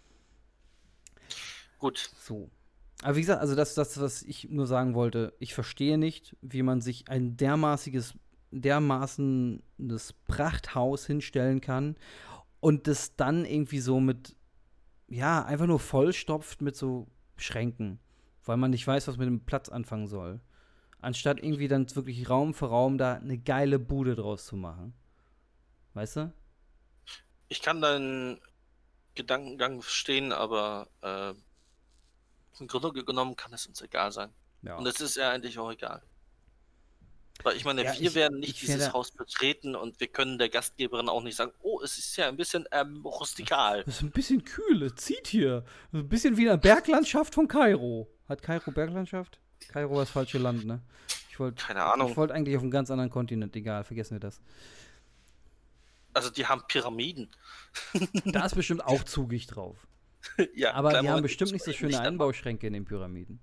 [SPEAKER 2] Gut.
[SPEAKER 1] So. Aber wie gesagt, also das, das, was ich nur sagen wollte, ich verstehe nicht, wie man sich ein dermaßiges, dermaßen das Prachthaus hinstellen kann und das dann irgendwie so mit, ja, einfach nur vollstopft mit so Schränken, weil man nicht weiß, was mit dem Platz anfangen soll. Anstatt irgendwie dann wirklich Raum für Raum da eine geile Bude draus zu machen. Weißt du?
[SPEAKER 2] Ich kann deinen Gedankengang verstehen, aber äh, im Grunde genommen kann es uns egal sein.
[SPEAKER 1] Ja.
[SPEAKER 2] Und es ist ja eigentlich auch egal. Weil ich meine,
[SPEAKER 1] Ja,
[SPEAKER 2] wir
[SPEAKER 1] ich-
[SPEAKER 2] werden nicht
[SPEAKER 1] ich
[SPEAKER 2] dieses
[SPEAKER 1] werde-
[SPEAKER 2] Haus betreten und wir können der Gastgeberin auch nicht sagen, oh, es ist ja ein bisschen ähm, rustikal.
[SPEAKER 1] Das ist ein bisschen kühl, es zieht hier. Das ist ein bisschen wie eine Berglandschaft von Kairo. Hat Kairo Berglandschaft? Kairo war das falsche Land, ne? Ich wollte
[SPEAKER 2] Keine Ahnung.
[SPEAKER 1] ich wollte eigentlich auf einem ganz anderen Kontinent, egal, vergessen wir das.
[SPEAKER 2] Also die haben Pyramiden.
[SPEAKER 1] Da ist bestimmt auch zugig drauf.
[SPEAKER 2] Ja,
[SPEAKER 1] Aber
[SPEAKER 2] kleinen
[SPEAKER 1] die haben
[SPEAKER 2] Moment,
[SPEAKER 1] bestimmt
[SPEAKER 2] ich
[SPEAKER 1] nicht so
[SPEAKER 2] muss
[SPEAKER 1] schöne
[SPEAKER 2] eben Licht
[SPEAKER 1] Einbauschränke in den Pyramiden.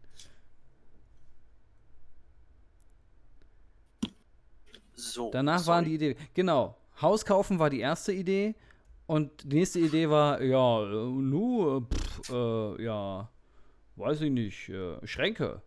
[SPEAKER 2] anmachen. So,
[SPEAKER 1] Danach
[SPEAKER 2] sorry.
[SPEAKER 1] waren die Idee, genau, Haus kaufen war die erste Idee und die nächste Idee war, ja, äh, nu, äh, pff, äh, ja, weiß ich nicht, äh, Schränke.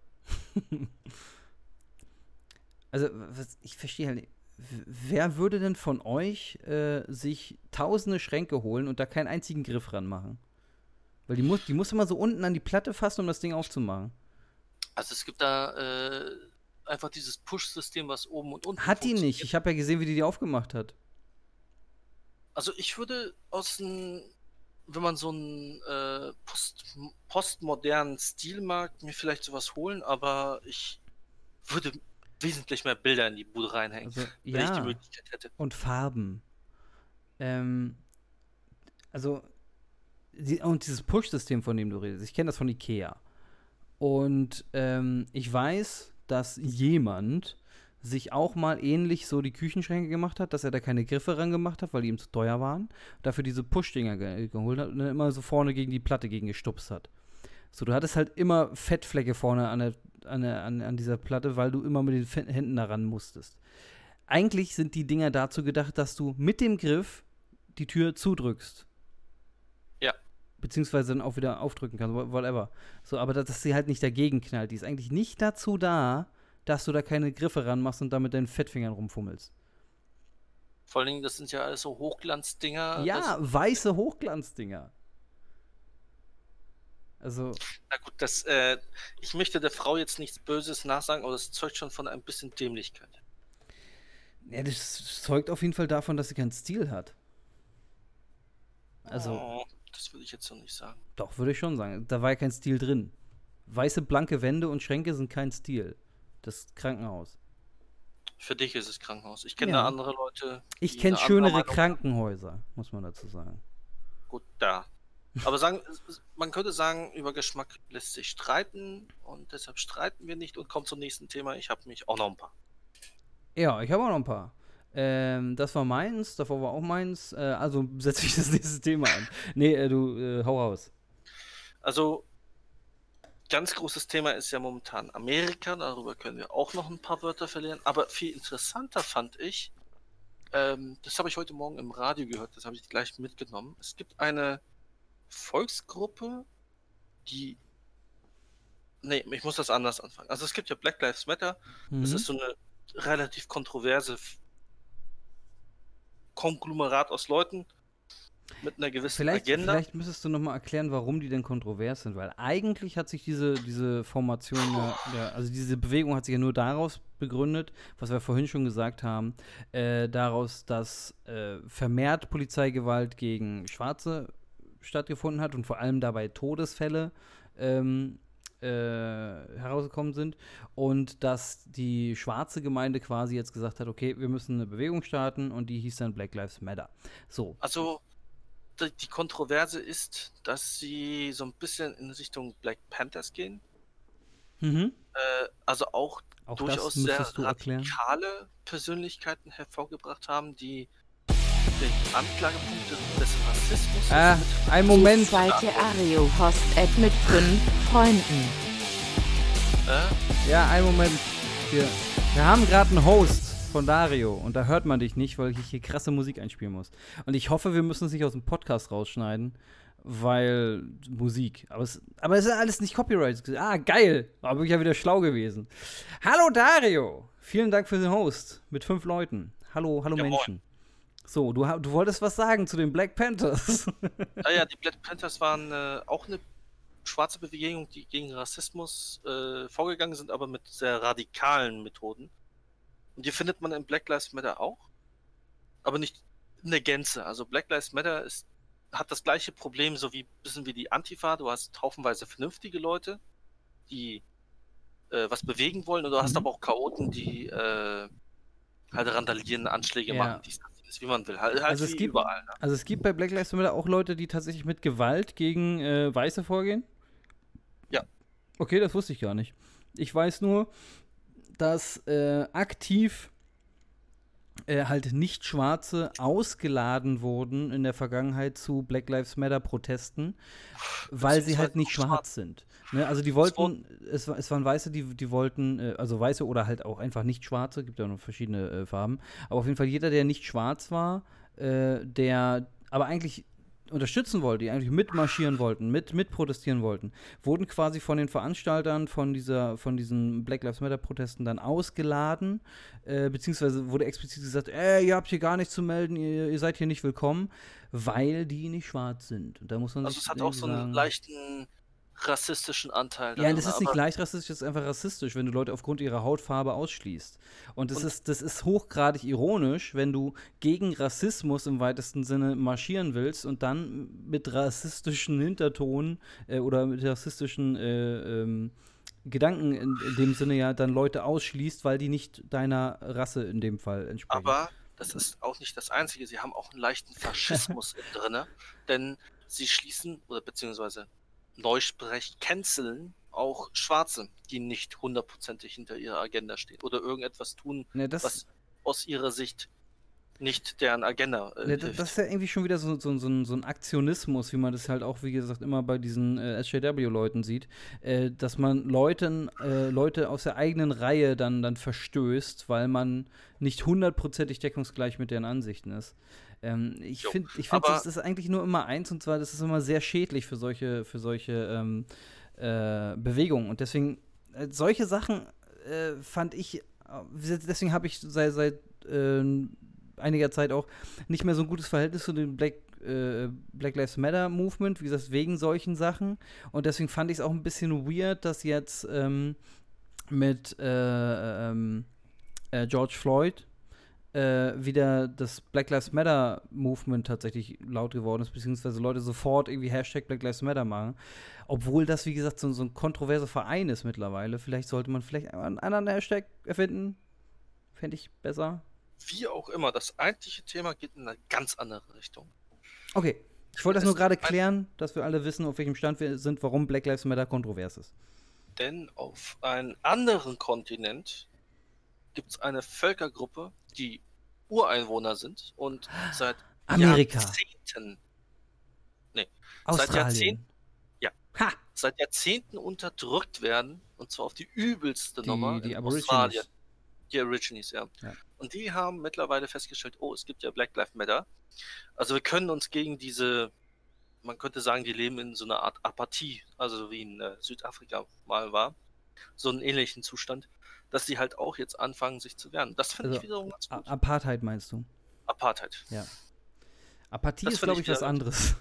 [SPEAKER 1] Also, was, ich verstehe halt nicht, w- wer würde denn von euch äh, sich tausende Schränke holen und da keinen einzigen Griff ranmachen? Weil die muss, die muss immer so unten an die Platte fassen, um das Ding aufzumachen.
[SPEAKER 2] Also es gibt da äh, einfach dieses Push-System, was oben und unten
[SPEAKER 1] Hat die nicht.
[SPEAKER 2] funktioniert.
[SPEAKER 1] Ich habe ja gesehen, wie die die aufgemacht hat.
[SPEAKER 2] Also ich würde aus dem, wenn man so einen äh, Post, postmodernen Stil mag, mir vielleicht sowas holen, aber ich würde wesentlich mehr Bilder in die Bude reinhängen,
[SPEAKER 1] Also,
[SPEAKER 2] wenn ich die
[SPEAKER 1] ja.
[SPEAKER 2] Möglichkeit hätte.
[SPEAKER 1] Und Farben. Ähm, also, die, und dieses Push-System, von dem du redest, ich kenne das von Ikea. Und ähm, ich weiß, dass jemand sich auch mal ähnlich so die Küchenschränke gemacht hat, dass er da keine Griffe ran gemacht hat, weil die ihm zu teuer waren. Dafür diese Push-Dinger ge geholt hat und dann immer so vorne gegen die Platte gegen gestupst hat. So, du hattest halt immer Fettflecke vorne an, der, an, der, an, an dieser Platte, weil du immer mit den Fe- Händen daran musstest. Eigentlich sind die Dinger dazu gedacht, dass du mit dem Griff die Tür zudrückst.
[SPEAKER 2] Ja.
[SPEAKER 1] Beziehungsweise dann auch wieder aufdrücken kannst, wha- whatever. So, aber dass, dass sie halt nicht dagegen knallt. Die ist eigentlich nicht dazu da, dass du da keine Griffe ranmachst und da mit deinen Fettfingern rumfummelst.
[SPEAKER 2] Vor allen Dingen, das sind ja alles so Hochglanzdinger.
[SPEAKER 1] Ja,
[SPEAKER 2] das,
[SPEAKER 1] weiße Hochglanzdinger. Also,
[SPEAKER 2] na gut, das, äh, ich möchte der Frau jetzt nichts Böses nachsagen, aber das zeugt schon von ein bisschen Dämlichkeit.
[SPEAKER 1] ja, das zeugt auf jeden Fall davon, dass sie keinen Stil hat. Also,
[SPEAKER 2] Oh, das würde ich jetzt so nicht sagen.
[SPEAKER 1] doch, würde ich schon sagen. Da war ja kein Stil drin. Weiße, blanke Wände und Schränke sind kein Stil. Das Krankenhaus.
[SPEAKER 2] Für dich ist es Krankenhaus. Ich kenne
[SPEAKER 1] Ja.
[SPEAKER 2] da andere Leute.
[SPEAKER 1] Ich
[SPEAKER 2] die
[SPEAKER 1] kenne
[SPEAKER 2] eine andere
[SPEAKER 1] schönere
[SPEAKER 2] Meinung haben.
[SPEAKER 1] Krankenhäuser, muss man dazu sagen.
[SPEAKER 2] Gut, da. Aber sagen, man könnte sagen, über Geschmack lässt sich streiten und deshalb streiten wir nicht und kommen zum nächsten Thema. Ich habe mich auch noch ein paar.
[SPEAKER 1] Ja, ich habe auch noch ein paar. Ähm, das war meins, davor war auch meins. Äh, also setze ich das nächste Thema an. Nee, äh, du, äh, hau raus.
[SPEAKER 2] Also, ganz großes Thema ist ja momentan Amerika. Darüber können wir auch noch ein paar Wörter verlieren. Aber viel interessanter fand ich, ähm, das habe ich heute Morgen im Radio gehört, das habe ich gleich mitgenommen. Es gibt eine Volksgruppe, die. Nee, ich muss das anders anfangen. Also es gibt ja Black Lives Matter.
[SPEAKER 1] Mhm.
[SPEAKER 2] Das ist so eine relativ kontroverse F- Konglomerat aus Leuten mit einer gewissen
[SPEAKER 1] Vielleicht,
[SPEAKER 2] Agenda.
[SPEAKER 1] vielleicht müsstest du noch mal erklären, warum die denn kontrovers sind, weil eigentlich hat sich diese, diese Formation, ja, ja, also diese Bewegung hat sich ja nur daraus begründet, was wir vorhin schon gesagt haben, äh, daraus, dass äh, vermehrt Polizeigewalt gegen Schwarze stattgefunden hat und vor allem dabei Todesfälle ähm, äh, herausgekommen sind und dass die schwarze Gemeinde quasi jetzt gesagt hat, okay, wir müssen eine Bewegung starten und die hieß dann Black Lives Matter. So.
[SPEAKER 2] Also die die Kontroverse ist, dass sie so ein bisschen in Richtung Black Panthers gehen.
[SPEAKER 1] Mhm.
[SPEAKER 2] Äh, also auch,
[SPEAKER 1] Auch
[SPEAKER 2] durchaus
[SPEAKER 1] das
[SPEAKER 2] sehr
[SPEAKER 1] müsstest du erklären.
[SPEAKER 2] radikale Persönlichkeiten hervorgebracht haben, die den Anklagepunkt des Rassismus.
[SPEAKER 1] Ah,
[SPEAKER 2] mit-
[SPEAKER 1] ein Moment.
[SPEAKER 3] Zweite Ario-Host-Ad mit fünf Freunden.
[SPEAKER 2] Äh,
[SPEAKER 1] Ja, einen Moment. Wir, wir haben gerade einen Host von Dario und da hört man dich nicht, weil ich hier krasse Musik einspielen muss. Und ich hoffe, wir müssen es nicht aus dem Podcast rausschneiden, weil Musik. Aber es, aber es ist alles nicht copyrighted. Ah, geil. War wirklich ja wieder schlau gewesen. Hallo Dario. Vielen Dank für den Host mit fünf Leuten. Hallo, hallo
[SPEAKER 2] Ja, moin.
[SPEAKER 1] Menschen. So, du, ha- du wolltest was sagen zu den Black Panthers.
[SPEAKER 2] naja, die Black Panthers waren äh, auch eine schwarze Bewegung, die gegen Rassismus äh, vorgegangen sind, aber mit sehr radikalen Methoden. Und die findet man in Black Lives Matter auch, aber nicht in der Gänze. Also Black Lives Matter ist, hat das gleiche Problem, so wie bisschen wie die Antifa. Du hast haufenweise vernünftige Leute, die äh, was bewegen wollen, und du hast
[SPEAKER 1] Mhm.
[SPEAKER 2] aber auch Chaoten, die äh, halt randalieren, Anschläge
[SPEAKER 1] Ja.
[SPEAKER 2] machen, dies, das, dieses, wie man will. Halt, halt
[SPEAKER 1] Also
[SPEAKER 2] wie
[SPEAKER 1] es gibt,
[SPEAKER 2] überall. Ne?
[SPEAKER 1] also es gibt bei Black Lives Matter auch Leute, die tatsächlich mit Gewalt gegen äh, Weiße vorgehen?
[SPEAKER 2] Ja.
[SPEAKER 1] Okay, das wusste ich gar nicht. Ich weiß nur, dass äh, aktiv äh, halt Nicht-Schwarze ausgeladen wurden in der Vergangenheit zu Black Lives Matter Protesten, weil sie halt
[SPEAKER 2] Beziehungsweise
[SPEAKER 1] nicht
[SPEAKER 2] auch
[SPEAKER 1] schwarz sind. Ne? Also die wollten, es, war- es waren Weiße, die, die wollten, äh, also Weiße oder halt auch einfach nicht Schwarze, gibt ja noch verschiedene äh, Farben, aber auf jeden Fall jeder, der nicht schwarz war, äh, der aber eigentlich unterstützen wollte, die eigentlich mitmarschieren wollten, mit, mitprotestieren wollten, wurden quasi von den Veranstaltern von dieser, von diesen Black Lives Matter Protesten dann ausgeladen, äh, beziehungsweise wurde explizit gesagt, ey, ihr habt hier gar nichts zu melden, ihr, ihr seid hier nicht willkommen, weil die nicht schwarz sind. Und da muss man
[SPEAKER 2] Also
[SPEAKER 1] sich
[SPEAKER 2] es hat auch
[SPEAKER 1] irgendwie
[SPEAKER 2] so einen
[SPEAKER 1] sagen,
[SPEAKER 2] leichten rassistischen Anteil.
[SPEAKER 1] ja,
[SPEAKER 2] darin,
[SPEAKER 1] das ist nicht
[SPEAKER 2] aber
[SPEAKER 1] leicht rassistisch, das ist einfach rassistisch, wenn du Leute aufgrund ihrer Hautfarbe ausschließt. Und das,
[SPEAKER 2] Und-
[SPEAKER 1] ist, das ist hochgradig ironisch, wenn du gegen Rassismus im weitesten Sinne marschieren willst und dann mit rassistischen Hintertonen äh, oder mit rassistischen äh, ähm, Gedanken in, in dem Sinne ja dann Leute ausschließt, weil die nicht deiner Rasse in dem Fall entsprechen.
[SPEAKER 2] Aber das ist auch nicht das Einzige. Sie haben auch einen leichten Faschismus drin, denn sie schließen oder beziehungsweise Neusprech canceln auch Schwarze, die nicht hundertprozentig hinter ihrer Agenda stehen oder irgendetwas tun,
[SPEAKER 1] Ne, das,
[SPEAKER 2] was aus ihrer Sicht nicht deren Agenda äh,
[SPEAKER 1] Ne, das,
[SPEAKER 2] hilft.
[SPEAKER 1] das ist ja irgendwie schon wieder so, so, so, ein, so ein Aktionismus, wie man das halt auch, wie gesagt, immer bei diesen äh, S J W-Leuten sieht, äh, dass man Leuten, äh, Leute aus der eigenen Reihe dann, dann verstößt, weil man nicht hundertprozentig deckungsgleich mit deren Ansichten ist. Ähm, ich
[SPEAKER 2] Jo,
[SPEAKER 1] finde, ich find,
[SPEAKER 2] aber-
[SPEAKER 1] das ist eigentlich nur immer eins, und zwar, das ist immer sehr schädlich für solche, für solche ähm, äh, Bewegungen. Und deswegen, äh, solche Sachen äh, fand ich, äh, deswegen habe ich seit, seit äh, einiger Zeit auch nicht mehr so ein gutes Verhältnis zu dem Black, äh, Black Lives Matter Movement, wie gesagt, wegen solchen Sachen. Und deswegen fand ich es auch ein bisschen weird, dass jetzt ähm, mit äh, ähm, äh, George Floyd äh, wieder das Black Lives Matter Movement tatsächlich laut geworden ist, beziehungsweise Leute sofort irgendwie Hashtag Black Lives Matter machen. Obwohl das, wie gesagt, so, so ein kontroverser Verein ist mittlerweile. Vielleicht sollte man vielleicht einen anderen Hashtag erfinden. Fände ich besser.
[SPEAKER 2] Wie auch immer, das eigentliche Thema geht in eine ganz andere Richtung.
[SPEAKER 1] Okay, ich wollte das
[SPEAKER 2] Es
[SPEAKER 1] nur gerade
[SPEAKER 2] ist ein-
[SPEAKER 1] klären, dass wir alle wissen, auf welchem Stand wir sind, warum Black Lives Matter kontrovers ist.
[SPEAKER 2] Denn auf einem anderen Kontinent gibt es eine Völkergruppe, die Ureinwohner sind und seit
[SPEAKER 1] Amerika.
[SPEAKER 2] Jahrzehnten, seit
[SPEAKER 1] Australien.
[SPEAKER 2] Jahrzehnten, ja.
[SPEAKER 1] Ha!
[SPEAKER 2] seit Jahrzehnten unterdrückt werden, und zwar auf die übelste
[SPEAKER 1] Die-
[SPEAKER 2] Nummer
[SPEAKER 1] die
[SPEAKER 2] in
[SPEAKER 1] Aborigines.
[SPEAKER 2] Australien. Die Aborigines, ja.
[SPEAKER 1] Ja.
[SPEAKER 2] Und die haben mittlerweile festgestellt, oh, es gibt ja Black Lives Matter. Also wir können uns gegen diese, man könnte sagen, die leben in so einer Art Apathie, also wie in äh, Südafrika mal war, so einen ähnlichen Zustand, dass sie halt auch jetzt anfangen, sich zu wehren. Das finde
[SPEAKER 1] Also,
[SPEAKER 2] ich wiederum ganz
[SPEAKER 1] A-
[SPEAKER 2] gut.
[SPEAKER 1] Apartheid meinst du?
[SPEAKER 2] Apartheid.
[SPEAKER 1] Ja. Apathie
[SPEAKER 2] Das
[SPEAKER 1] ist,
[SPEAKER 2] find
[SPEAKER 1] glaube
[SPEAKER 2] ich
[SPEAKER 1] ich, was
[SPEAKER 2] wieder-
[SPEAKER 1] anderes.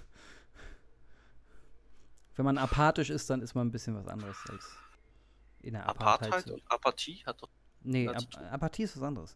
[SPEAKER 1] Wenn man apathisch ist, dann ist man ein bisschen was anderes als in der Apartheid.
[SPEAKER 2] Apartheid
[SPEAKER 1] zu-
[SPEAKER 2] und Apathie hat doch,
[SPEAKER 1] Nee,
[SPEAKER 2] Ja,
[SPEAKER 1] Ap
[SPEAKER 2] zu tun.
[SPEAKER 1] Apathie ist was anderes.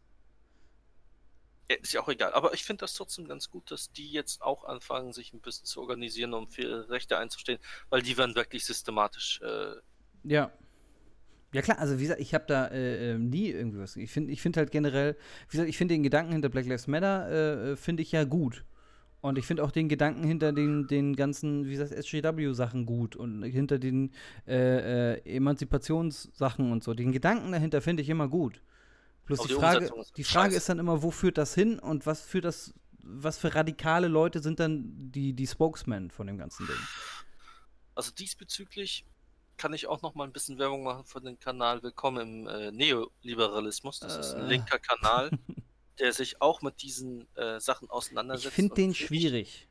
[SPEAKER 2] ja, ist ja auch egal. Aber ich finde das trotzdem ganz gut, dass die jetzt auch anfangen, sich ein bisschen zu organisieren, um für ihre Rechte einzustehen, weil die werden wirklich systematisch äh,
[SPEAKER 1] Ja. Ja klar, also wie gesagt, ich habe da äh, äh, nie irgendwie was. Ich finde ich find halt generell, wie gesagt, ich finde den Gedanken hinter Black Lives Matter, äh, äh, finde ich ja gut. Und ich finde auch den Gedanken hinter den, den ganzen, wie gesagt, S J W-Sachen gut und hinter den äh, äh, Emanzipationssachen und so. Den Gedanken dahinter finde ich immer gut. Bloß
[SPEAKER 2] Aber
[SPEAKER 1] die
[SPEAKER 2] die
[SPEAKER 1] Frage,
[SPEAKER 2] Umsetzung ist
[SPEAKER 1] die Frage
[SPEAKER 2] scheiße.
[SPEAKER 1] ist dann immer, wo führt das hin und was führt das, was für radikale Leute sind dann die, die Spokesmen von dem ganzen Ding?
[SPEAKER 2] Also diesbezüglich kann ich auch noch mal ein bisschen Werbung machen für den Kanal Willkommen im äh, Neoliberalismus. Das ist ein
[SPEAKER 1] Äh.
[SPEAKER 2] linker Kanal, der sich auch mit diesen äh, Sachen auseinandersetzt.
[SPEAKER 1] Ich finde
[SPEAKER 2] und
[SPEAKER 1] den
[SPEAKER 2] für mich-
[SPEAKER 1] schwierig.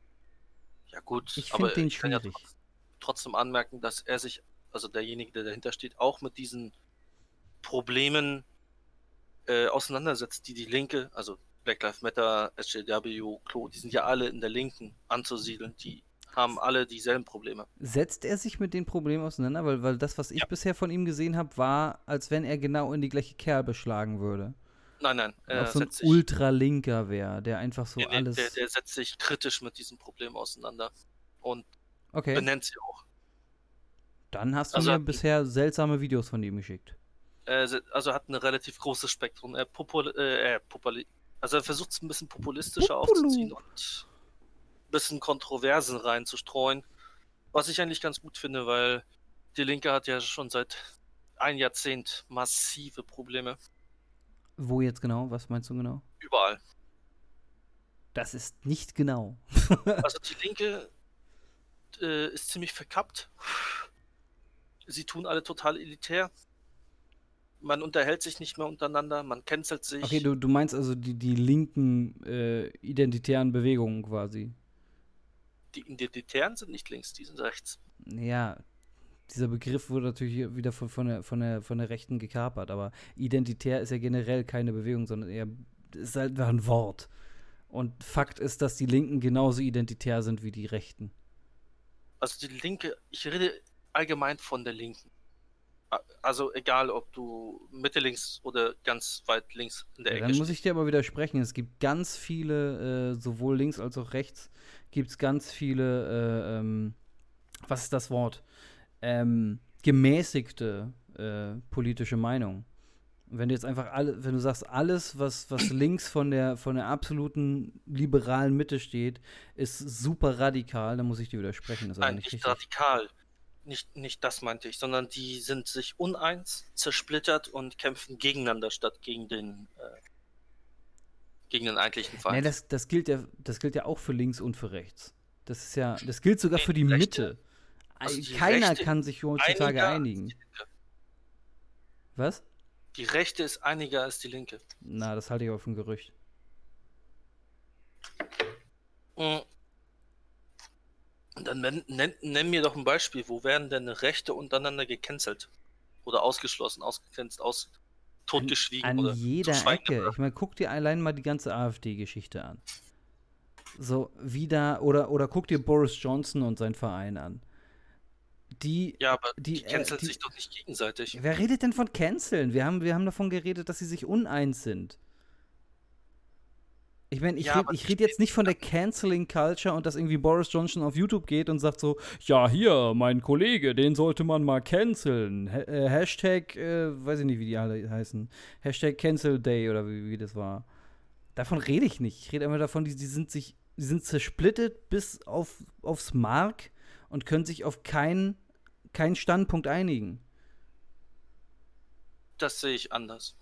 [SPEAKER 2] Ja gut,
[SPEAKER 1] Ich
[SPEAKER 2] aber
[SPEAKER 1] find den
[SPEAKER 2] ich kann ja
[SPEAKER 1] schwierig.
[SPEAKER 2] trotz- trotzdem anmerken, dass er sich, also derjenige, der dahinter steht, auch mit diesen Problemen äh, auseinandersetzt, die die Linke, also Black Lives Matter, S J W, Klo, die sind ja alle in der Linken anzusiedeln, die haben alle dieselben Probleme.
[SPEAKER 1] Setzt er sich mit den Problemen auseinander? Weil, weil das, was ich
[SPEAKER 2] Ja.
[SPEAKER 1] bisher von ihm gesehen habe, war, als wenn er genau in die gleiche Kerbe schlagen würde.
[SPEAKER 2] Nein, nein,
[SPEAKER 1] Und
[SPEAKER 2] er
[SPEAKER 1] auch so ein
[SPEAKER 2] setzt sich,
[SPEAKER 1] Ultralinker wäre, der einfach so
[SPEAKER 2] nee, nee,
[SPEAKER 1] alles.
[SPEAKER 2] der, der setzt sich kritisch mit diesem Problem auseinander und
[SPEAKER 1] Okay,
[SPEAKER 2] benennt sie auch.
[SPEAKER 1] dann hast du
[SPEAKER 2] Also
[SPEAKER 1] mir
[SPEAKER 2] hat-
[SPEAKER 1] bisher seltsame Videos von ihm geschickt.
[SPEAKER 2] Äh, se- also hat ein relativ großes Spektrum. Er popul äh, äh, populi also er versucht es ein bisschen populistischer
[SPEAKER 1] Populu.
[SPEAKER 2] aufzuziehen und ein bisschen Kontroversen reinzustreuen. Was ich eigentlich ganz gut finde, weil die Linke hat ja schon seit ein Jahrzehnt massive Probleme.
[SPEAKER 1] Wo jetzt genau? Was meinst du genau?
[SPEAKER 2] Überall.
[SPEAKER 1] Das ist nicht genau.
[SPEAKER 2] Also die Linke äh, ist ziemlich verkappt. Sie tun alle total elitär. Man unterhält sich nicht mehr untereinander, man cancelt sich.
[SPEAKER 1] Okay, du, du meinst also die, die linken äh, identitären Bewegungen quasi.
[SPEAKER 2] Die Identitären sind nicht links, die sind rechts.
[SPEAKER 1] Ja, dieser Begriff wurde natürlich wieder von, von, der, von, der, von der Rechten gekapert, aber identitär ist ja generell keine Bewegung, sondern eher ist halt einfach ein Wort. Und Fakt ist, dass die Linken genauso identitär sind wie die Rechten.
[SPEAKER 2] Also die Linke, ich rede allgemein von der Linken. A- Also egal, ob du Mitte links oder ganz weit links in der
[SPEAKER 1] Ja,
[SPEAKER 2] Ecke
[SPEAKER 1] dann muss
[SPEAKER 2] stehst.
[SPEAKER 1] ich dir aber widersprechen. Es gibt ganz viele, äh, sowohl links als auch rechts, gibt es ganz viele, äh, ähm, was ist das Wort? Ähm, gemäßigte äh, politische Meinungen. Und wenn du jetzt einfach alle, wenn du sagst, alles, was, was links von der, von der absoluten liberalen Mitte steht, ist super radikal, dann muss ich dir widersprechen. Das ist aber
[SPEAKER 2] Nein,
[SPEAKER 1] nicht
[SPEAKER 2] nicht
[SPEAKER 1] richtig.
[SPEAKER 2] radikal. Nicht, nicht das meinte ich, sondern die sind sich uneins, zersplittert und kämpfen gegeneinander statt gegen den, äh, gegen den eigentlichen Feind.
[SPEAKER 1] Nee, das, das, gilt ja, das gilt ja auch für links und für rechts. Das ist ja, das gilt sogar
[SPEAKER 2] Nee,
[SPEAKER 1] für die
[SPEAKER 2] die
[SPEAKER 1] Mitte.
[SPEAKER 2] Rechte- also die
[SPEAKER 1] Keiner
[SPEAKER 2] Rechte
[SPEAKER 1] kann sich heutzutage
[SPEAKER 2] einiger
[SPEAKER 1] einigen.
[SPEAKER 2] als die Linke.
[SPEAKER 1] Was?
[SPEAKER 2] Die Rechte ist einiger als die Linke.
[SPEAKER 1] Na, das halte ich aber für ein Gerücht.
[SPEAKER 2] Mhm. Und dann nenn, nenn, nenn mir doch ein Beispiel, wo werden denn Rechte untereinander gecancelt? Oder ausgeschlossen, ausgegrenzt, aus, totgeschwiegen
[SPEAKER 1] An
[SPEAKER 2] oder
[SPEAKER 1] jeder
[SPEAKER 2] zu Schweigen
[SPEAKER 1] Ecke.
[SPEAKER 2] gebracht.
[SPEAKER 1] Ich meine, guck dir allein mal die ganze AfD-Geschichte an. So, wieder, oder, oder guck dir Boris Johnson und seinen Verein an. Die,
[SPEAKER 2] Ja, aber
[SPEAKER 1] die,
[SPEAKER 2] die
[SPEAKER 1] äh,
[SPEAKER 2] canceln
[SPEAKER 1] die,
[SPEAKER 2] sich doch nicht gegenseitig.
[SPEAKER 1] wer redet denn von canceln? Wir haben, wir haben davon geredet, dass sie sich uneins sind. Ich meine, ich
[SPEAKER 2] Ja,
[SPEAKER 1] rede
[SPEAKER 2] aber
[SPEAKER 1] ich red jetzt nicht von der Canceling Culture und dass irgendwie Boris Johnson auf YouTube geht und sagt so, ja, hier, mein Kollege, den sollte man mal canceln. Ha äh, Hashtag, äh, weiß ich nicht, wie die alle heißen. Hashtag Cancel Day oder wie, wie das war. Davon rede ich nicht. Ich rede immer davon, die, die sind sich, die sind zersplittet bis auf, aufs Mark und können sich auf keinen keinen Standpunkt einigen.
[SPEAKER 2] Das sehe ich anders.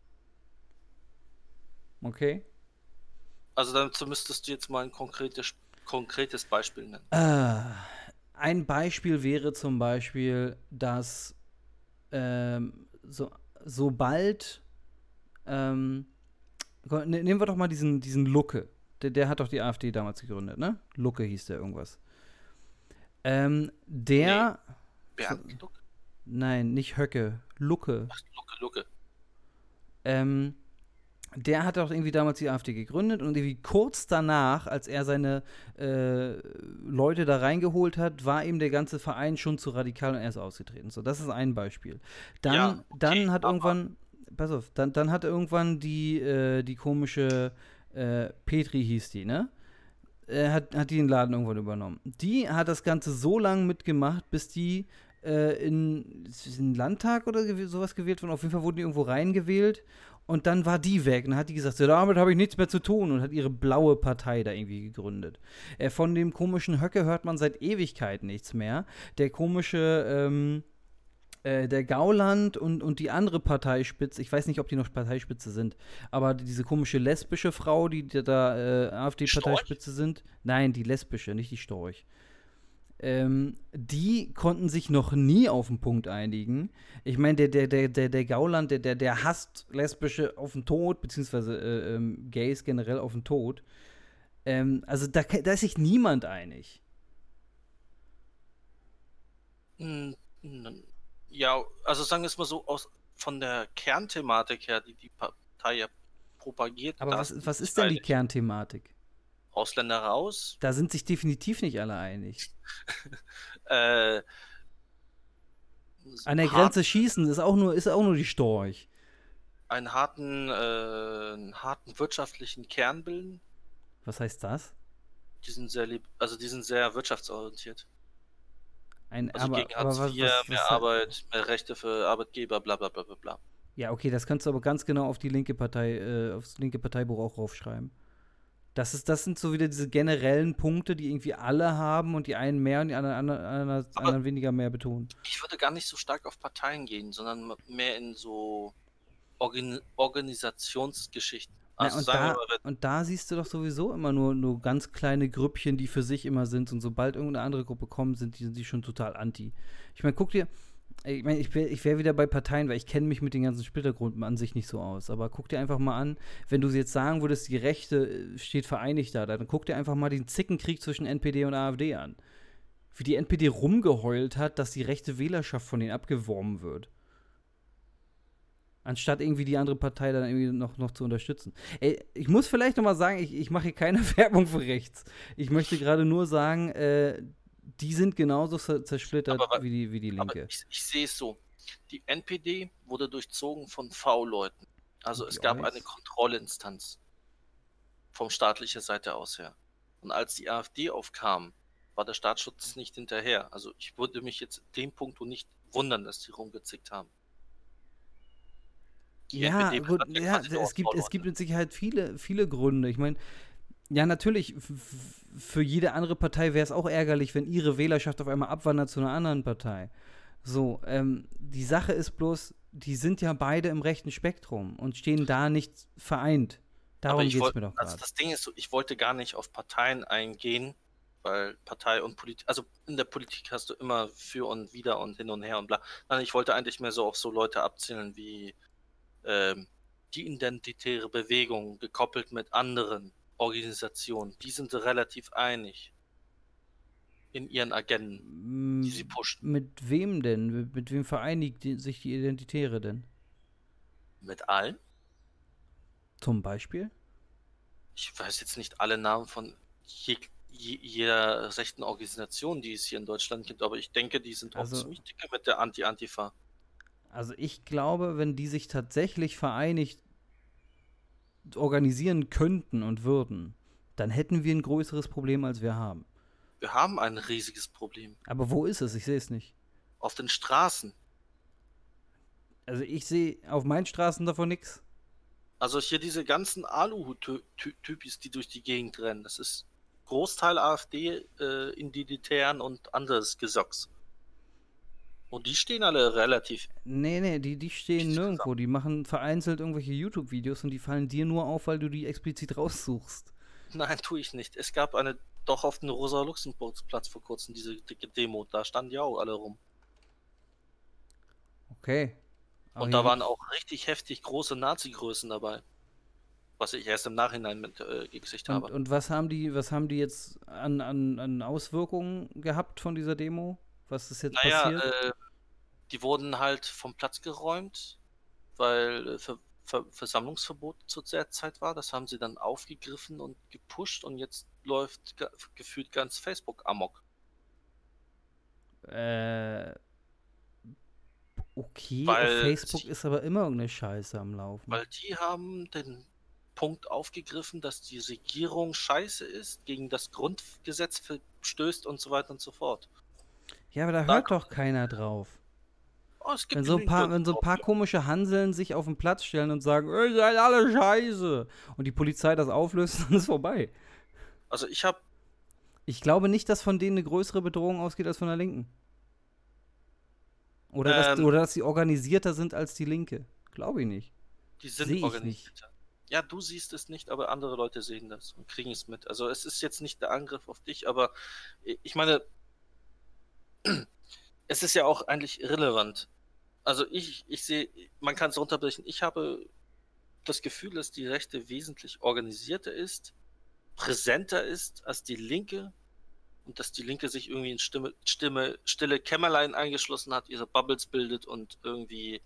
[SPEAKER 1] Okay?
[SPEAKER 2] Also dazu müsstest du jetzt mal ein konkretes, konkretes Beispiel nennen.
[SPEAKER 1] Äh, ein Beispiel wäre zum Beispiel, dass ähm, so, sobald ähm, ne- nehmen wir doch mal diesen, diesen Lucke. Der, der hat doch die AfD damals gegründet, ne? Lucke hieß der irgendwas. Ähm, der.
[SPEAKER 2] Bernd Lucke?
[SPEAKER 1] Nein, nicht Höcke. Lucke.
[SPEAKER 2] Ach, Lucke, Lucke.
[SPEAKER 1] Ähm, der hat auch irgendwie damals die AfD gegründet und irgendwie kurz danach, als er seine äh, Leute da reingeholt hat, war ihm der ganze Verein schon zu radikal und er ist ausgetreten. So, das ist ein Beispiel. Dann,
[SPEAKER 2] Ja, okay,
[SPEAKER 1] dann hat
[SPEAKER 2] aber-
[SPEAKER 1] irgendwann, pass auf, dann, dann hat irgendwann die, äh, die komische äh, Petri hieß die, ne? Äh, hat, hat die den Laden irgendwann übernommen. Die hat das Ganze so lange mitgemacht, bis die äh, in, in den Landtag oder gew- sowas gewählt wurden. Auf jeden Fall wurden die irgendwo reingewählt. Und dann war die weg. Und dann hat die gesagt, so, damit habe ich nichts mehr zu tun. Und hat ihre blaue Partei da irgendwie gegründet. Äh, von dem komischen Höcke hört man seit Ewigkeit nichts mehr. Der komische, ähm, äh, der Gauland und, und die andere Parteispitze, ich weiß nicht, ob die noch Parteispitze sind, aber diese komische lesbische Frau, die, die da äh, AfD-Parteispitze sind, nein, die lesbische, nicht die Storch. Ähm, die konnten sich noch nie auf den Punkt einigen. Ich meine, der, der, der, der, der Gauland, der, der, der hasst Lesbische auf den Tod, beziehungsweise äh, ähm, Gays generell auf den Tod. Ähm, also da, da ist sich niemand einig.
[SPEAKER 2] Hm, hm, Ja, also sagen wir es mal so, aus, von der Kernthematik her, die die Partei ja propagiert.
[SPEAKER 1] Aber
[SPEAKER 2] da
[SPEAKER 1] was,
[SPEAKER 2] sind
[SPEAKER 1] was
[SPEAKER 2] sie
[SPEAKER 1] ist denn die
[SPEAKER 2] einig.
[SPEAKER 1] Kernthematik?
[SPEAKER 2] Ausländer raus.
[SPEAKER 1] Da sind sich definitiv nicht alle einig.
[SPEAKER 2] Äh,
[SPEAKER 1] An der
[SPEAKER 2] hart-
[SPEAKER 1] Grenze schießen ist auch nur, ist auch nur die Storch.
[SPEAKER 2] einen harten, äh, einen harten wirtschaftlichen Kern bilden.
[SPEAKER 1] Was heißt das?
[SPEAKER 2] Die sind sehr lieb, also die sind sehr wirtschaftsorientiert.
[SPEAKER 1] Ein,
[SPEAKER 2] Also
[SPEAKER 1] aber,
[SPEAKER 2] gegen
[SPEAKER 1] aber
[SPEAKER 2] Hartz
[SPEAKER 1] was,
[SPEAKER 2] IV,
[SPEAKER 1] was,
[SPEAKER 2] mehr
[SPEAKER 1] was,
[SPEAKER 2] Arbeit, mehr Rechte für Arbeitgeber, bla bla bla bla bla.
[SPEAKER 1] Ja, okay, das kannst du aber ganz genau auf die linke Partei, äh, aufs linke Parteibuch auch raufschreiben. Das, ist, das sind so wieder diese generellen Punkte, die irgendwie alle haben und die einen mehr und die anderen, anderen, anderen,
[SPEAKER 2] Aber-
[SPEAKER 1] anderen weniger mehr betonen.
[SPEAKER 2] Ich würde gar nicht so stark auf Parteien gehen, sondern mehr in so Organ Organisationsgeschichten.
[SPEAKER 1] Na,
[SPEAKER 2] Also
[SPEAKER 1] und,
[SPEAKER 2] sagen wir
[SPEAKER 1] da,
[SPEAKER 2] mal, wenn-
[SPEAKER 1] und da siehst du doch sowieso immer nur, nur ganz kleine Grüppchen, die für sich immer sind. Und sobald irgendeine andere Gruppe kommt, sind die, sind die schon total anti. Ich meine, guck dir, ich meine, ich wäre ich wär wieder bei Parteien, weil ich kenne mich mit den ganzen Splittergruppen an sich nicht so aus. Aber guck dir einfach mal an, wenn du jetzt sagen würdest, die Rechte äh, steht vereinigt da, dann guck dir einfach mal den Zickenkrieg zwischen N P D und AfD an. Wie die N P D rumgeheult hat, dass die rechte Wählerschaft von denen abgeworben wird. Anstatt irgendwie die andere Partei dann irgendwie noch, noch zu unterstützen. Ey, ich muss vielleicht noch mal sagen, ich, ich mache hier keine Werbung für rechts. Ich möchte gerade nur sagen, äh, die sind genauso zer- zersplittert
[SPEAKER 2] Aber wa-
[SPEAKER 1] wie die, wie die
[SPEAKER 2] aber
[SPEAKER 1] Linke.
[SPEAKER 2] ich, ich sehe es so. Die N P D wurde durchzogen von V-Leuten. Also
[SPEAKER 1] Und
[SPEAKER 2] es
[SPEAKER 1] die
[SPEAKER 2] gab
[SPEAKER 1] Eus?
[SPEAKER 2] eine Kontrollinstanz vom staatlicher Seite aus her. Und als die AfD aufkam, war der Staatsschutz nicht hinterher. Also ich würde mich jetzt dem Punkt nicht wundern, dass die rumgezickt haben. Die
[SPEAKER 1] Ja,
[SPEAKER 2] N P D
[SPEAKER 1] gut,
[SPEAKER 2] bestand ja
[SPEAKER 1] ja,
[SPEAKER 2] quasi nur
[SPEAKER 1] es
[SPEAKER 2] aus
[SPEAKER 1] gibt, es
[SPEAKER 2] V-Leuten.
[SPEAKER 1] gibt mit Sicherheit viele, viele Gründe. Ich meine, ja, natürlich, f- f- für jede andere Partei wäre es auch ärgerlich, wenn ihre Wählerschaft auf einmal abwandert zu einer anderen Partei. So, ähm, die Sache ist bloß, die sind ja beide im rechten Spektrum und stehen da nicht vereint. Darum
[SPEAKER 2] Aber ich
[SPEAKER 1] geht es
[SPEAKER 2] wollt-
[SPEAKER 1] mir doch
[SPEAKER 2] Also
[SPEAKER 1] gerade.
[SPEAKER 2] das Ding ist so, ich wollte gar nicht auf Parteien eingehen, weil Partei und Politik, also in der Politik hast du immer für und wider und hin und her und bla. Nein, ich wollte eigentlich mehr so auf so Leute abzählen wie ähm, die identitäre Bewegung gekoppelt mit anderen Organisationen. Die sind relativ einig in ihren Agenden, die sie pushen.
[SPEAKER 1] Mit wem denn? Mit, mit wem vereinigt die, sich die Identitäre denn?
[SPEAKER 2] Mit allen?
[SPEAKER 1] Zum Beispiel?
[SPEAKER 2] Ich weiß jetzt nicht alle Namen von je, je, jeder rechten Organisation, die es hier in Deutschland gibt, aber ich denke, die sind
[SPEAKER 1] Also-
[SPEAKER 2] auch ziemlich dicke mit der Anti-Antifa.
[SPEAKER 1] Also ich glaube, wenn die sich tatsächlich vereinigt organisieren könnten und würden, dann hätten wir ein größeres Problem, als wir haben.
[SPEAKER 2] Wir haben ein riesiges Problem.
[SPEAKER 1] Aber wo ist es? Ich sehe es nicht.
[SPEAKER 2] Auf den Straßen.
[SPEAKER 1] Also ich sehe auf meinen Straßen davon nichts.
[SPEAKER 2] Also hier diese ganzen Aluhut-Typis, die durch die Gegend rennen. Das ist Großteil AfD, äh, Identitären und anderes Gesocks. Und die stehen alle relativ.
[SPEAKER 1] Nee, nee, die, die stehen
[SPEAKER 2] Nichts
[SPEAKER 1] nirgendwo. Die machen vereinzelt irgendwelche YouTube-Videos und die fallen dir nur auf, weil du die explizit raussuchst.
[SPEAKER 2] Nein, tue ich nicht. Es gab eine, doch auf dem Rosa-Luxemburg-Platz vor kurzem diese dicke Demo. Da standen die auch alle rum.
[SPEAKER 1] Okay. Aber
[SPEAKER 2] Und
[SPEAKER 1] hier
[SPEAKER 2] da waren
[SPEAKER 1] gibt's-
[SPEAKER 2] auch richtig heftig große Nazi-Größen dabei. Was ich erst im Nachhinein mit äh, gekriegt
[SPEAKER 1] Und,
[SPEAKER 2] habe.
[SPEAKER 1] und was haben die, was haben die jetzt an, an, an Auswirkungen gehabt von dieser Demo? Was ist jetzt
[SPEAKER 2] Naja,
[SPEAKER 1] passiert?
[SPEAKER 2] äh, die wurden halt vom Platz geräumt, weil äh, Ver Ver Versammlungsverbot zu der Zeit war. Das haben sie dann aufgegriffen und gepusht und jetzt läuft ge gefühlt ganz Facebook amok.
[SPEAKER 1] Äh, okay,
[SPEAKER 2] Weil
[SPEAKER 1] auf Facebook
[SPEAKER 2] sie-
[SPEAKER 1] ist aber immer irgendeine Scheiße am Laufen.
[SPEAKER 2] Weil die haben den Punkt aufgegriffen, dass die Regierung scheiße ist, gegen das Grundgesetz verstößt und so weiter und so fort.
[SPEAKER 1] Ja, aber da
[SPEAKER 2] Da
[SPEAKER 1] hört doch keiner drauf.
[SPEAKER 2] Oh, es gibt
[SPEAKER 1] Wenn so ein paar,
[SPEAKER 2] genügend
[SPEAKER 1] wenn so ein
[SPEAKER 2] Leute
[SPEAKER 1] paar
[SPEAKER 2] drauf.
[SPEAKER 1] komische Hanseln sich auf den Platz stellen und sagen, ihr seid alle scheiße, und die Polizei das auflöst, dann ist vorbei.
[SPEAKER 2] Also ich habe
[SPEAKER 1] Ich glaube nicht, dass von denen eine größere Bedrohung ausgeht als von der Linken. Oder, dass,
[SPEAKER 2] Ähm.
[SPEAKER 1] oder dass sie organisierter sind als die Linke. Glaube ich nicht.
[SPEAKER 2] Die
[SPEAKER 1] Seh
[SPEAKER 2] sind
[SPEAKER 1] ich
[SPEAKER 2] organisiert. Ja, du siehst es nicht, aber andere Leute sehen das und kriegen es mit. Also es ist jetzt nicht der Angriff auf dich, aber ich meine, es ist ja auch eigentlich irrelevant. Also ich, ich sehe, man kann es runterbrechen. Ich habe das Gefühl, dass die Rechte wesentlich organisierter ist, präsenter ist als die Linke und dass die Linke sich irgendwie in Stimme, Stimme, stille Kämmerlein eingeschlossen hat, ihre Bubbles bildet und irgendwie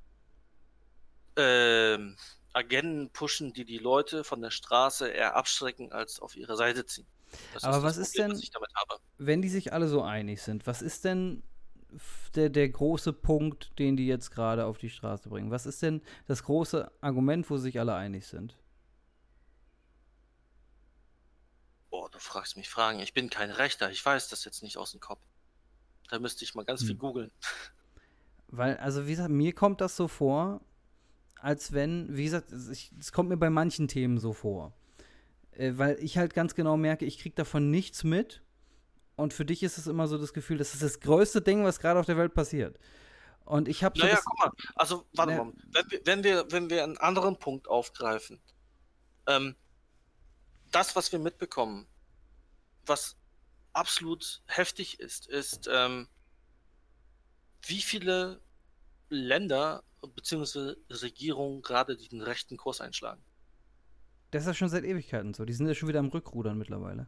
[SPEAKER 2] ähm, Agenden pushen, die die Leute von der Straße eher abschrecken, als auf ihre Seite ziehen. Das
[SPEAKER 1] Aber
[SPEAKER 2] ist
[SPEAKER 1] was
[SPEAKER 2] das
[SPEAKER 1] ist
[SPEAKER 2] Problem,
[SPEAKER 1] denn-
[SPEAKER 2] was ich damit habe.
[SPEAKER 1] Wenn die sich alle so einig sind, was ist denn f- der, der große Punkt, den die jetzt gerade auf die Straße bringen? Was ist denn das große Argument, wo sich alle einig sind?
[SPEAKER 2] Boah, du fragst mich Fragen. Ich bin kein Rechter, ich weiß das jetzt nicht aus dem Kopf. Da müsste ich mal ganz
[SPEAKER 1] Hm.
[SPEAKER 2] viel googeln.
[SPEAKER 1] Weil, also wie gesagt, mir kommt das so vor, als wenn, wie gesagt, es ich- es kommt mir bei manchen Themen so vor. Äh, weil ich halt ganz genau merke, ich krieg davon nichts mit. Und für dich ist es immer so das Gefühl, das ist das größte Ding, was gerade auf der Welt passiert. Und ich habe so
[SPEAKER 2] Naja,
[SPEAKER 1] das,
[SPEAKER 2] guck mal, also warte
[SPEAKER 1] Ne-
[SPEAKER 2] mal, wenn wir, wenn wir, wenn wir einen anderen Punkt aufgreifen, ähm, das, was wir mitbekommen, was absolut heftig ist, ist, ähm, wie viele Länder bzw. Regierungen gerade den rechten Kurs einschlagen.
[SPEAKER 1] das ist ja schon seit Ewigkeiten so. Die sind ja schon wieder am Rückrudern mittlerweile.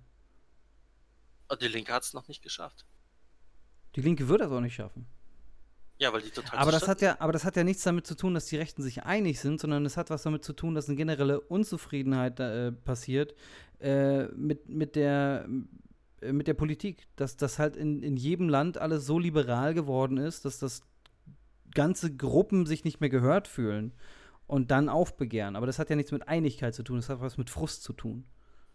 [SPEAKER 2] Und die Linke hat es noch nicht geschafft.
[SPEAKER 1] Die Linke wird das auch nicht schaffen.
[SPEAKER 2] Ja, weil die total
[SPEAKER 1] Aber das, hat
[SPEAKER 2] zerstritten
[SPEAKER 1] ja, aber das hat ja nichts damit zu tun, dass die Rechten sich einig sind, sondern es hat was damit zu tun, dass eine generelle Unzufriedenheit äh, passiert äh, mit, mit, der, äh, mit der Politik. Dass das halt in, in jedem Land alles so liberal geworden ist, dass das ganze Gruppen sich nicht mehr gehört fühlen und dann aufbegehren. Aber das hat ja nichts mit Einigkeit zu tun, das hat was mit Frust zu tun.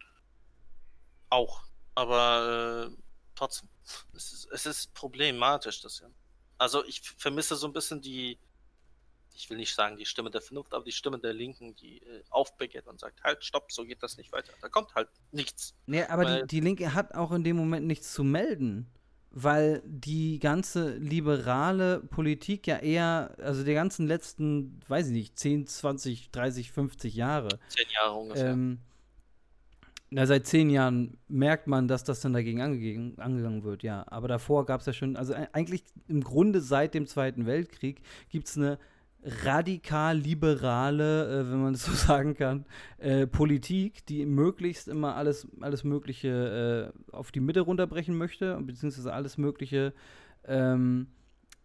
[SPEAKER 2] Auch. Aber äh, trotzdem. Es ist, es ist problematisch, das ja. Also ich f- vermisse so ein bisschen die, ich will nicht sagen die Stimme der Vernunft, aber die Stimme der Linken, die äh, aufbegehrt und sagt, halt, stopp, so geht das nicht weiter. Da kommt halt nichts.
[SPEAKER 1] Nee, aber die,
[SPEAKER 2] Weil-
[SPEAKER 1] die Linke hat auch in dem Moment nichts zu melden, weil die ganze liberale Politik ja eher, also die ganzen letzten, weiß ich nicht, zehn, zwanzig, dreißig, fünfzig Jahre,
[SPEAKER 2] Zehn Jahre ungefähr.
[SPEAKER 1] ähm, na, seit zehn Jahren merkt man, dass das dann dagegen angegangen, angegangen wird, ja. Aber davor gab es ja schon, also e- eigentlich im Grunde seit dem Zweiten Weltkrieg gibt es eine radikal liberale, äh, wenn man es so sagen kann, äh, Politik, die möglichst immer alles, alles Mögliche äh, auf die Mitte runterbrechen möchte, beziehungsweise alles Mögliche ähm,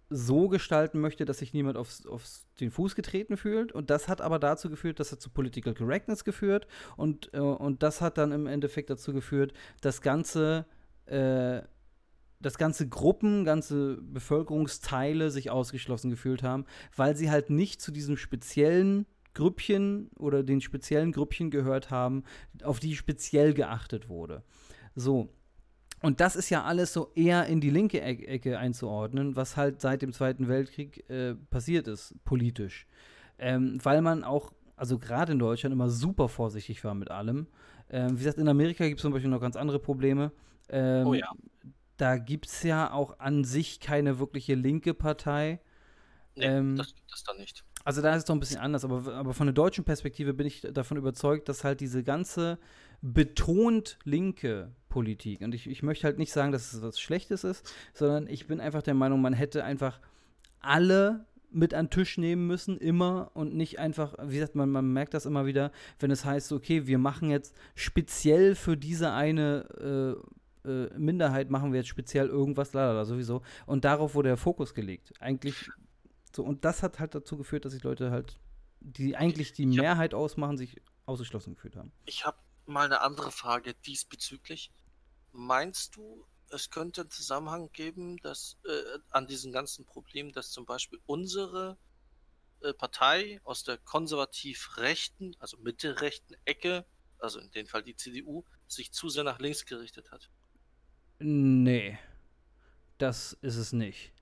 [SPEAKER 1] so gestalten möchte, dass sich niemand aufs, aufs den Fuß getreten fühlt. Und das hat aber dazu geführt, das hat zu Political Correctness geführt. Und, äh, und das hat dann im Endeffekt dazu geführt, dass ganze, äh, dass ganze Gruppen, ganze Bevölkerungsteile sich ausgeschlossen gefühlt haben, weil sie halt nicht zu diesem speziellen Grüppchen oder den speziellen Grüppchen gehört haben, auf die speziell geachtet wurde. So. Und das ist ja alles so eher in die linke E- Ecke einzuordnen, was halt seit dem Zweiten Weltkrieg äh, passiert ist, politisch. Ähm, weil man auch, also gerade in Deutschland, immer super vorsichtig war mit allem. Ähm, wie gesagt, in Amerika gibt es zum Beispiel noch ganz andere Probleme. Ähm,
[SPEAKER 2] Oh ja.
[SPEAKER 1] Da gibt es ja auch an sich keine wirkliche linke Partei.
[SPEAKER 2] Nee,
[SPEAKER 1] Ähm,
[SPEAKER 2] das gibt es da nicht.
[SPEAKER 1] Also da ist es doch ein bisschen anders, aber, aber von der deutschen Perspektive bin ich davon überzeugt, dass halt diese ganze betont linke Politik, und ich, ich möchte halt nicht sagen, dass es was Schlechtes ist, sondern ich bin einfach der Meinung, man hätte einfach alle mit an den Tisch nehmen müssen, immer, und nicht einfach, wie gesagt, man, man merkt das immer wieder, wenn es heißt, okay, wir machen jetzt speziell für diese eine äh, äh, Minderheit, machen wir jetzt speziell irgendwas, lalala, sowieso, und darauf wurde der Fokus gelegt. Eigentlich so, und das hat halt dazu geführt, dass sich Leute halt, die eigentlich die
[SPEAKER 2] Ich hab-
[SPEAKER 1] Mehrheit ausmachen, sich ausgeschlossen gefühlt haben.
[SPEAKER 2] Ich habe mal eine andere Frage diesbezüglich. Meinst du, es könnte einen Zusammenhang geben, dass äh, an diesen ganzen Problemen, dass zum Beispiel unsere äh, Partei aus der konservativ-rechten, also Mitte-rechten Ecke, also in dem Fall die C D U, sich zu sehr nach links gerichtet hat?
[SPEAKER 1] Nee, das ist es nicht.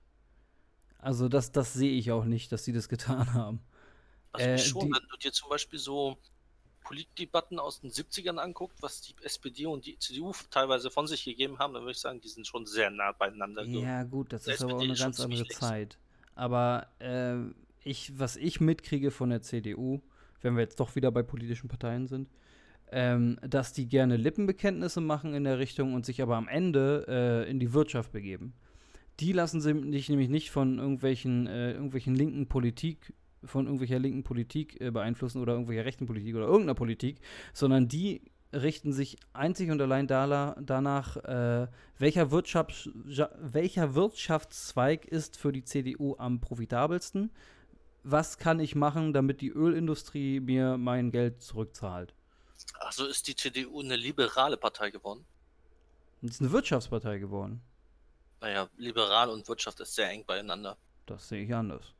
[SPEAKER 1] Also das, das sehe ich auch nicht, dass sie das getan haben.
[SPEAKER 2] Also
[SPEAKER 1] Äh,
[SPEAKER 2] ich schon,
[SPEAKER 1] die-
[SPEAKER 2] wenn du dir zum Beispiel so Politdebatten aus den siebzigern anguckt, was die S P D und die C D U teilweise von sich gegeben haben, dann würde ich sagen, die sind schon sehr nah beieinander.
[SPEAKER 1] Ja, gut, das
[SPEAKER 2] Der
[SPEAKER 1] ist aber auch
[SPEAKER 2] S P D
[SPEAKER 1] eine
[SPEAKER 2] ist schon
[SPEAKER 1] ganz andere
[SPEAKER 2] ziemlich links.
[SPEAKER 1] Zeit. Aber äh, ich, was ich mitkriege von der C D U, wenn wir jetzt doch wieder bei politischen Parteien sind, ähm, dass die gerne Lippenbekenntnisse machen in der Richtung und sich aber am Ende äh, in die Wirtschaft begeben. Die lassen sich nämlich nicht von irgendwelchen, äh, irgendwelchen linken Politik, von irgendwelcher linken Politik äh, beeinflussen oder irgendwelcher rechten Politik oder irgendeiner Politik, sondern die richten sich einzig und allein dala- danach, äh, welcher, Wirtschafts- ja- welcher Wirtschaftszweig ist für die C D U am profitabelsten. Was kann ich machen, damit die Ölindustrie mir mein Geld zurückzahlt?
[SPEAKER 2] Also ist die C D U eine liberale Partei geworden?
[SPEAKER 1] Und es ist eine Wirtschaftspartei geworden.
[SPEAKER 2] Naja, liberal und Wirtschaft ist sehr eng beieinander.
[SPEAKER 1] Das sehe ich anders.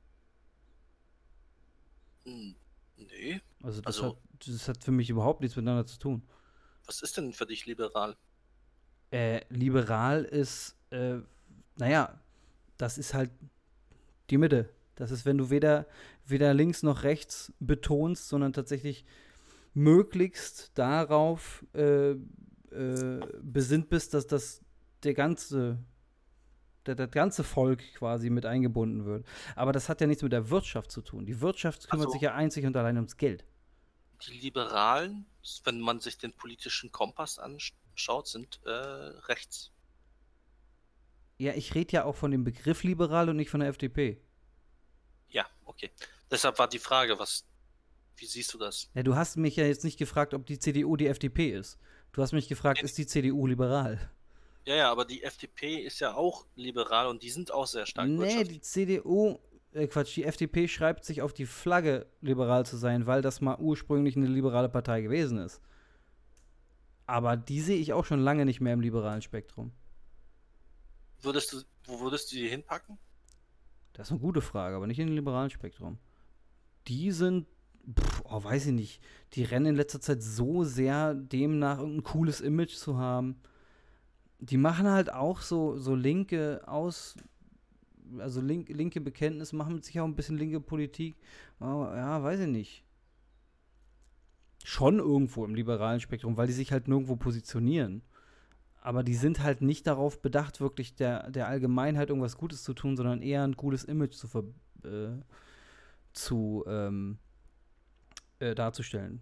[SPEAKER 2] Hm, nee.
[SPEAKER 1] Also das,
[SPEAKER 2] Also-
[SPEAKER 1] hat, das hat für mich überhaupt nichts miteinander zu tun.
[SPEAKER 2] Was ist denn für dich liberal?
[SPEAKER 1] Äh, liberal ist, äh, naja, das ist halt die Mitte. Das ist, wenn du weder, weder links noch rechts betonst, sondern tatsächlich möglichst darauf äh, äh, besinnt bist, dass das der ganze, der, das ganze Volk quasi mit eingebunden wird. Aber das hat ja nichts mit der Wirtschaft zu tun. Die Wirtschaft kümmert
[SPEAKER 2] Also-
[SPEAKER 1] sich ja einzig und allein ums Geld.
[SPEAKER 2] Die Liberalen, wenn man sich den politischen Kompass anschaut, sind äh, rechts.
[SPEAKER 1] Ja, ich rede ja auch von dem Begriff liberal und nicht von der F D P.
[SPEAKER 2] Ja, okay. Deshalb war die Frage, was, wie siehst du das?
[SPEAKER 1] Ja, du hast mich ja jetzt nicht gefragt, ob die C D U die F D P ist. Du hast mich gefragt,
[SPEAKER 2] Nee.
[SPEAKER 1] ist die C D U liberal?
[SPEAKER 2] Ja, ja, aber die F D P ist ja auch liberal und die sind auch sehr stark
[SPEAKER 1] Nee,
[SPEAKER 2] wirtschaftlich.
[SPEAKER 1] die C D U, äh Quatsch, die F D P schreibt sich auf die Flagge, liberal zu sein, weil das mal ursprünglich eine liberale Partei gewesen ist. Aber die sehe ich auch schon lange nicht mehr im liberalen Spektrum.
[SPEAKER 2] Würdest du, wo würdest du die hinpacken?
[SPEAKER 1] Das ist eine gute Frage, aber nicht in dem liberalen Spektrum. Die sind, pff, oh, weiß ich nicht, die rennen in letzter Zeit so sehr demnach, irgendein cooles Image zu haben. Die machen halt auch so, so linke Aus, also link, linke Bekenntnisse, machen mit sich auch ein bisschen linke Politik. Aber, ja, weiß ich nicht. Schon irgendwo im liberalen Spektrum, weil die sich halt nirgendwo positionieren. Aber die sind halt nicht darauf bedacht, wirklich der, der Allgemeinheit irgendwas Gutes zu tun, sondern eher ein cooles Image zu, ver, äh, zu ähm, äh, darzustellen.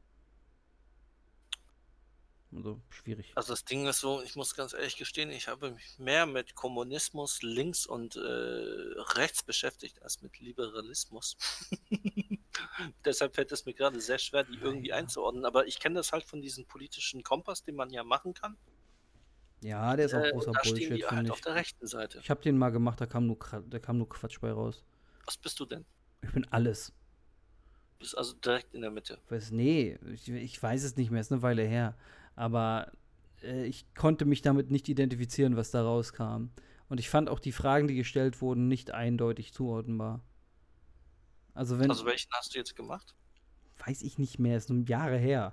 [SPEAKER 1] Also schwierig.
[SPEAKER 2] Also das Ding ist so, ich muss ganz ehrlich gestehen, ich habe mich mehr mit Kommunismus links und äh, rechts beschäftigt als mit Liberalismus. Deshalb fällt es mir gerade sehr schwer, die irgendwie
[SPEAKER 1] Ja.
[SPEAKER 2] einzuordnen. Aber ich kenne das halt von diesem politischen Kompass, den man ja machen kann.
[SPEAKER 1] Ja, der ist auch
[SPEAKER 2] Äh,
[SPEAKER 1] großer
[SPEAKER 2] und da stehen
[SPEAKER 1] Bullshit,
[SPEAKER 2] die halt
[SPEAKER 1] finde
[SPEAKER 2] auf
[SPEAKER 1] ich.
[SPEAKER 2] der rechten Seite.
[SPEAKER 1] Ich habe den mal gemacht, da kam nur, Kra- da kam nur Quatsch bei raus.
[SPEAKER 2] Was bist du denn?
[SPEAKER 1] Ich bin alles.
[SPEAKER 2] Du bist also direkt in der Mitte.
[SPEAKER 1] Weiß, nee, ich, ich weiß es nicht mehr, ist eine Weile her. Aber äh, ich konnte mich damit nicht identifizieren, was da rauskam. Und ich fand auch die Fragen, die gestellt wurden, nicht eindeutig zuordnenbar. Also wenn,
[SPEAKER 2] Also welchen hast du jetzt gemacht?
[SPEAKER 1] weiß ich nicht mehr, ist nun Jahre her.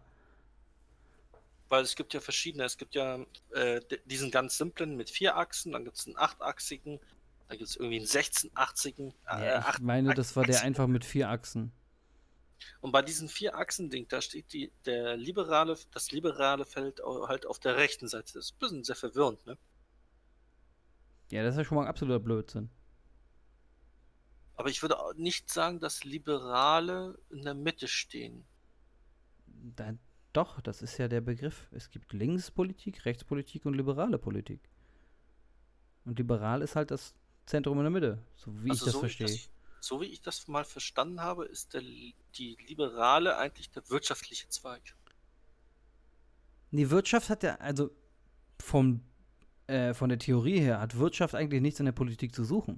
[SPEAKER 2] Weil es gibt ja verschiedene. Es gibt ja äh, d- diesen ganz simplen mit vier Achsen, dann gibt es einen achtachsigen, dann gibt es irgendwie einen sechzehnachsigen. Äh,
[SPEAKER 1] Ja, ich
[SPEAKER 2] acht-
[SPEAKER 1] meine, das war der
[SPEAKER 2] achsigen.
[SPEAKER 1] einfach mit vier Achsen.
[SPEAKER 2] Und bei diesen vier Achsen-Ding, da steht die, der liberale, das liberale Feld au- halt auf der rechten Seite. Das ist ein bisschen sehr verwirrend, ne?
[SPEAKER 1] Ja, das ist ja schon mal ein absoluter Blödsinn.
[SPEAKER 2] Aber ich würde auch nicht sagen, dass Liberale in der Mitte stehen.
[SPEAKER 1] Da, doch, das ist ja der Begriff. Es gibt Linkspolitik, Rechtspolitik und liberale Politik. Und liberal ist halt das Zentrum in der Mitte, so wie
[SPEAKER 2] Also
[SPEAKER 1] ich das
[SPEAKER 2] so
[SPEAKER 1] verstehe.
[SPEAKER 2] Wie ich das, so wie ich das mal verstanden habe, ist der, die Liberale eigentlich der wirtschaftliche Zweig.
[SPEAKER 1] Die Wirtschaft hat ja, also vom, äh, von der Theorie her, hat Wirtschaft eigentlich nichts in der Politik zu suchen.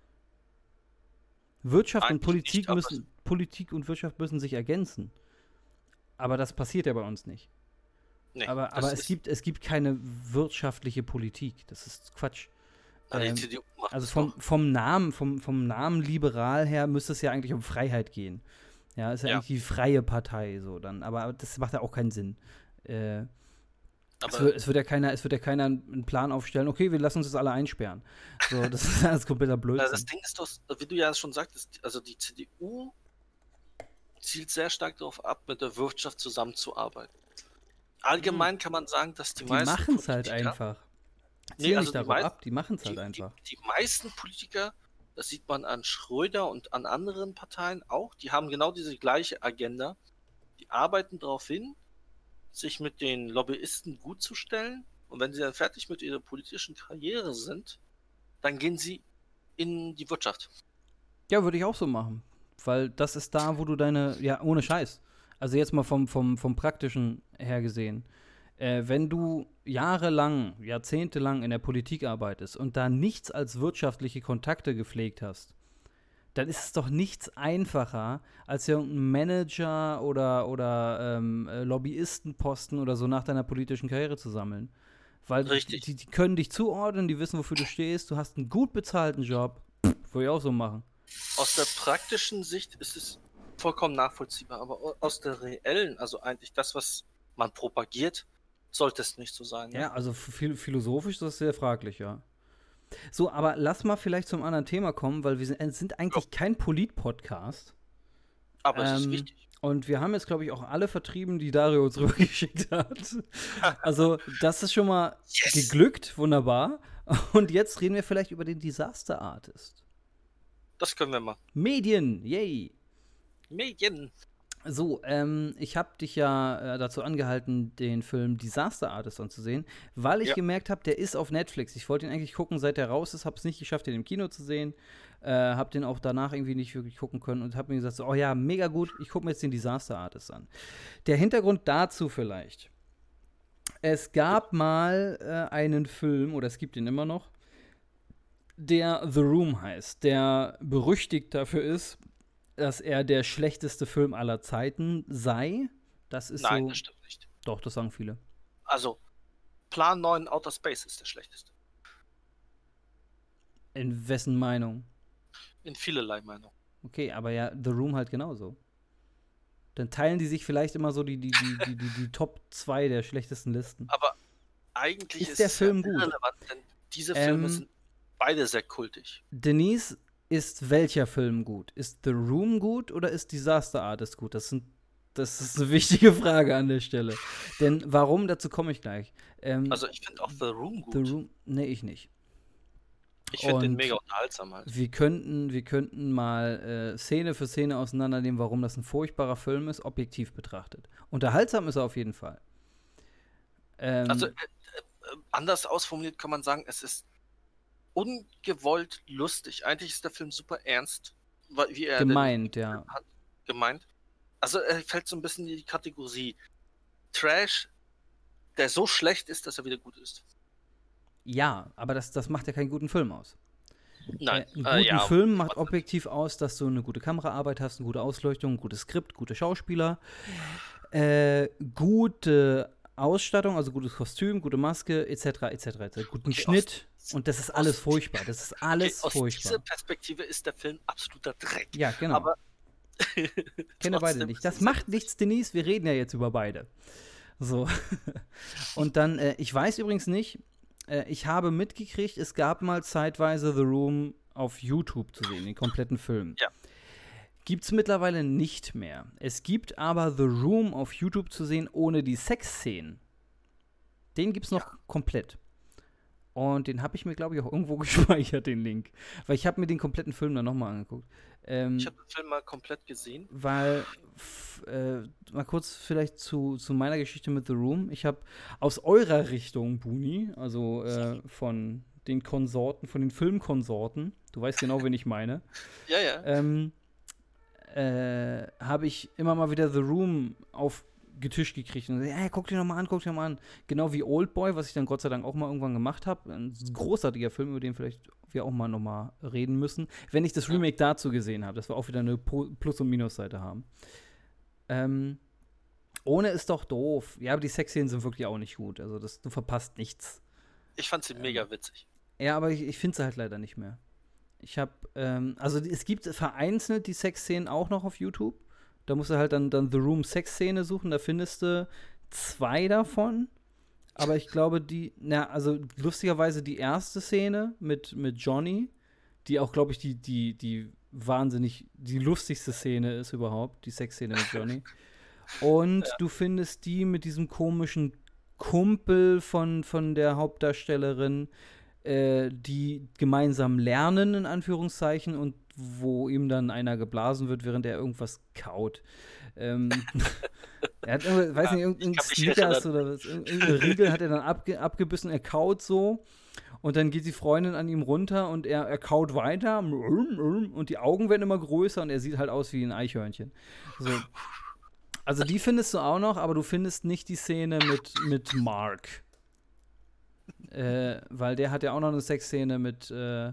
[SPEAKER 1] Wirtschaft und
[SPEAKER 2] Eigentlich
[SPEAKER 1] Politik
[SPEAKER 2] nicht, aber
[SPEAKER 1] müssen, Politik und Wirtschaft müssen sich ergänzen. Aber das passiert ja bei uns nicht.
[SPEAKER 2] Nee,
[SPEAKER 1] aber
[SPEAKER 2] das
[SPEAKER 1] aber es,
[SPEAKER 2] ist-
[SPEAKER 1] gibt, es gibt keine wirtschaftliche Politik. Das ist Quatsch.
[SPEAKER 2] Na, die
[SPEAKER 1] ähm,
[SPEAKER 2] C D U macht
[SPEAKER 1] Also
[SPEAKER 2] das
[SPEAKER 1] vom,
[SPEAKER 2] doch.
[SPEAKER 1] vom Namen, vom, vom Namen liberal her müsste es ja eigentlich um Freiheit gehen. Ja, ist ja,
[SPEAKER 2] Ja.
[SPEAKER 1] eigentlich die freie Partei so dann. Aber das macht ja auch keinen Sinn. Äh, es,
[SPEAKER 2] Aber
[SPEAKER 1] wird, es, wird ja keiner, es wird ja keiner einen Plan aufstellen, okay, wir lassen uns das alle einsperren. So, das ist alles kompletter
[SPEAKER 2] na,
[SPEAKER 1] Blödsinn.
[SPEAKER 2] das Ding ist doch, wie du ja schon sagtest, also die C D U zielt sehr stark darauf ab, mit der Wirtschaft zusammenzuarbeiten. Allgemein kann man sagen, dass die,
[SPEAKER 1] Die
[SPEAKER 2] meisten
[SPEAKER 1] machen es halt
[SPEAKER 2] Politiker-
[SPEAKER 1] einfach.
[SPEAKER 2] Nee,
[SPEAKER 1] Ziel
[SPEAKER 2] also
[SPEAKER 1] nicht
[SPEAKER 2] die
[SPEAKER 1] darauf
[SPEAKER 2] meisten-
[SPEAKER 1] ab, die machen es
[SPEAKER 2] Die,
[SPEAKER 1] halt
[SPEAKER 2] die,
[SPEAKER 1] einfach.
[SPEAKER 2] die meisten Politiker, das sieht man an Schröder und an anderen Parteien auch, die haben genau diese gleiche Agenda. Die arbeiten darauf hin, sich mit den Lobbyisten gut zu stellen. Und wenn sie dann fertig mit ihrer politischen Karriere sind, dann gehen sie in die Wirtschaft.
[SPEAKER 1] Ja, würde ich auch so machen. Weil das ist da, wo du deine, ja, ohne Scheiß. Also jetzt mal vom, vom, vom Praktischen her gesehen. Äh, wenn du jahrelang, jahrzehntelang in der Politik arbeitest und da nichts als wirtschaftliche Kontakte gepflegt hast, dann ist es doch nichts einfacher, als irgendeinen Manager oder, oder ähm, äh, Lobbyistenposten oder so nach deiner politischen Karriere zu sammeln. Weil
[SPEAKER 2] Richtig.
[SPEAKER 1] Die, die können dich zuordnen, die wissen, wofür du stehst, du hast einen gut bezahlten Job. Pff, würde ich auch so machen.
[SPEAKER 2] Aus der praktischen Sicht ist es vollkommen nachvollziehbar, aber au- aus der reellen, also eigentlich das, was man propagiert, sollte es nicht so sein. Ne?
[SPEAKER 1] Ja, also phil- philosophisch ist das sehr fraglich, ja. So, aber lass mal vielleicht zum anderen Thema kommen, weil wir sind, äh, sind eigentlich kein Polit-Podcast.
[SPEAKER 2] Aber es ist
[SPEAKER 1] Ähm,
[SPEAKER 2] wichtig.
[SPEAKER 1] Und wir haben jetzt, glaube ich, auch alle vertrieben, die Dario uns rübergeschickt hat. Also, das ist schon mal
[SPEAKER 2] Yes!
[SPEAKER 1] geglückt, wunderbar. Und jetzt reden wir vielleicht über den Disaster Artist.
[SPEAKER 2] Das können wir machen.
[SPEAKER 1] Medien, yay!
[SPEAKER 2] Medien.
[SPEAKER 1] So, ähm, ich habe dich ja äh, dazu angehalten, den Film Disaster Artist anzusehen, weil ich
[SPEAKER 2] Ja.
[SPEAKER 1] gemerkt habe, der ist auf Netflix. Ich wollte ihn eigentlich gucken, seit der raus ist, habe es nicht geschafft, den im Kino zu sehen. Äh, habe den auch danach irgendwie nicht wirklich gucken können und habe mir gesagt, so, oh ja, mega gut, ich gucke mir jetzt den Disaster Artist an. Der Hintergrund dazu vielleicht. Es gab mal äh, einen Film, oder es gibt ihn immer noch, der The Room heißt, der berüchtigt dafür ist, dass er der schlechteste Film aller Zeiten sei. Das ist
[SPEAKER 2] Nein,
[SPEAKER 1] so.
[SPEAKER 2] das stimmt nicht.
[SPEAKER 1] Doch, das sagen viele.
[SPEAKER 2] Also, Plan neun Outer Space ist der schlechteste.
[SPEAKER 1] In wessen Meinung?
[SPEAKER 2] In vielerlei Meinung.
[SPEAKER 1] Okay, aber ja, The Room halt genauso. Dann teilen die sich vielleicht immer so die, die, die, die, die, die Top zwei der schlechtesten Listen.
[SPEAKER 2] Aber eigentlich
[SPEAKER 1] Ist
[SPEAKER 2] ist,
[SPEAKER 1] der
[SPEAKER 2] es
[SPEAKER 1] Film
[SPEAKER 2] ja
[SPEAKER 1] gut?
[SPEAKER 2] irrelevant, denn diese
[SPEAKER 1] Ähm,
[SPEAKER 2] Filme sind beide sehr kultig.
[SPEAKER 1] Denise, ist welcher Film gut? Ist The Room gut oder ist Disaster Artist gut? Das, sind, das ist eine wichtige Frage an der Stelle. Denn warum, dazu komme ich gleich. Ähm,
[SPEAKER 2] Also ich finde auch The Room gut.
[SPEAKER 1] The Room, nee, ich nicht.
[SPEAKER 2] ich finde den
[SPEAKER 1] und-
[SPEAKER 2] mega unterhaltsam halt.
[SPEAKER 1] Wir könnten, wir könnten mal äh, Szene für Szene auseinandernehmen, warum das ein furchtbarer Film ist, objektiv betrachtet. Unterhaltsam ist er auf jeden Fall. Ähm,
[SPEAKER 2] Also äh, äh, anders ausformuliert kann man sagen, es ist ungewollt lustig. Eigentlich ist der Film super ernst, wa- wie er
[SPEAKER 1] gemeint,
[SPEAKER 2] den
[SPEAKER 1] ja.
[SPEAKER 2] Film hat, gemeint. Also er fällt so ein bisschen in die Kategorie Trash, der so schlecht ist, dass er wieder gut ist.
[SPEAKER 1] Ja, aber das, das macht ja keinen guten Film aus.
[SPEAKER 2] Nein,
[SPEAKER 1] Äh, einen
[SPEAKER 2] äh,
[SPEAKER 1] guten
[SPEAKER 2] ja,
[SPEAKER 1] Film macht
[SPEAKER 2] trotzdem.
[SPEAKER 1] objektiv aus, dass du eine gute Kameraarbeit hast, eine gute Ausleuchtung, ein gutes Skript, gute Schauspieler, äh, gute Ausstattung, also gutes Kostüm, gute Maske, et cetera, et cetera, et cetera. Guten
[SPEAKER 2] Okay,
[SPEAKER 1] Schnitt
[SPEAKER 2] aus-
[SPEAKER 1] und das ist
[SPEAKER 2] aus-
[SPEAKER 1] alles furchtbar. Das ist
[SPEAKER 2] Okay,
[SPEAKER 1] alles
[SPEAKER 2] aus
[SPEAKER 1] furchtbar.
[SPEAKER 2] dieser Perspektive ist der Film absoluter Dreck.
[SPEAKER 1] Ja, genau.
[SPEAKER 2] Aber
[SPEAKER 1] Kennen wir beide
[SPEAKER 2] trotzdem
[SPEAKER 1] nicht.
[SPEAKER 2] ist
[SPEAKER 1] Das
[SPEAKER 2] es
[SPEAKER 1] macht
[SPEAKER 2] sehr
[SPEAKER 1] nichts, Denise. Wir reden ja jetzt über beide. So. Und dann, äh, ich weiß übrigens nicht, äh, ich habe mitgekriegt, es gab mal zeitweise The Room auf YouTube zu sehen, den kompletten Film.
[SPEAKER 2] Ja.
[SPEAKER 1] Gibt's mittlerweile nicht mehr. Es gibt aber The Room auf YouTube zu sehen ohne die Sexszenen. Den gibt's noch komplett. Und den habe ich mir, glaube ich, auch irgendwo gespeichert, den Link. Weil ich habe mir den kompletten Film dann nochmal angeguckt. Ähm,
[SPEAKER 2] Ich habe den Film mal komplett gesehen.
[SPEAKER 1] weil, f- äh, mal kurz vielleicht zu, zu meiner Geschichte mit The Room. Ich habe aus eurer Richtung, Buni, also äh, von den Konsorten, von den Filmkonsorten, du weißt genau, wen ich meine,
[SPEAKER 2] Ja, ja.
[SPEAKER 1] ähm, äh, habe ich immer mal wieder The Room aufgetischt gekriegt und gesagt, hey, guck dir noch mal an, guck dir noch mal an. Genau wie Oldboy, was ich dann Gott sei Dank auch mal irgendwann gemacht habe. Ein großartiger Film, über den vielleicht wir auch mal noch mal reden müssen. Wenn ich das Remake dazu gesehen habe, dass wir auch wieder eine Po- Plus- und Minusseite haben. Ähm, ohne ist doch doof. Ja, aber die Sexszenen sind wirklich auch nicht gut. Also das, du verpasst nichts.
[SPEAKER 2] Ich fand sie mega witzig.
[SPEAKER 1] Ja, aber ich, ich finde sie halt leider nicht mehr. Ich habe, ähm, also es gibt vereinzelt die Sexszenen auch noch auf YouTube. Da musst du halt dann, dann The Room Sexszene suchen, da findest du zwei davon. Aber ich glaube, die, na, also lustigerweise die erste Szene mit, mit Johnny, die auch, glaube ich, die, die, die wahnsinnig, die lustigste Szene ist überhaupt, die Sexszene mit Johnny. Und du findest die mit diesem komischen Kumpel von, von der Hauptdarstellerin, äh, die gemeinsam lernen, in Anführungszeichen, und wo ihm dann einer geblasen wird, während er irgendwas kaut. Ähm, er hat, irgendwie- weiß nicht, irgendein
[SPEAKER 2] kann mich
[SPEAKER 1] Snickers
[SPEAKER 2] erinnern.
[SPEAKER 1] oder was, irgendein Riegel hat er dann abge, abgebissen, er kaut so. Und dann geht die Freundin an ihm runter und er, er kaut weiter und die Augen werden immer größer und er sieht halt aus wie ein Eichhörnchen. So. Also die findest du auch noch, aber du findest nicht die Szene mit, mit Mark. Äh, weil der hat ja auch noch eine Sexszene mit, äh,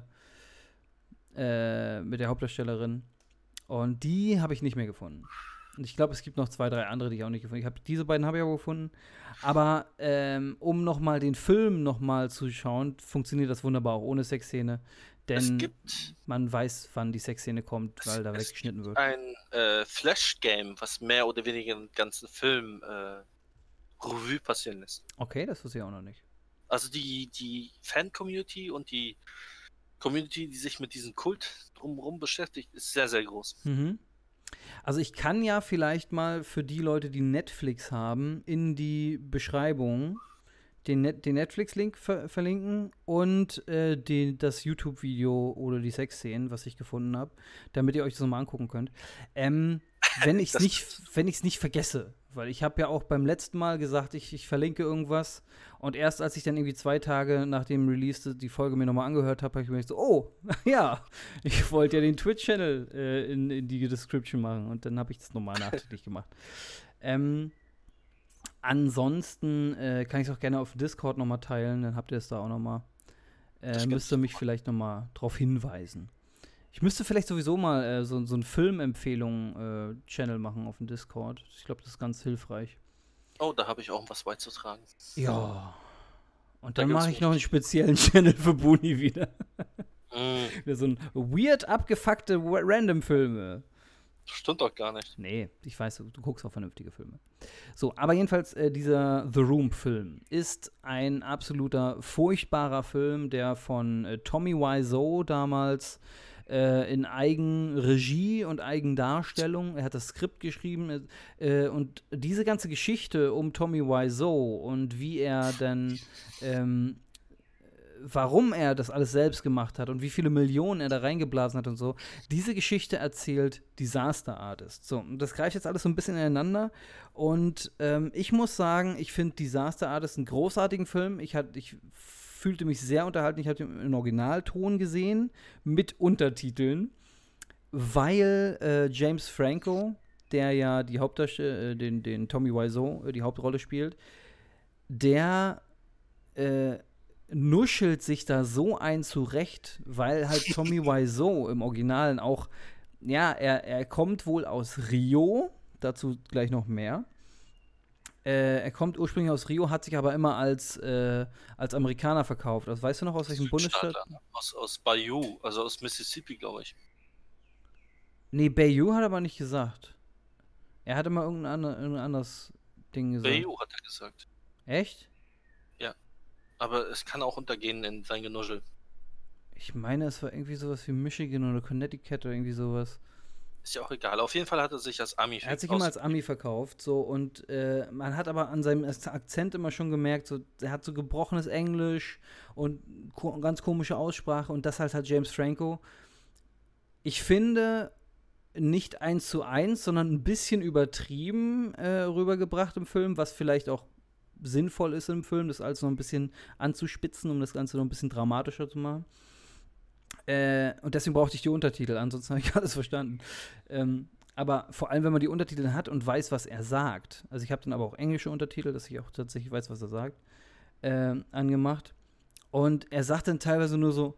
[SPEAKER 1] äh, mit der Hauptdarstellerin. Und die habe ich nicht mehr gefunden. Und ich glaube, es gibt noch zwei, drei andere, die ich auch nicht gefunden habe. Diese beiden habe ich aber gefunden. Aber ähm, um noch mal den Film noch mal zu schauen, funktioniert das wunderbar auch ohne Sexszene.
[SPEAKER 2] Es
[SPEAKER 1] Denn
[SPEAKER 2] gibt,
[SPEAKER 1] man weiß, wann die Sexszene kommt, weil da
[SPEAKER 2] es
[SPEAKER 1] weggeschnitten
[SPEAKER 2] gibt
[SPEAKER 1] wird.
[SPEAKER 2] ein äh, Flash-Game, was mehr oder weniger den ganzen Film äh, Revue passieren lässt.
[SPEAKER 1] Okay, das wusste ich auch noch nicht.
[SPEAKER 2] Also die, die Fan-Community und die Community, die sich mit diesem Kult drumherum beschäftigt, ist sehr, sehr groß.
[SPEAKER 1] Mhm. Also ich kann ja vielleicht mal für die Leute, die Netflix haben, in die Beschreibung den, Net den Netflix-Link ver verlinken und äh, die, das YouTube-Video oder die Sexszenen, was ich gefunden habe, damit ihr euch das nochmal angucken könnt. Ähm, wenn ich es
[SPEAKER 2] Das-
[SPEAKER 1] nicht, wenn ich's nicht vergesse, weil ich habe ja auch beim letzten Mal gesagt, ich, ich verlinke irgendwas und erst als ich dann irgendwie zwei Tage nach dem Release die Folge mir nochmal angehört habe, habe ich mir gedacht so, oh, ja, ich wollte ja den Twitch-Channel äh, in, in die Description machen und dann habe ich das nochmal nachträglich gemacht. Ähm, ansonsten äh, kann ich es auch gerne auf Discord nochmal teilen, dann habt ihr es da auch nochmal. Äh,
[SPEAKER 2] Das
[SPEAKER 1] müsst ihr
[SPEAKER 2] kannst
[SPEAKER 1] mich vielleicht nochmal drauf hinweisen. Ich müsste vielleicht sowieso mal äh, so, so einen Filmempfehlung-Channel machen auf dem Discord. Ich glaube, das ist ganz hilfreich.
[SPEAKER 2] Oh, da habe ich auch was beizutragen.
[SPEAKER 1] Ja. Und
[SPEAKER 2] Da
[SPEAKER 1] dann
[SPEAKER 2] gibt's
[SPEAKER 1] mache ich noch einen speziellen Channel für Buni wieder.
[SPEAKER 2] Mm,
[SPEAKER 1] Wieder so ein weird abgefuckte wa- Random-Filme.
[SPEAKER 2] stimmt doch gar nicht.
[SPEAKER 1] Nee, ich weiß, du, du guckst auch vernünftige Filme. So, aber jedenfalls, äh, dieser The Room-Film ist ein absoluter furchtbarer Film, der von äh, Tommy Wiseau damals äh, in Eigenregie und Eigendarstellung, er hat das Skript geschrieben, äh, und diese ganze Geschichte um Tommy Wiseau und wie er dann ähm, warum er das alles selbst gemacht hat und wie viele Millionen er da reingeblasen hat und so. Diese Geschichte erzählt Disaster Artist. So, und das greift jetzt alles so ein bisschen ineinander. Und ähm, ich muss sagen, ich finde Disaster Artist einen großartigen Film. Ich, hat, ich fühlte mich sehr unterhalten. Ich habe ihn in Originalton gesehen, mit Untertiteln, weil äh, James Franco, der ja die Hauptdarsteller, äh, den, den Tommy Wiseau, äh, die Hauptrolle spielt, der äh, nuschelt sich da so ein zurecht, weil halt Tommy Wiseau im Originalen auch, ja, er, er kommt wohl aus Rio, dazu gleich noch mehr. Äh, er kommt ursprünglich aus Rio, hat sich aber immer als, äh, als Amerikaner verkauft. Also, weißt du noch, aus welchem Bundesstaat?
[SPEAKER 2] Aus, aus Bayou, also aus Mississippi, glaube ich.
[SPEAKER 1] Nee, Bayou hat er aber nicht gesagt. Er hatte mal irgendein, andre, irgendein anderes Ding gesagt.
[SPEAKER 2] Bayou hat er gesagt.
[SPEAKER 1] Echt?
[SPEAKER 2] Ja. Aber es kann auch untergehen in sein Genuschel.
[SPEAKER 1] Ich meine, es war irgendwie sowas wie Michigan oder Connecticut oder irgendwie sowas.
[SPEAKER 2] Ist ja auch egal. Auf jeden Fall hat er sich als Ami verkauft.
[SPEAKER 1] Er hat sich immer als Ami verkauft, so, und äh, man hat aber an seinem Akzent immer schon gemerkt, so, er hat so gebrochenes Englisch und ko- ganz komische Aussprache, und das halt hat James Franco. Ich finde, nicht eins zu eins, sondern ein bisschen übertrieben äh, rübergebracht im Film, was vielleicht auch sinnvoll ist im Film, das alles noch ein bisschen anzuspitzen, um das Ganze noch ein bisschen dramatischer zu machen. Äh, und deswegen brauchte ich die Untertitel, ansonsten habe ich alles verstanden. Ähm, aber vor allem, wenn man die Untertitel hat und weiß, was er sagt, also ich habe dann aber auch englische Untertitel, dass ich auch tatsächlich weiß, was er sagt, äh, angemacht. Und er sagt dann teilweise nur so,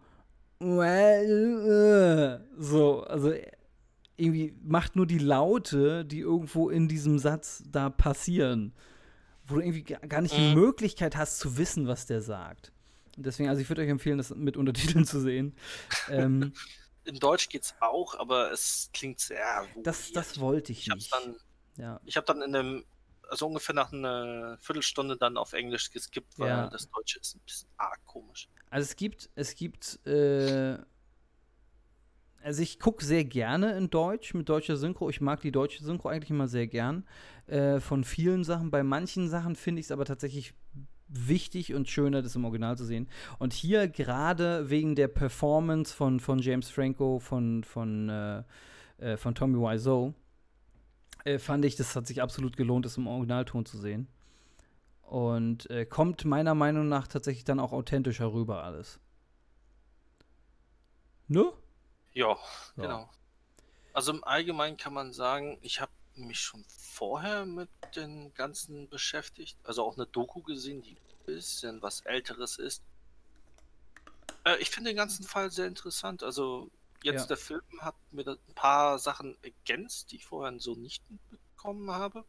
[SPEAKER 1] so, also irgendwie macht nur die Laute, die irgendwo in diesem Satz da passieren, wo du irgendwie gar nicht die Möglichkeit hast zu wissen, was der sagt. Und deswegen, also ich würde euch empfehlen, das mit Untertiteln zu sehen. ähm,
[SPEAKER 2] In Deutsch geht's auch, aber es klingt sehr
[SPEAKER 1] das, das wollte ich,
[SPEAKER 2] ich
[SPEAKER 1] nicht.
[SPEAKER 2] Hab's dann,
[SPEAKER 1] ja.
[SPEAKER 2] Ich habe dann in einem, also ungefähr nach einer Viertelstunde dann auf Englisch geskippt, weil
[SPEAKER 1] Ja.
[SPEAKER 2] das Deutsche ist ein bisschen arg komisch.
[SPEAKER 1] Also es gibt, es gibt, äh, also ich gucke sehr gerne in Deutsch, mit deutscher Synchro. Ich mag die deutsche Synchro eigentlich immer sehr gern. Äh, von vielen Sachen. Bei manchen Sachen finde ich es aber tatsächlich wichtig und schöner, das im Original zu sehen. Und hier gerade wegen der Performance von, von James Franco, von, von, äh, äh, von Tommy Wiseau, äh, fand ich, das hat sich absolut gelohnt, das im Originalton zu sehen. Und äh, kommt meiner Meinung nach tatsächlich dann auch authentischer rüber alles. Ne?
[SPEAKER 2] Ja,
[SPEAKER 1] Ja.
[SPEAKER 2] genau. Also im Allgemeinen kann man sagen, ich habe mich schon vorher mit den Ganzen beschäftigt. Also auch eine Doku gesehen, die ein bisschen was Älteres ist. Äh, ich finde den ganzen Fall sehr interessant. Also jetzt
[SPEAKER 1] Ja.
[SPEAKER 2] der Film hat mir da ein paar Sachen ergänzt, die ich vorher so nicht mitbekommen habe.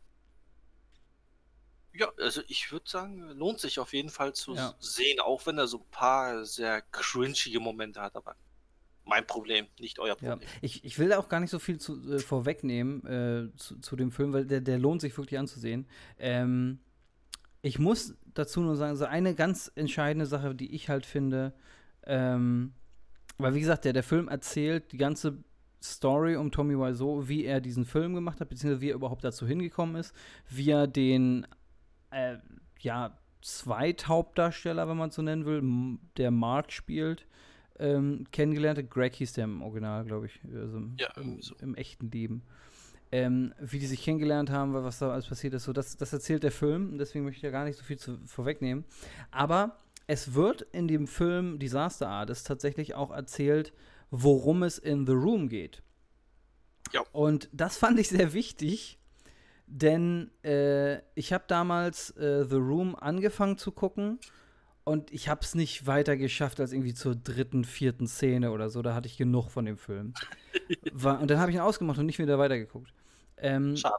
[SPEAKER 2] Ja, also ich würde sagen, lohnt sich auf jeden Fall zu
[SPEAKER 1] Ja.
[SPEAKER 2] sehen, auch wenn er so ein paar sehr cringige Momente hat, aber mein Problem, nicht euer
[SPEAKER 1] Ja,
[SPEAKER 2] Problem.
[SPEAKER 1] ich, ich will da auch gar nicht so viel zu, äh, vorwegnehmen äh, zu, zu dem Film, weil der, der lohnt sich wirklich anzusehen. Ähm, ich muss dazu nur sagen, so eine ganz entscheidende Sache, die ich halt finde, ähm, weil wie gesagt, der, der Film erzählt die ganze Story um Tommy Wiseau, wie er diesen Film gemacht hat, beziehungsweise wie er überhaupt dazu hingekommen ist, wie er den, äh, ja, Zweithauptdarsteller, wenn man es so nennen will, m- der Mark spielt, ähm, kennengelernt hat. Greg hieß der im Original, glaube ich, also im,
[SPEAKER 2] Ja,
[SPEAKER 1] im,
[SPEAKER 2] irgendwie so.
[SPEAKER 1] im echten Leben. Ähm, wie die sich kennengelernt haben, was da alles passiert ist, so das, das erzählt der Film, deswegen möchte ich ja gar nicht so viel zu, vorwegnehmen. Aber es wird in dem Film Disaster Artist tatsächlich auch erzählt, worum es in The Room geht.
[SPEAKER 2] Ja.
[SPEAKER 1] Und das fand ich sehr wichtig, denn äh, ich habe damals äh, The Room angefangen zu gucken und ich habe es nicht weiter geschafft als irgendwie zur dritten, vierten Szene oder so. Da hatte ich genug von dem Film. War, und dann habe ich ihn ausgemacht und nicht wieder weitergeguckt. Ähm,
[SPEAKER 2] Schade.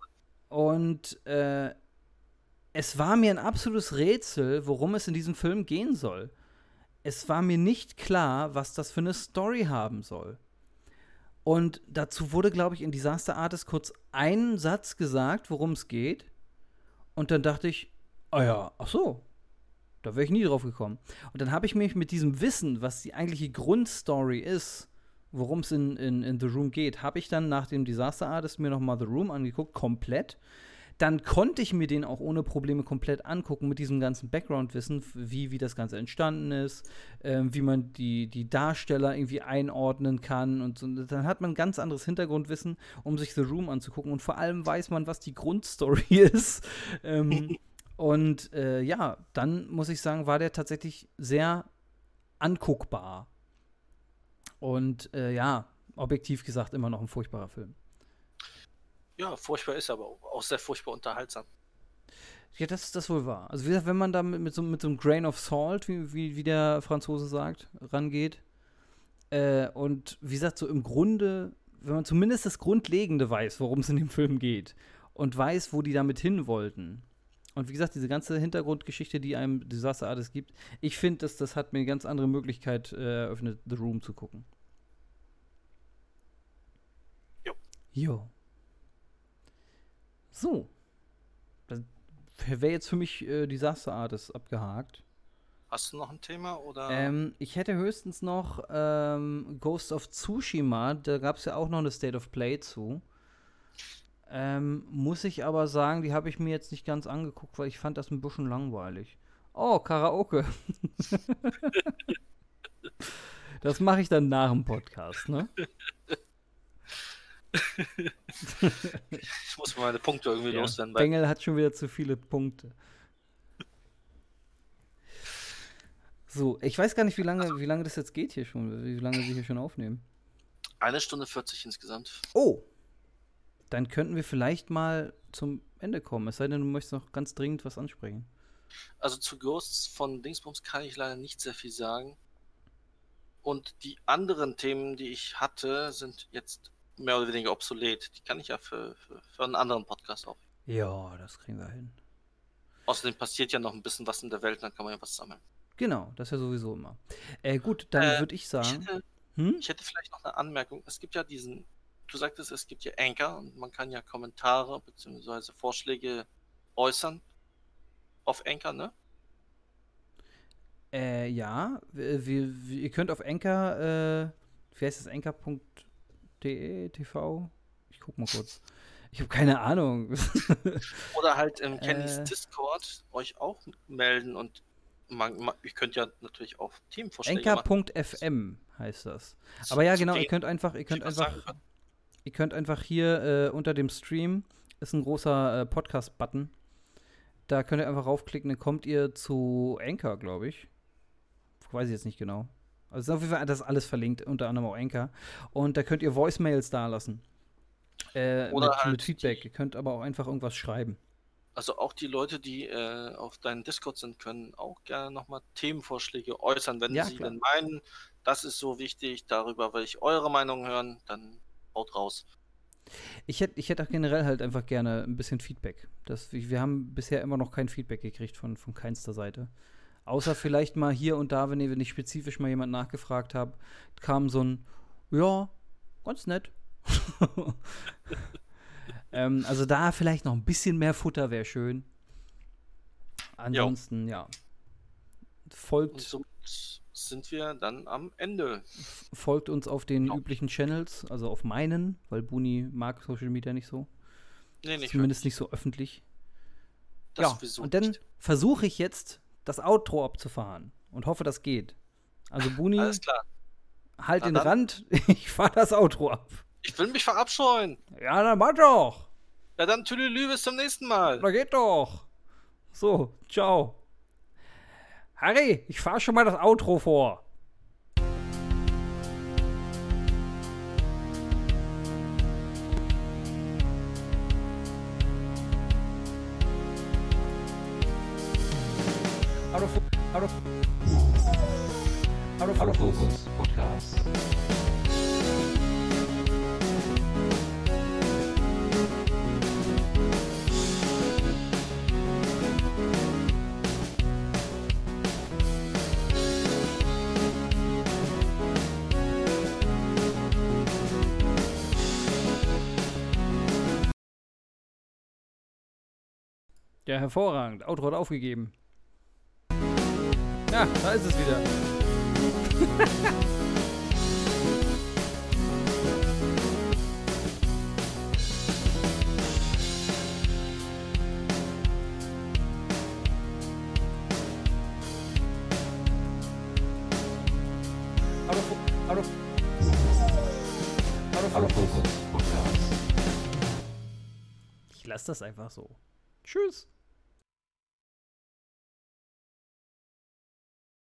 [SPEAKER 1] Und äh, es war mir ein absolutes Rätsel, worum es in diesem Film gehen soll. Es war mir nicht klar, was das für eine Story haben soll. Und dazu wurde, glaube ich, in Disaster Artist kurz ein Satz gesagt, worum es geht. Und dann dachte ich, ah ja, ach so, da wäre ich nie drauf gekommen. Und dann habe ich mich mit diesem Wissen, was die eigentliche Grundstory ist, worum es in, in, in The Room geht, habe ich dann nach dem Disaster Artist mir nochmal The Room angeguckt, komplett. Dann konnte ich mir den auch ohne Probleme komplett angucken mit diesem ganzen Background-Wissen, wie, wie das Ganze entstanden ist, äh, wie man die, die Darsteller irgendwie einordnen kann. Und so. Dann hat man ein ganz anderes Hintergrundwissen, um sich The Room anzugucken. Und vor allem weiß man, was die Grundstory ist. ähm, und äh, ja, dann muss ich sagen, war der tatsächlich sehr anguckbar. Und äh, ja, objektiv gesagt, immer noch ein furchtbarer Film.
[SPEAKER 2] Ja, furchtbar ist aber auch sehr furchtbar unterhaltsam.
[SPEAKER 1] Ja, das, das wohl wahr. Also wie gesagt, wenn man da mit, mit, so, mit so einem Grain of Salt, wie, wie, wie der Franzose sagt, rangeht, äh, und wie gesagt, so im Grunde, wenn man zumindest das Grundlegende weiß, worum es in dem Film geht und weiß, wo die damit hin wollten. Und wie gesagt, diese ganze Hintergrundgeschichte, die einem Disaster Artist gibt, ich finde, dass das hat mir eine ganz andere Möglichkeit äh, eröffnet, The Room zu gucken.
[SPEAKER 2] Jo.
[SPEAKER 1] Jo. So. Das wäre jetzt für mich äh, Disaster Artist abgehakt.
[SPEAKER 2] Hast du noch ein Thema? Oder?
[SPEAKER 1] Ähm, ich hätte höchstens noch ähm, Ghost of Tsushima, da gab es ja auch noch eine State of Play zu. Ähm, muss ich aber sagen, die habe ich mir jetzt nicht ganz angeguckt, weil ich fand das ein bisschen langweilig. Oh, Karaoke. Das mache ich dann nach dem Podcast, ne?
[SPEAKER 2] Ich muss mal meine Punkte irgendwie
[SPEAKER 1] Ja,
[SPEAKER 2] loswerden.
[SPEAKER 1] Bengel hat schon wieder zu viele Punkte. So, ich weiß gar nicht, wie lange, wie lange das jetzt geht hier schon, wie lange wir hier schon aufnehmen.
[SPEAKER 2] Eine Stunde vierzig insgesamt.
[SPEAKER 1] Oh! Dann könnten wir vielleicht mal zum Ende kommen. Es sei denn, du möchtest noch ganz dringend was ansprechen.
[SPEAKER 2] Also zu Ghosts von Dingsbums kann ich leider nicht sehr viel sagen. Und die anderen Themen, die ich hatte, sind jetzt mehr oder weniger obsolet. Die kann ich ja für, für, für einen anderen Podcast auch.
[SPEAKER 1] Ja, das kriegen wir hin.
[SPEAKER 2] Außerdem passiert ja noch ein bisschen was in der Welt, dann kann man ja was sammeln.
[SPEAKER 1] Genau, das ist ja sowieso immer. Äh, gut, dann
[SPEAKER 2] Äh,
[SPEAKER 1] würde ich
[SPEAKER 2] Ich
[SPEAKER 1] sagen.
[SPEAKER 2] hätte,
[SPEAKER 1] Hm?
[SPEAKER 2] ich hätte vielleicht noch eine Anmerkung. Es gibt ja diesen, du sagtest, es gibt ja Anchor und man kann ja Kommentare bzw. Vorschläge äußern auf Anchor, ne?
[SPEAKER 1] Äh, ja, wir, wir, wir- ihr könnt auf Anchor, äh, wie heißt das, anchor punkt de, T V? Ich guck mal kurz. Ich habe keine Ahnung.
[SPEAKER 2] Oder halt im Kennys
[SPEAKER 1] Äh.
[SPEAKER 2] Discord euch auch melden und man, man, ihr könnt ja natürlich auch Themenvorschläge
[SPEAKER 1] anchor
[SPEAKER 2] machen.
[SPEAKER 1] punkt f m heißt das.
[SPEAKER 2] Zu-
[SPEAKER 1] Aber ja,
[SPEAKER 2] zu
[SPEAKER 1] genau,
[SPEAKER 2] denen
[SPEAKER 1] ihr könnt einfach, ihr
[SPEAKER 2] ich
[SPEAKER 1] könnt
[SPEAKER 2] was
[SPEAKER 1] einfach,
[SPEAKER 2] sagen kann.
[SPEAKER 1] ihr könnt einfach hier äh, unter dem Stream ist ein großer äh, Podcast-Button. Da könnt ihr einfach raufklicken, dann kommt ihr zu Anchor, glaube ich. Weiß ich jetzt nicht genau. Also auf jeden Fall, das ist alles verlinkt, unter anderem auch Anchor. Und da könnt ihr Voicemails dalassen. Äh,
[SPEAKER 2] Oder
[SPEAKER 1] mit,
[SPEAKER 2] halt
[SPEAKER 1] mit Feedback.
[SPEAKER 2] die-
[SPEAKER 1] Ihr könnt aber auch einfach irgendwas schreiben.
[SPEAKER 2] Also auch die Leute, die äh, auf deinem Discord sind, können auch gerne nochmal Themenvorschläge äußern, wenn
[SPEAKER 1] Ja,
[SPEAKER 2] sie
[SPEAKER 1] klar.
[SPEAKER 2] denn meinen, das ist so wichtig, darüber will ich eure Meinung hören, dann haut raus.
[SPEAKER 1] Ich hätte ich hätt auch generell halt einfach gerne ein bisschen Feedback. Das, wir haben bisher immer noch kein Feedback gekriegt von, von keinster Seite. Außer vielleicht mal hier und da, wenn ich, wenn ich spezifisch mal jemand nachgefragt habe, kam so ein, ja, ganz nett. ähm, also da vielleicht noch ein bisschen mehr Futter wäre schön. Ansonsten, ja.
[SPEAKER 2] Und
[SPEAKER 1] Folgt,
[SPEAKER 2] somit sind wir dann am Ende.
[SPEAKER 1] folgt uns auf den
[SPEAKER 2] Ja.
[SPEAKER 1] üblichen Channels, also auf meinen, weil Buni mag Social Media nicht so.
[SPEAKER 2] Nee, nicht
[SPEAKER 1] Zumindest nicht so öffentlich.
[SPEAKER 2] Das
[SPEAKER 1] Ja,
[SPEAKER 2] sowieso
[SPEAKER 1] und dann
[SPEAKER 2] nicht.
[SPEAKER 1] versuche ich jetzt, das Outro abzufahren und hoffe, das geht. Also Buni,
[SPEAKER 2] Alles klar.
[SPEAKER 1] halt
[SPEAKER 2] Na
[SPEAKER 1] den
[SPEAKER 2] dann.
[SPEAKER 1] Rand, ich fahre das Outro ab.
[SPEAKER 2] Ich will mich verabscheuen.
[SPEAKER 1] Ja, dann mach doch.
[SPEAKER 2] Ja, dann Tüdelü, bis zum nächsten Mal.
[SPEAKER 1] Da geht doch. So, ciao. Harry, ich fahre schon mal das Outro vor. Autofo Auto Autofo
[SPEAKER 4] Autofokus Podcast.
[SPEAKER 1] Ja, hervorragend. Outro hat aufgegeben. Ja, da ist es wieder. Autofo Auto Autofo
[SPEAKER 4] Autofokus Podcast.
[SPEAKER 1] Ich lasse das einfach so. Tschüss.